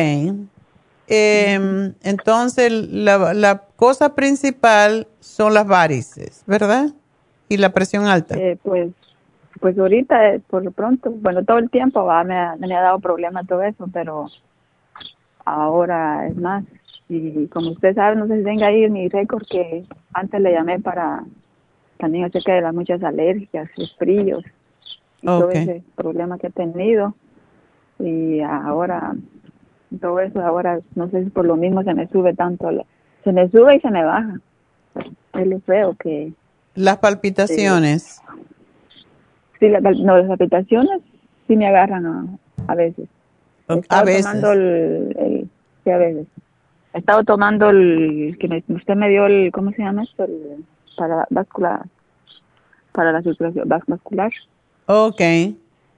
Entonces, la cosa principal son las varices, ¿verdad? Y la presión alta. Pues ahorita, por lo pronto, bueno, todo el tiempo me ha dado problemas todo eso, pero ahora es más. Y como usted sabe, no sé si tenga ahí mi récord, que antes le llamé para también acerca de las muchas alergias, los fríos, y todo ese problema que he tenido. Y ahora, todo eso, ahora no sé si por lo mismo se me sube tanto, se me sube y se me baja. Es lo feo que... Las palpitaciones. Sí, las palpitaciones sí me agarran a veces. A veces. Tomando sí, a veces. He estado tomando usted me dio ¿cómo se llama esto? Para la circulación vascular. Okay.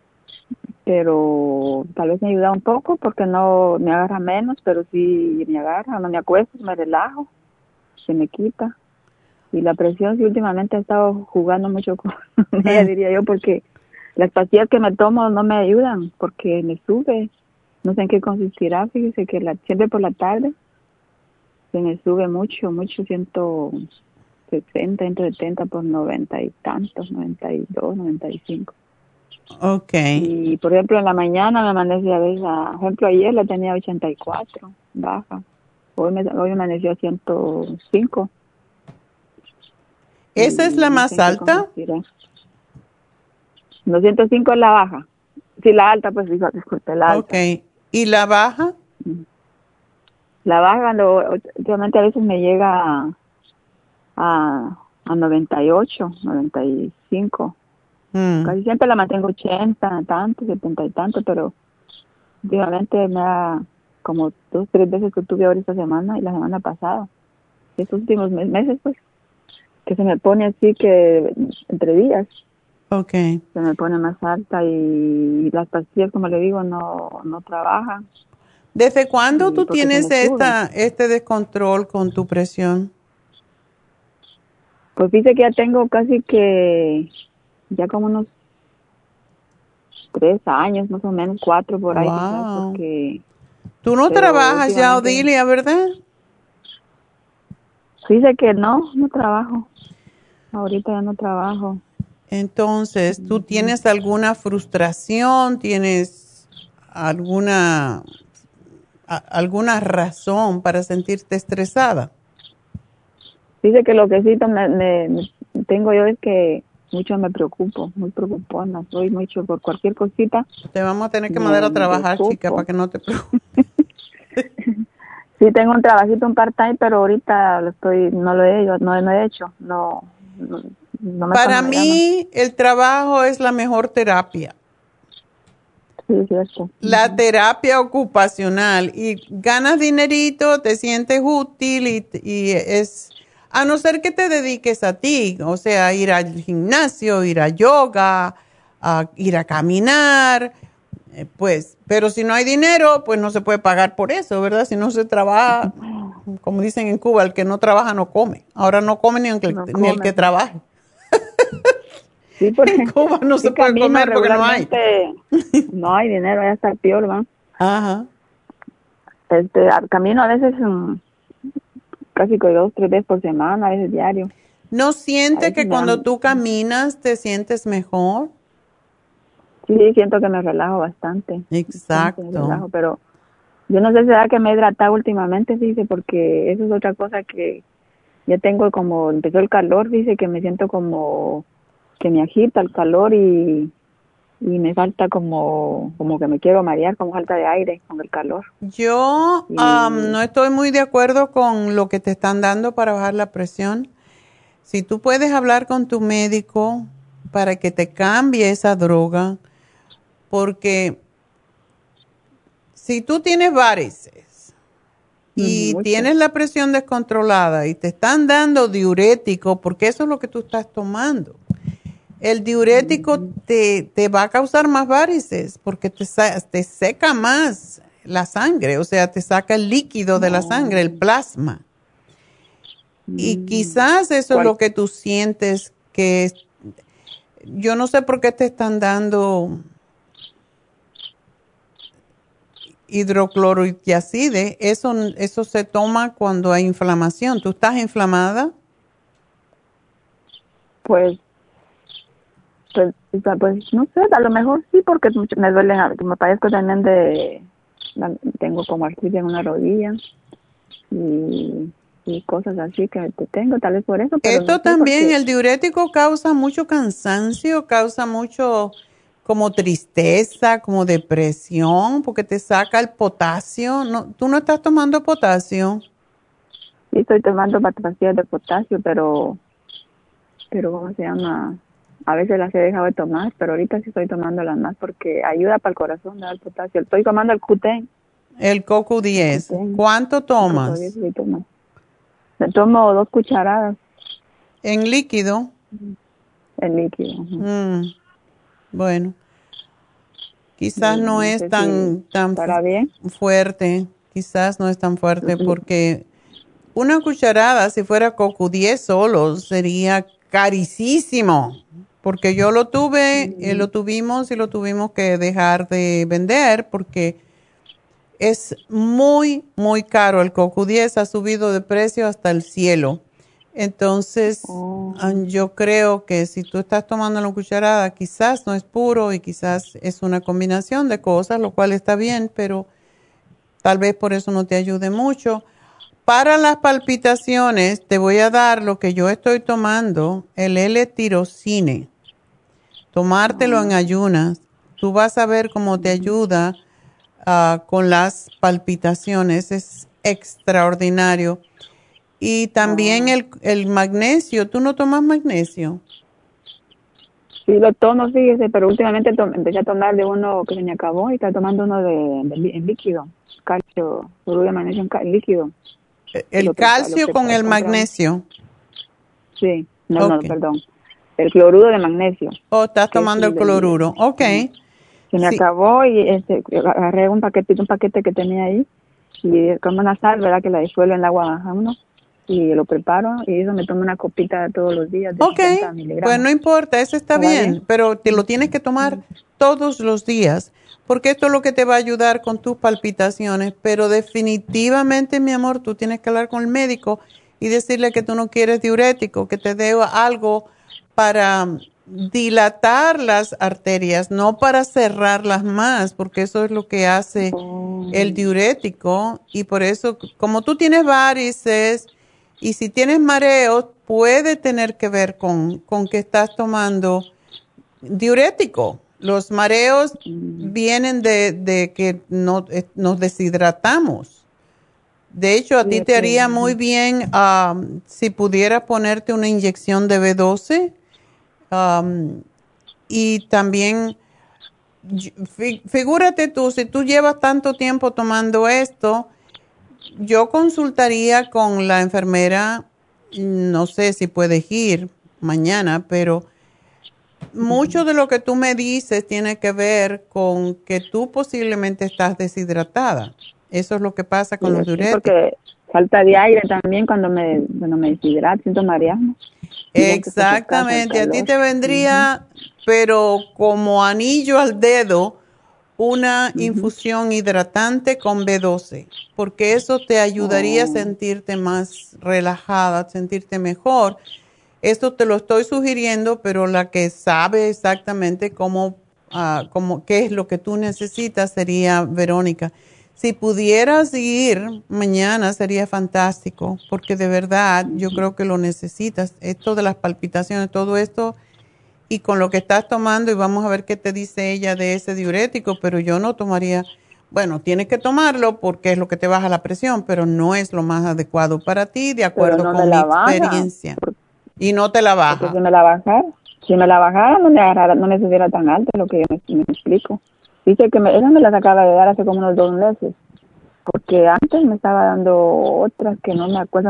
Pero tal vez me ayuda un poco porque no me agarra menos, pero sí me agarra, no me acuesto, me relajo, se me quita. Y la presión sí últimamente he estado jugando mucho con ella, diría yo, porque las pastillas que me tomo no me ayudan porque me sube. No sé en qué consistirá, fíjese que siempre por la tarde se me sube mucho, 160, 170 por 90 y tantos, 92, 95. Okay. Y por ejemplo en la mañana me amanece a veces, por ejemplo ayer la tenía 84, baja. Hoy me amaneció a 105. ¿Esa es la más alta? 205 es la baja. Sí, la alta, pues disculpe, la alta. Okay. ¿Y la baja? La baja, últimamente a veces me llega a 98, 95. Casi siempre la mantengo 80, tanto, 70 y tanto, pero últimamente me da como 2, 3 veces que tuve ahora esta semana y la semana pasada. Estos últimos meses, pues, que se me pone así que entre días. Okay. Se me pone más alta y las pastillas, como le digo, no trabajan. ¿Desde cuándo tú tienes este descontrol con tu presión? Pues dice que ya tengo casi que ya como unos 3 años, más o menos 4 por ahí. Wow. Porque, tú no trabajas ya, Odilia, ¿verdad? Dice que no trabajo. Ahorita ya no trabajo. Entonces, ¿tú tienes alguna frustración? ¿Tienes alguna razón para sentirte estresada? Dice que lo que sí tengo yo es que mucho me preocupo, muy preocupona, soy mucho por cualquier cosita. Te vamos a tener que mandar a trabajar, chica, para que no te preocupes. Sí, tengo un trabajito, un part-time, pero ahorita no lo he hecho. No Para mí, el trabajo es la mejor terapia. Sí, es cierto. La terapia ocupacional y ganas dinerito, te sientes útil y es, a no ser que te dediques a ti, o sea, ir al gimnasio, ir a yoga, a ir a caminar, pues, pero si no hay dinero, pues no se puede pagar por eso, ¿verdad? Si no se trabaja, como dicen en Cuba, el que no trabaja no come. Ahora no come ni el que trabaje. Sí, porque en Cuba no se puede comer porque no hay. No hay dinero, ya está el peor, ¿va? Ajá. Camino a veces casi que 2, 3 veces por semana, a veces diario. ¿No sientes que cuando tú caminas te sientes mejor? Sí, siento que me relajo bastante. Exacto. Me relajo, pero yo no sé si será que me he hidratado últimamente, dice, porque eso es otra cosa que ya tengo, como empezó el calor, dice que me siento como que me agita el calor y me falta como que me quiero marear, como falta de aire con el calor. Yo no estoy muy de acuerdo con lo que te están dando para bajar la presión. Si tú puedes hablar con tu médico para que te cambie esa droga, porque si tú tienes varices y tienes la presión descontrolada y te están dando diurético, porque eso es lo que tú estás tomando, el diurético te va a causar más varices porque te seca más la sangre, o sea, te saca el líquido de la sangre, el plasma. Y quizás eso es lo que tú sientes que yo no sé por qué te están dando hidroclorotiazide. Eso se toma cuando hay inflamación. ¿Tú estás inflamada? Pues no sé, a lo mejor sí, porque me duele, me padezco también tengo como artritis en una rodilla y cosas así que tengo, tal vez por eso. Pero esto no también, el diurético causa mucho cansancio, causa mucho como tristeza, como depresión, porque te saca el potasio. No, ¿tú no estás tomando potasio? Sí, estoy tomando pastillas de potasio, pero ¿cómo se llama? A veces las he dejado de tomar, pero ahorita sí estoy tomándolas más porque ayuda para el corazón, da el potasio. Estoy tomando el Q10. El CoQ10. ¿Cuánto tomas? El Q10 tomo. Me tomo 2 cucharadas. ¿En líquido? En líquido. Bueno, quizás no es tan fuerte. Quizás no es tan fuerte porque una cucharada, si fuera CoQ10 solo, sería carísimo. Porque yo lo tuve, lo tuvimos y lo tuvimos que dejar de vender porque es muy, muy caro. El CoQ10 ha subido de precio hasta el cielo. Entonces, yo creo que si tú estás tomando la cucharada, quizás no es puro y quizás es una combinación de cosas, lo cual está bien, pero tal vez por eso no te ayude mucho. Para las palpitaciones, te voy a dar lo que yo estoy tomando, el L-tirocine. Tomártelo en ayunas. Tú vas a ver cómo te ayuda con las palpitaciones. Es extraordinario. Y también el magnesio. ¿Tú no tomas magnesio? Sí, lo tomo, fíjese, pero últimamente empecé a tomar de uno que se me acabó y estoy tomando uno en líquido. Calcio, cloruro de magnesio en líquido. ¿El calcio con el magnesio? Sí, no, perdón. El cloruro de magnesio. Estás tomando el cloruro. Ok. Se me acabó y agarré un paquete que tenía ahí y como una sal, ¿verdad? Que la disuelvo en el agua y lo preparo y eso me tomo una copita todos los días de 60 miligramos. Pues no importa, eso está bien, pero te lo tienes que tomar todos los días porque esto es lo que te va a ayudar con tus palpitaciones, pero definitivamente, mi amor, tú tienes que hablar con el médico y decirle que tú no quieres diurético, que te dé algo para dilatar las arterias, no para cerrarlas más, porque eso es lo que hace el diurético y por eso, como tú tienes varices y si tienes mareos, puede tener que ver con que estás tomando diurético. Los mareos vienen de que nos deshidratamos. De hecho, a ti te haría muy bien si pudieras ponerte una inyección de B12 y también figúrate tú, si tú llevas tanto tiempo tomando esto, yo consultaría con la enfermera, no sé si puedes ir mañana, pero mucho de lo que tú me dices tiene que ver con que tú posiblemente estás deshidratada. Eso es lo que pasa con los diuréticos. Porque falta de aire también cuando me deshidrato, siento marearme. Exactamente, a ti te vendría, pero como anillo al dedo, una infusión hidratante con B12, porque eso te ayudaría a sentirte más relajada, a sentirte mejor. Esto te lo estoy sugiriendo, pero la que sabe exactamente qué es lo que tú necesitas sería Verónica. Si pudieras ir mañana sería fantástico, porque de verdad yo creo que lo necesitas. Esto de las palpitaciones, todo esto, y con lo que estás tomando, y vamos a ver qué te dice ella de ese diurético, pero yo no tomaría, bueno, tienes que tomarlo porque es lo que te baja la presión, pero no es lo más adecuado para ti, de acuerdo con mi experiencia. Y no te la baja. Porque si me la bajara no me subiera tan alto, lo que yo me explico. Dice que ella me las acaba de dar hace como unos 2 meses, porque antes me estaba dando otras que no me acuerdo,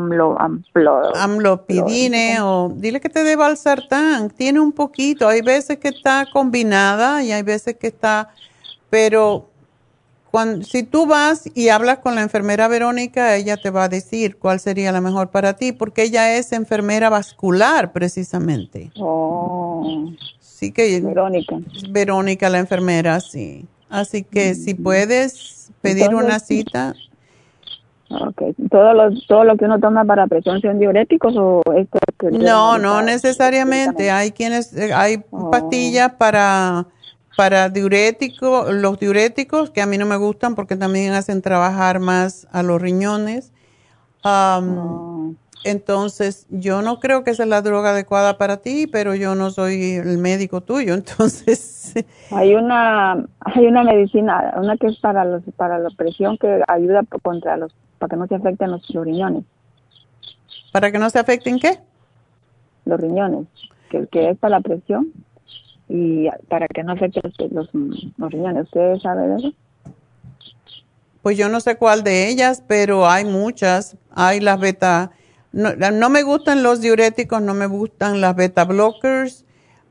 amlopidine, o dile que te dé valsartán, tiene un poquito, hay veces que está combinada y hay veces que está, pero si tú vas y hablas con la enfermera Verónica, ella te va a decir cuál sería la mejor para ti, porque ella es enfermera vascular precisamente. Sí que Verónica, la enfermera, sí. Así que si puedes pedir una cita. Okay. ¿Todo lo que uno toma para presión son diuréticos o esto? No necesariamente. Hay pastillas para diuréticos, los diuréticos, que a mí no me gustan porque también hacen trabajar más a los riñones. Entonces, yo no creo que esa es la droga adecuada para ti, pero yo no soy el médico tuyo, entonces... Hay una medicina, una que es para la presión, que ayuda para que no se afecten los riñones. ¿Para que no se afecten qué? Los riñones, que es para la presión y para que no afecten los riñones. ¿Usted sabe de eso? Pues yo no sé cuál de ellas, pero hay muchas. Hay las beta... No me gustan los diuréticos, no me gustan las beta blockers.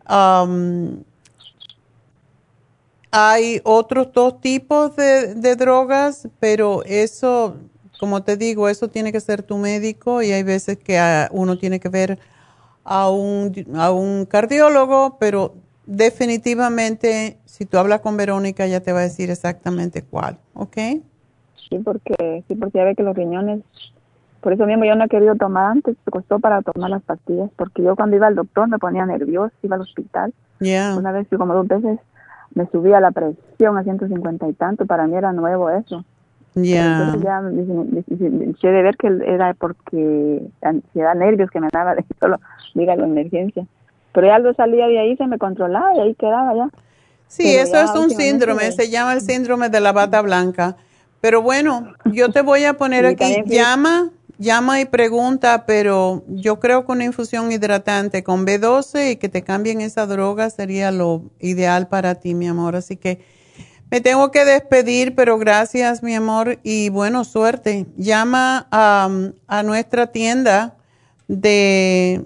Hay otros 2 tipos de drogas, pero eso, como te digo, eso tiene que ser tu médico y hay veces que uno tiene que ver a un cardiólogo, pero definitivamente si tú hablas con Verónica ella te va a decir exactamente cuál, ¿ok? Sí, porque ya ve que los riñones... Por eso mismo yo no he querido tomar antes, me costó para tomar las pastillas, porque yo cuando iba al doctor me ponía nerviosa, iba al hospital. Una vez y como 2 veces me subía la presión a 150 y tanto, para mí era nuevo eso. Entonces ya dejé de ver que era porque ansiedad, nervios que me daba de solo diga la emergencia. Pero ya algo salía de ahí, se me controlaba y ahí quedaba ya. Sí, pero eso es un síndrome, se llama el síndrome de la bata blanca. Pero bueno, yo te voy a poner aquí, llama y pregunta, pero yo creo que una infusión hidratante con B12 y que te cambien esa droga sería lo ideal para ti, mi amor. Así que me tengo que despedir, pero gracias, mi amor, y bueno, suerte. Llama a nuestra tienda de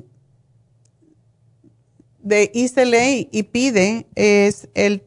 East LA y pide, es el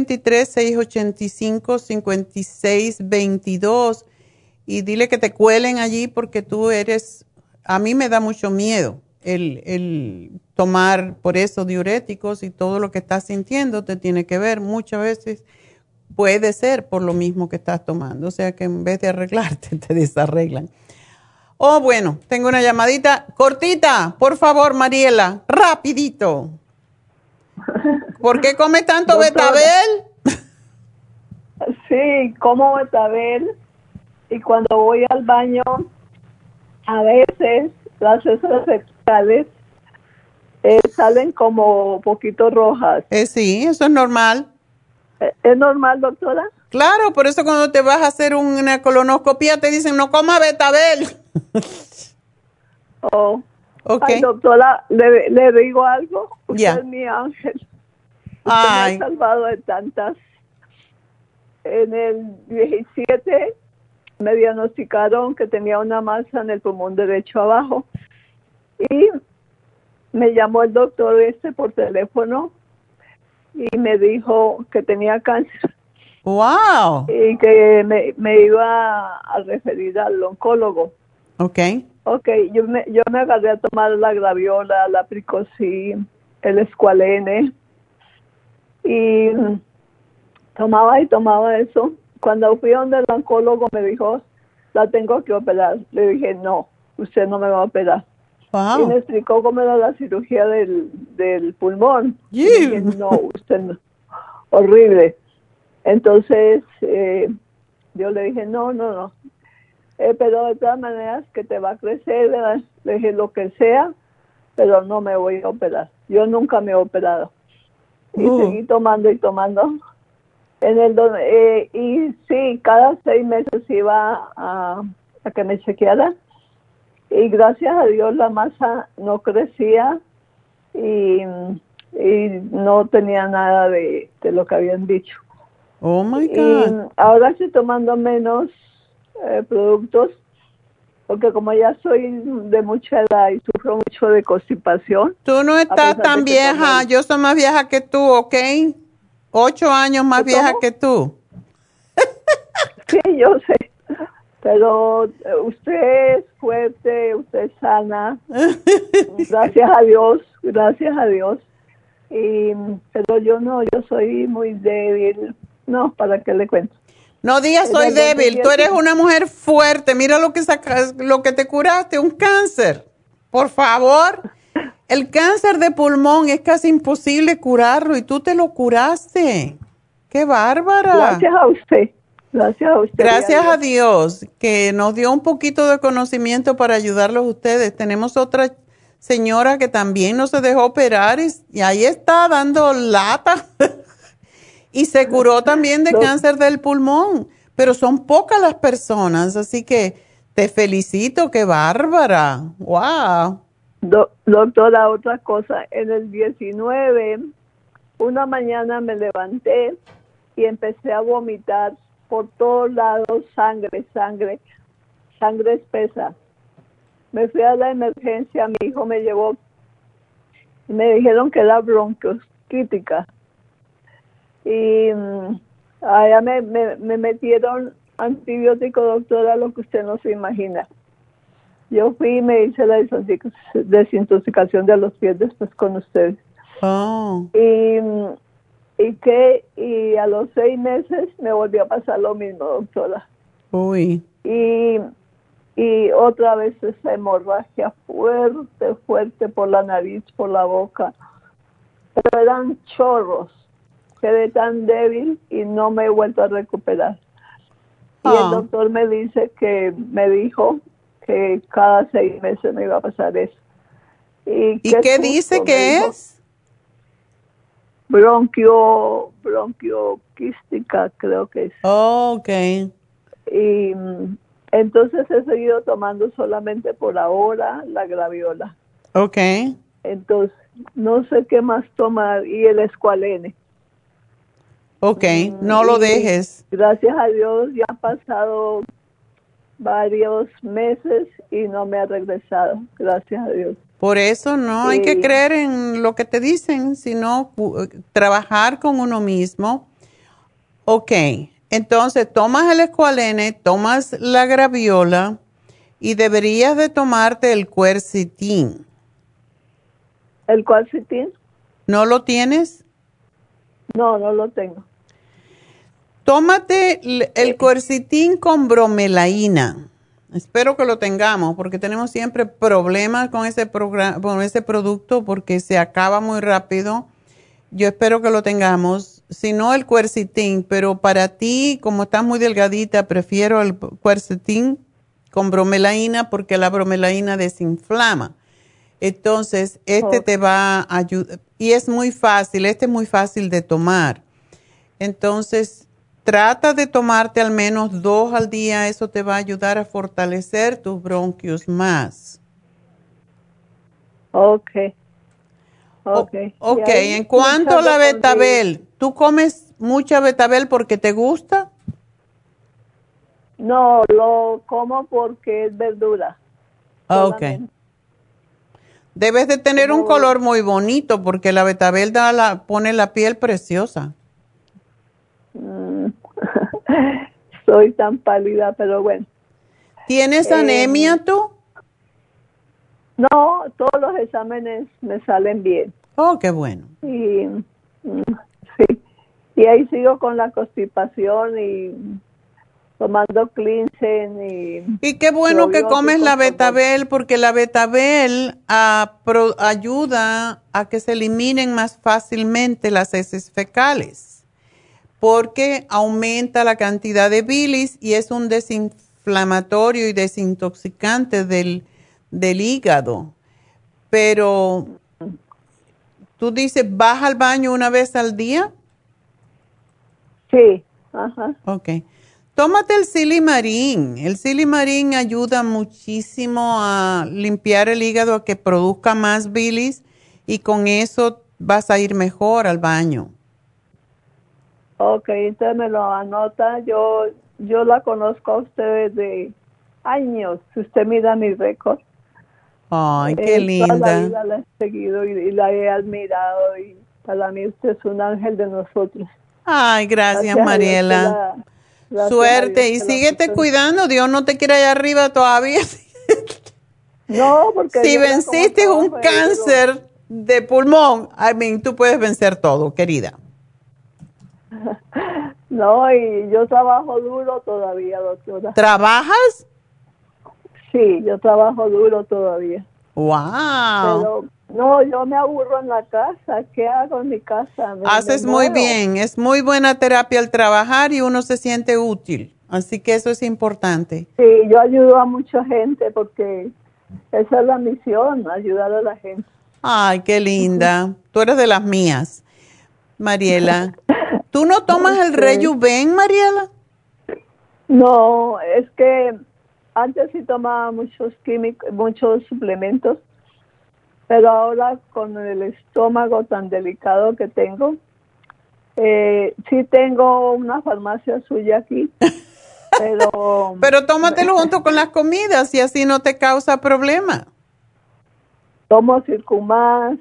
323-685-5622 y dile que te cuelen allí porque a mí me da mucho miedo el tomar por eso diuréticos y todo lo que estás sintiendo te tiene que ver, muchas veces puede ser por lo mismo que estás tomando, o sea que en vez de arreglarte te desarreglan. Oh, bueno, tengo una llamadita cortita, por favor, Mariela, rapidito. ¿Por qué come tanto betabel? Sí, como betabel y cuando voy al baño a veces las heces rectales salen como poquito rojas. Sí, eso es normal. ¿Es normal, doctora? Claro, por eso cuando te vas a hacer una colonoscopia te dicen no coma betabel. Okay. Ay, doctora, ¿le digo algo? Usted es mi ángel. Ay. Me ha salvado de tantas. En el 17 me diagnosticaron que tenía una masa en el pulmón derecho abajo. Y me llamó el doctor por teléfono y me dijo que tenía cáncer. ¡Wow! Y que me iba a referir al oncólogo. Ok. Ok, yo me agarré a tomar la graviola, la Pricocin, el Esqualene. Y tomaba eso. Cuando fui a donde el oncólogo me dijo, la tengo que operar. Le dije, no, usted no me va a operar. Wow. Y me explicó cómo era la cirugía del pulmón. Y dije, no, usted no. Horrible. Entonces, yo le dije, no. Pero de todas maneras que te va a crecer, ¿verdad? Le dije, lo que sea, pero no me voy a operar. Yo nunca me he operado. Y seguí tomando y tomando. Y sí, cada 6 meses iba a que me chequeara. Y gracias a Dios la masa no crecía y no tenía nada de lo que habían dicho. Oh my God. Y ahora estoy tomando menos productos porque como ya soy de mucha edad y sufro mucho de constipación. Tú no estás tan vieja, yo soy más vieja que tú, ¿ok? 8 años más vieja que tú. Sí, yo sé. Pero usted es fuerte, usted es sana. Gracias a Dios. Pero yo soy muy débil. No, ¿para qué le cuento? No digas soy débil, tú eres una mujer fuerte. Mira lo que te curaste, un cáncer. Por favor, el cáncer de pulmón es casi imposible curarlo y tú te lo curaste. ¡Qué bárbara! Gracias a usted. Gracias a Dios que nos dio un poquito de conocimiento para ayudarlos a ustedes. Tenemos otra señora que también no se dejó operar y ahí está dando lata y se curó también de cáncer del pulmón. Pero son pocas las personas, así que te felicito, qué bárbara. ¡Wow! Doctora, otra cosa. En el 19, una mañana me levanté y empecé a vomitar por todos lados, sangre espesa. Me fui a la emergencia, mi hijo me llevó y me dijeron que era bronquiolítica. Y allá me metieron antibiótico, doctora, lo que usted no se imagina. Yo fui y me hice la desintoxicación de los pies después con ustedes. Oh. Y a los 6 meses me volvió a pasar lo mismo, doctora. Uy. Y otra vez esa hemorragia fuerte por la nariz, por la boca. Pero eran chorros. Quedé tan débil y no me he vuelto a recuperar. Y el doctor me dijo que cada 6 meses me iba a pasar eso. ¿Y qué dice que es? Bronquioquística, creo que es. Oh, ok. Y entonces he seguido tomando solamente por ahora la graviola. Ok. Entonces, no sé qué más tomar. Y el Esqualene. Ok, no lo dejes. Gracias a Dios ya han pasado varios meses y no me ha regresado. Gracias a Dios. Por eso no hay que creer en lo que te dicen, sino trabajar con uno mismo. Ok, entonces tomas el Esqualene, tomas la graviola y deberías de tomarte el Quercetin. ¿El Quercetin? ¿No lo tienes? No, no lo tengo. Tómate el Quercetin con bromelaína. Espero que lo tengamos porque tenemos siempre problemas con ese producto porque se acaba muy rápido. Yo espero que lo tengamos. Si no, el Quercetin, pero para ti, como estás muy delgadita, prefiero el Quercetin con bromelaína porque la bromelaína desinflama. Entonces, te va a ayudar. Y es muy fácil, es muy fácil de tomar. Entonces, trata de tomarte al menos 2 al día, eso te va a ayudar a fortalecer tus bronquios más. Ok. Ok, en cuanto a la betabel, ¿tú comes mucha betabel porque te gusta? No, lo como porque es verdura. Ok. Debes de tener un color muy bonito porque la betabel pone la piel preciosa. Soy tan pálida, pero bueno. ¿Tienes anemia tú? No, todos los exámenes me salen bien. Oh, qué bueno. Y sí, y ahí sigo con la constipación y tomando Cleansen y qué bueno que comes la betabel porque la betabel ayuda a que se eliminen más fácilmente las heces fecales porque aumenta la cantidad de bilis y es un desinflamatorio y desintoxicante del hígado. Pero tú dices, ¿vas al baño una vez al día? Sí, ajá. Ok. Tómate el Silimarín. El Silimarín ayuda muchísimo a limpiar el hígado, a que produzca más bilis y con eso vas a ir mejor al baño. Ok, entonces me lo anota. Yo la conozco a usted desde años. Si usted mira mi récord. Ay, qué linda. Toda la vida la he seguido y la he admirado y para mí usted es un ángel de nosotros. Ay, gracias Mariela. Suerte y síguete cuidando, Dios no te quiere allá arriba todavía. No, porque si venciste un cáncer de pulmón, tú puedes vencer todo, querida. No, y yo trabajo duro todavía, doctora. ¿Trabajas? Sí, yo trabajo duro todavía. Wow. Pero no, yo me aburro en la casa. ¿Qué hago en mi casa? Haces muy bien. Es muy buena terapia al trabajar y uno se siente útil. Así que eso es importante. Sí, yo ayudo a mucha gente porque esa es la misión, ayudar a la gente. Ay, qué linda. Tú eres de las mías, Mariela. ¿Tú no tomas el Rejuven, Mariela? No, es que antes sí tomaba muchos químicos, muchos suplementos. Pero ahora con el estómago tan delicado que tengo, sí tengo una farmacia suya aquí, pero... Pero tómatelo junto con las comidas y así no te causa problema. Tomo Circumax,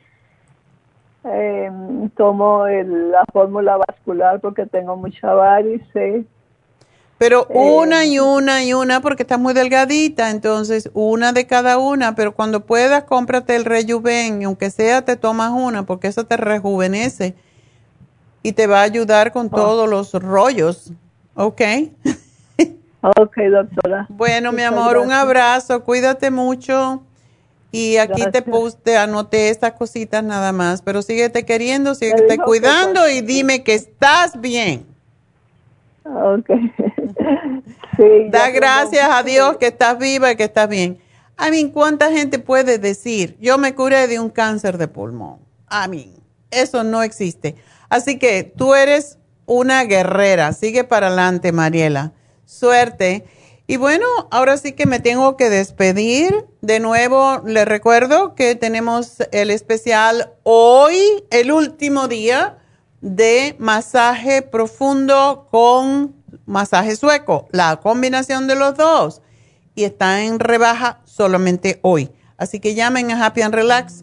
tomo la fórmula vascular porque tengo mucha varice. Pero una y una, porque estás muy delgadita, entonces una de cada una, pero cuando puedas cómprate el Rejuven, aunque sea te tomas una, porque eso te rejuvenece y te va a ayudar con todos los rollos, ¿ok? Ok, doctora. Bueno, mi amor, un abrazo, cuídate mucho y aquí te anoté estas cositas nada más, pero síguete queriendo, síguete cuidando y dime que estás bien. Ok. Sí, da gracias a Dios que estás viva y que estás bien. ¿Cuánta gente puede decir, yo me curé de un cáncer de pulmón? Eso no existe. Así que tú eres una guerrera. Sigue para adelante, Mariela. Suerte. Y bueno, ahora sí que me tengo que despedir. De nuevo, les recuerdo que tenemos el especial hoy, el último día de masaje profundo con masaje sueco, la combinación de los dos, y está en rebaja solamente hoy. Así que llamen a Happy and Relax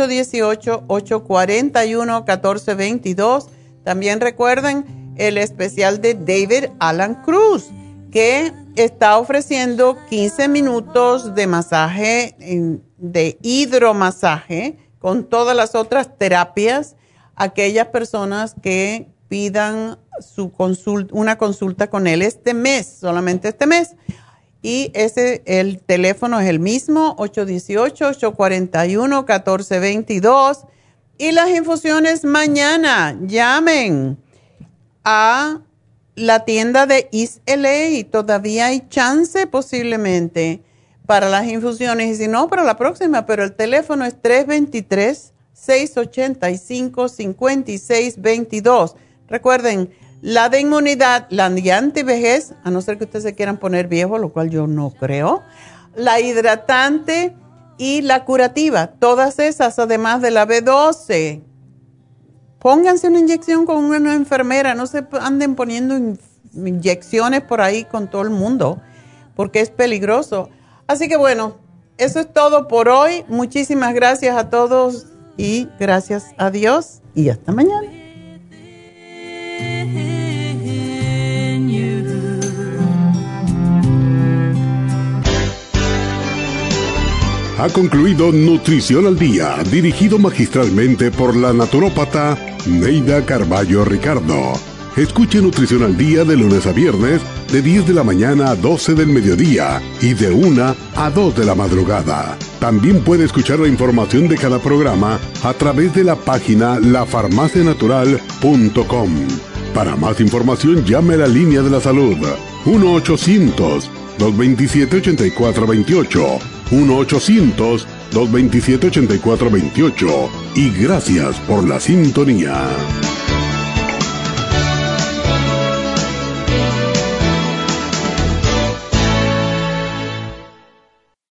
818-841-1422. También recuerden el especial de David Alan Cruz, que está ofreciendo 15 minutos de masaje, de hidromasaje, con todas las otras terapias, aquellas personas que pidan una consulta con él este mes, solamente este mes. Y el teléfono es el mismo, 818-841-1422. Y las infusiones mañana, llamen a la tienda de East LA. Todavía hay chance posiblemente para las infusiones. Y si no, para la próxima. Pero el teléfono es 323-685-5622. Recuerden, la de inmunidad, la de antivejez, a no ser que ustedes se quieran poner viejo, lo cual yo no creo, la hidratante y la curativa, todas esas, además de la B12. Pónganse una inyección con una enfermera, no se anden poniendo inyecciones por ahí con todo el mundo, porque es peligroso. Así que bueno, eso es todo por hoy. Muchísimas gracias a todos y gracias a Dios y hasta mañana. Ha concluido Nutrición al Día, dirigido magistralmente por la naturópata Neida Carballo Ricardo. Escuche Nutrición al Día de lunes a viernes, de 10 de la mañana a 12 del mediodía y de 1 a 2 de la madrugada. También puede escuchar la información de cada programa a través de la página lafarmacianatural.com. Para más información, llame a la línea de la salud 1-800-227-8428. 1-800-227-8428. Y gracias por la sintonía.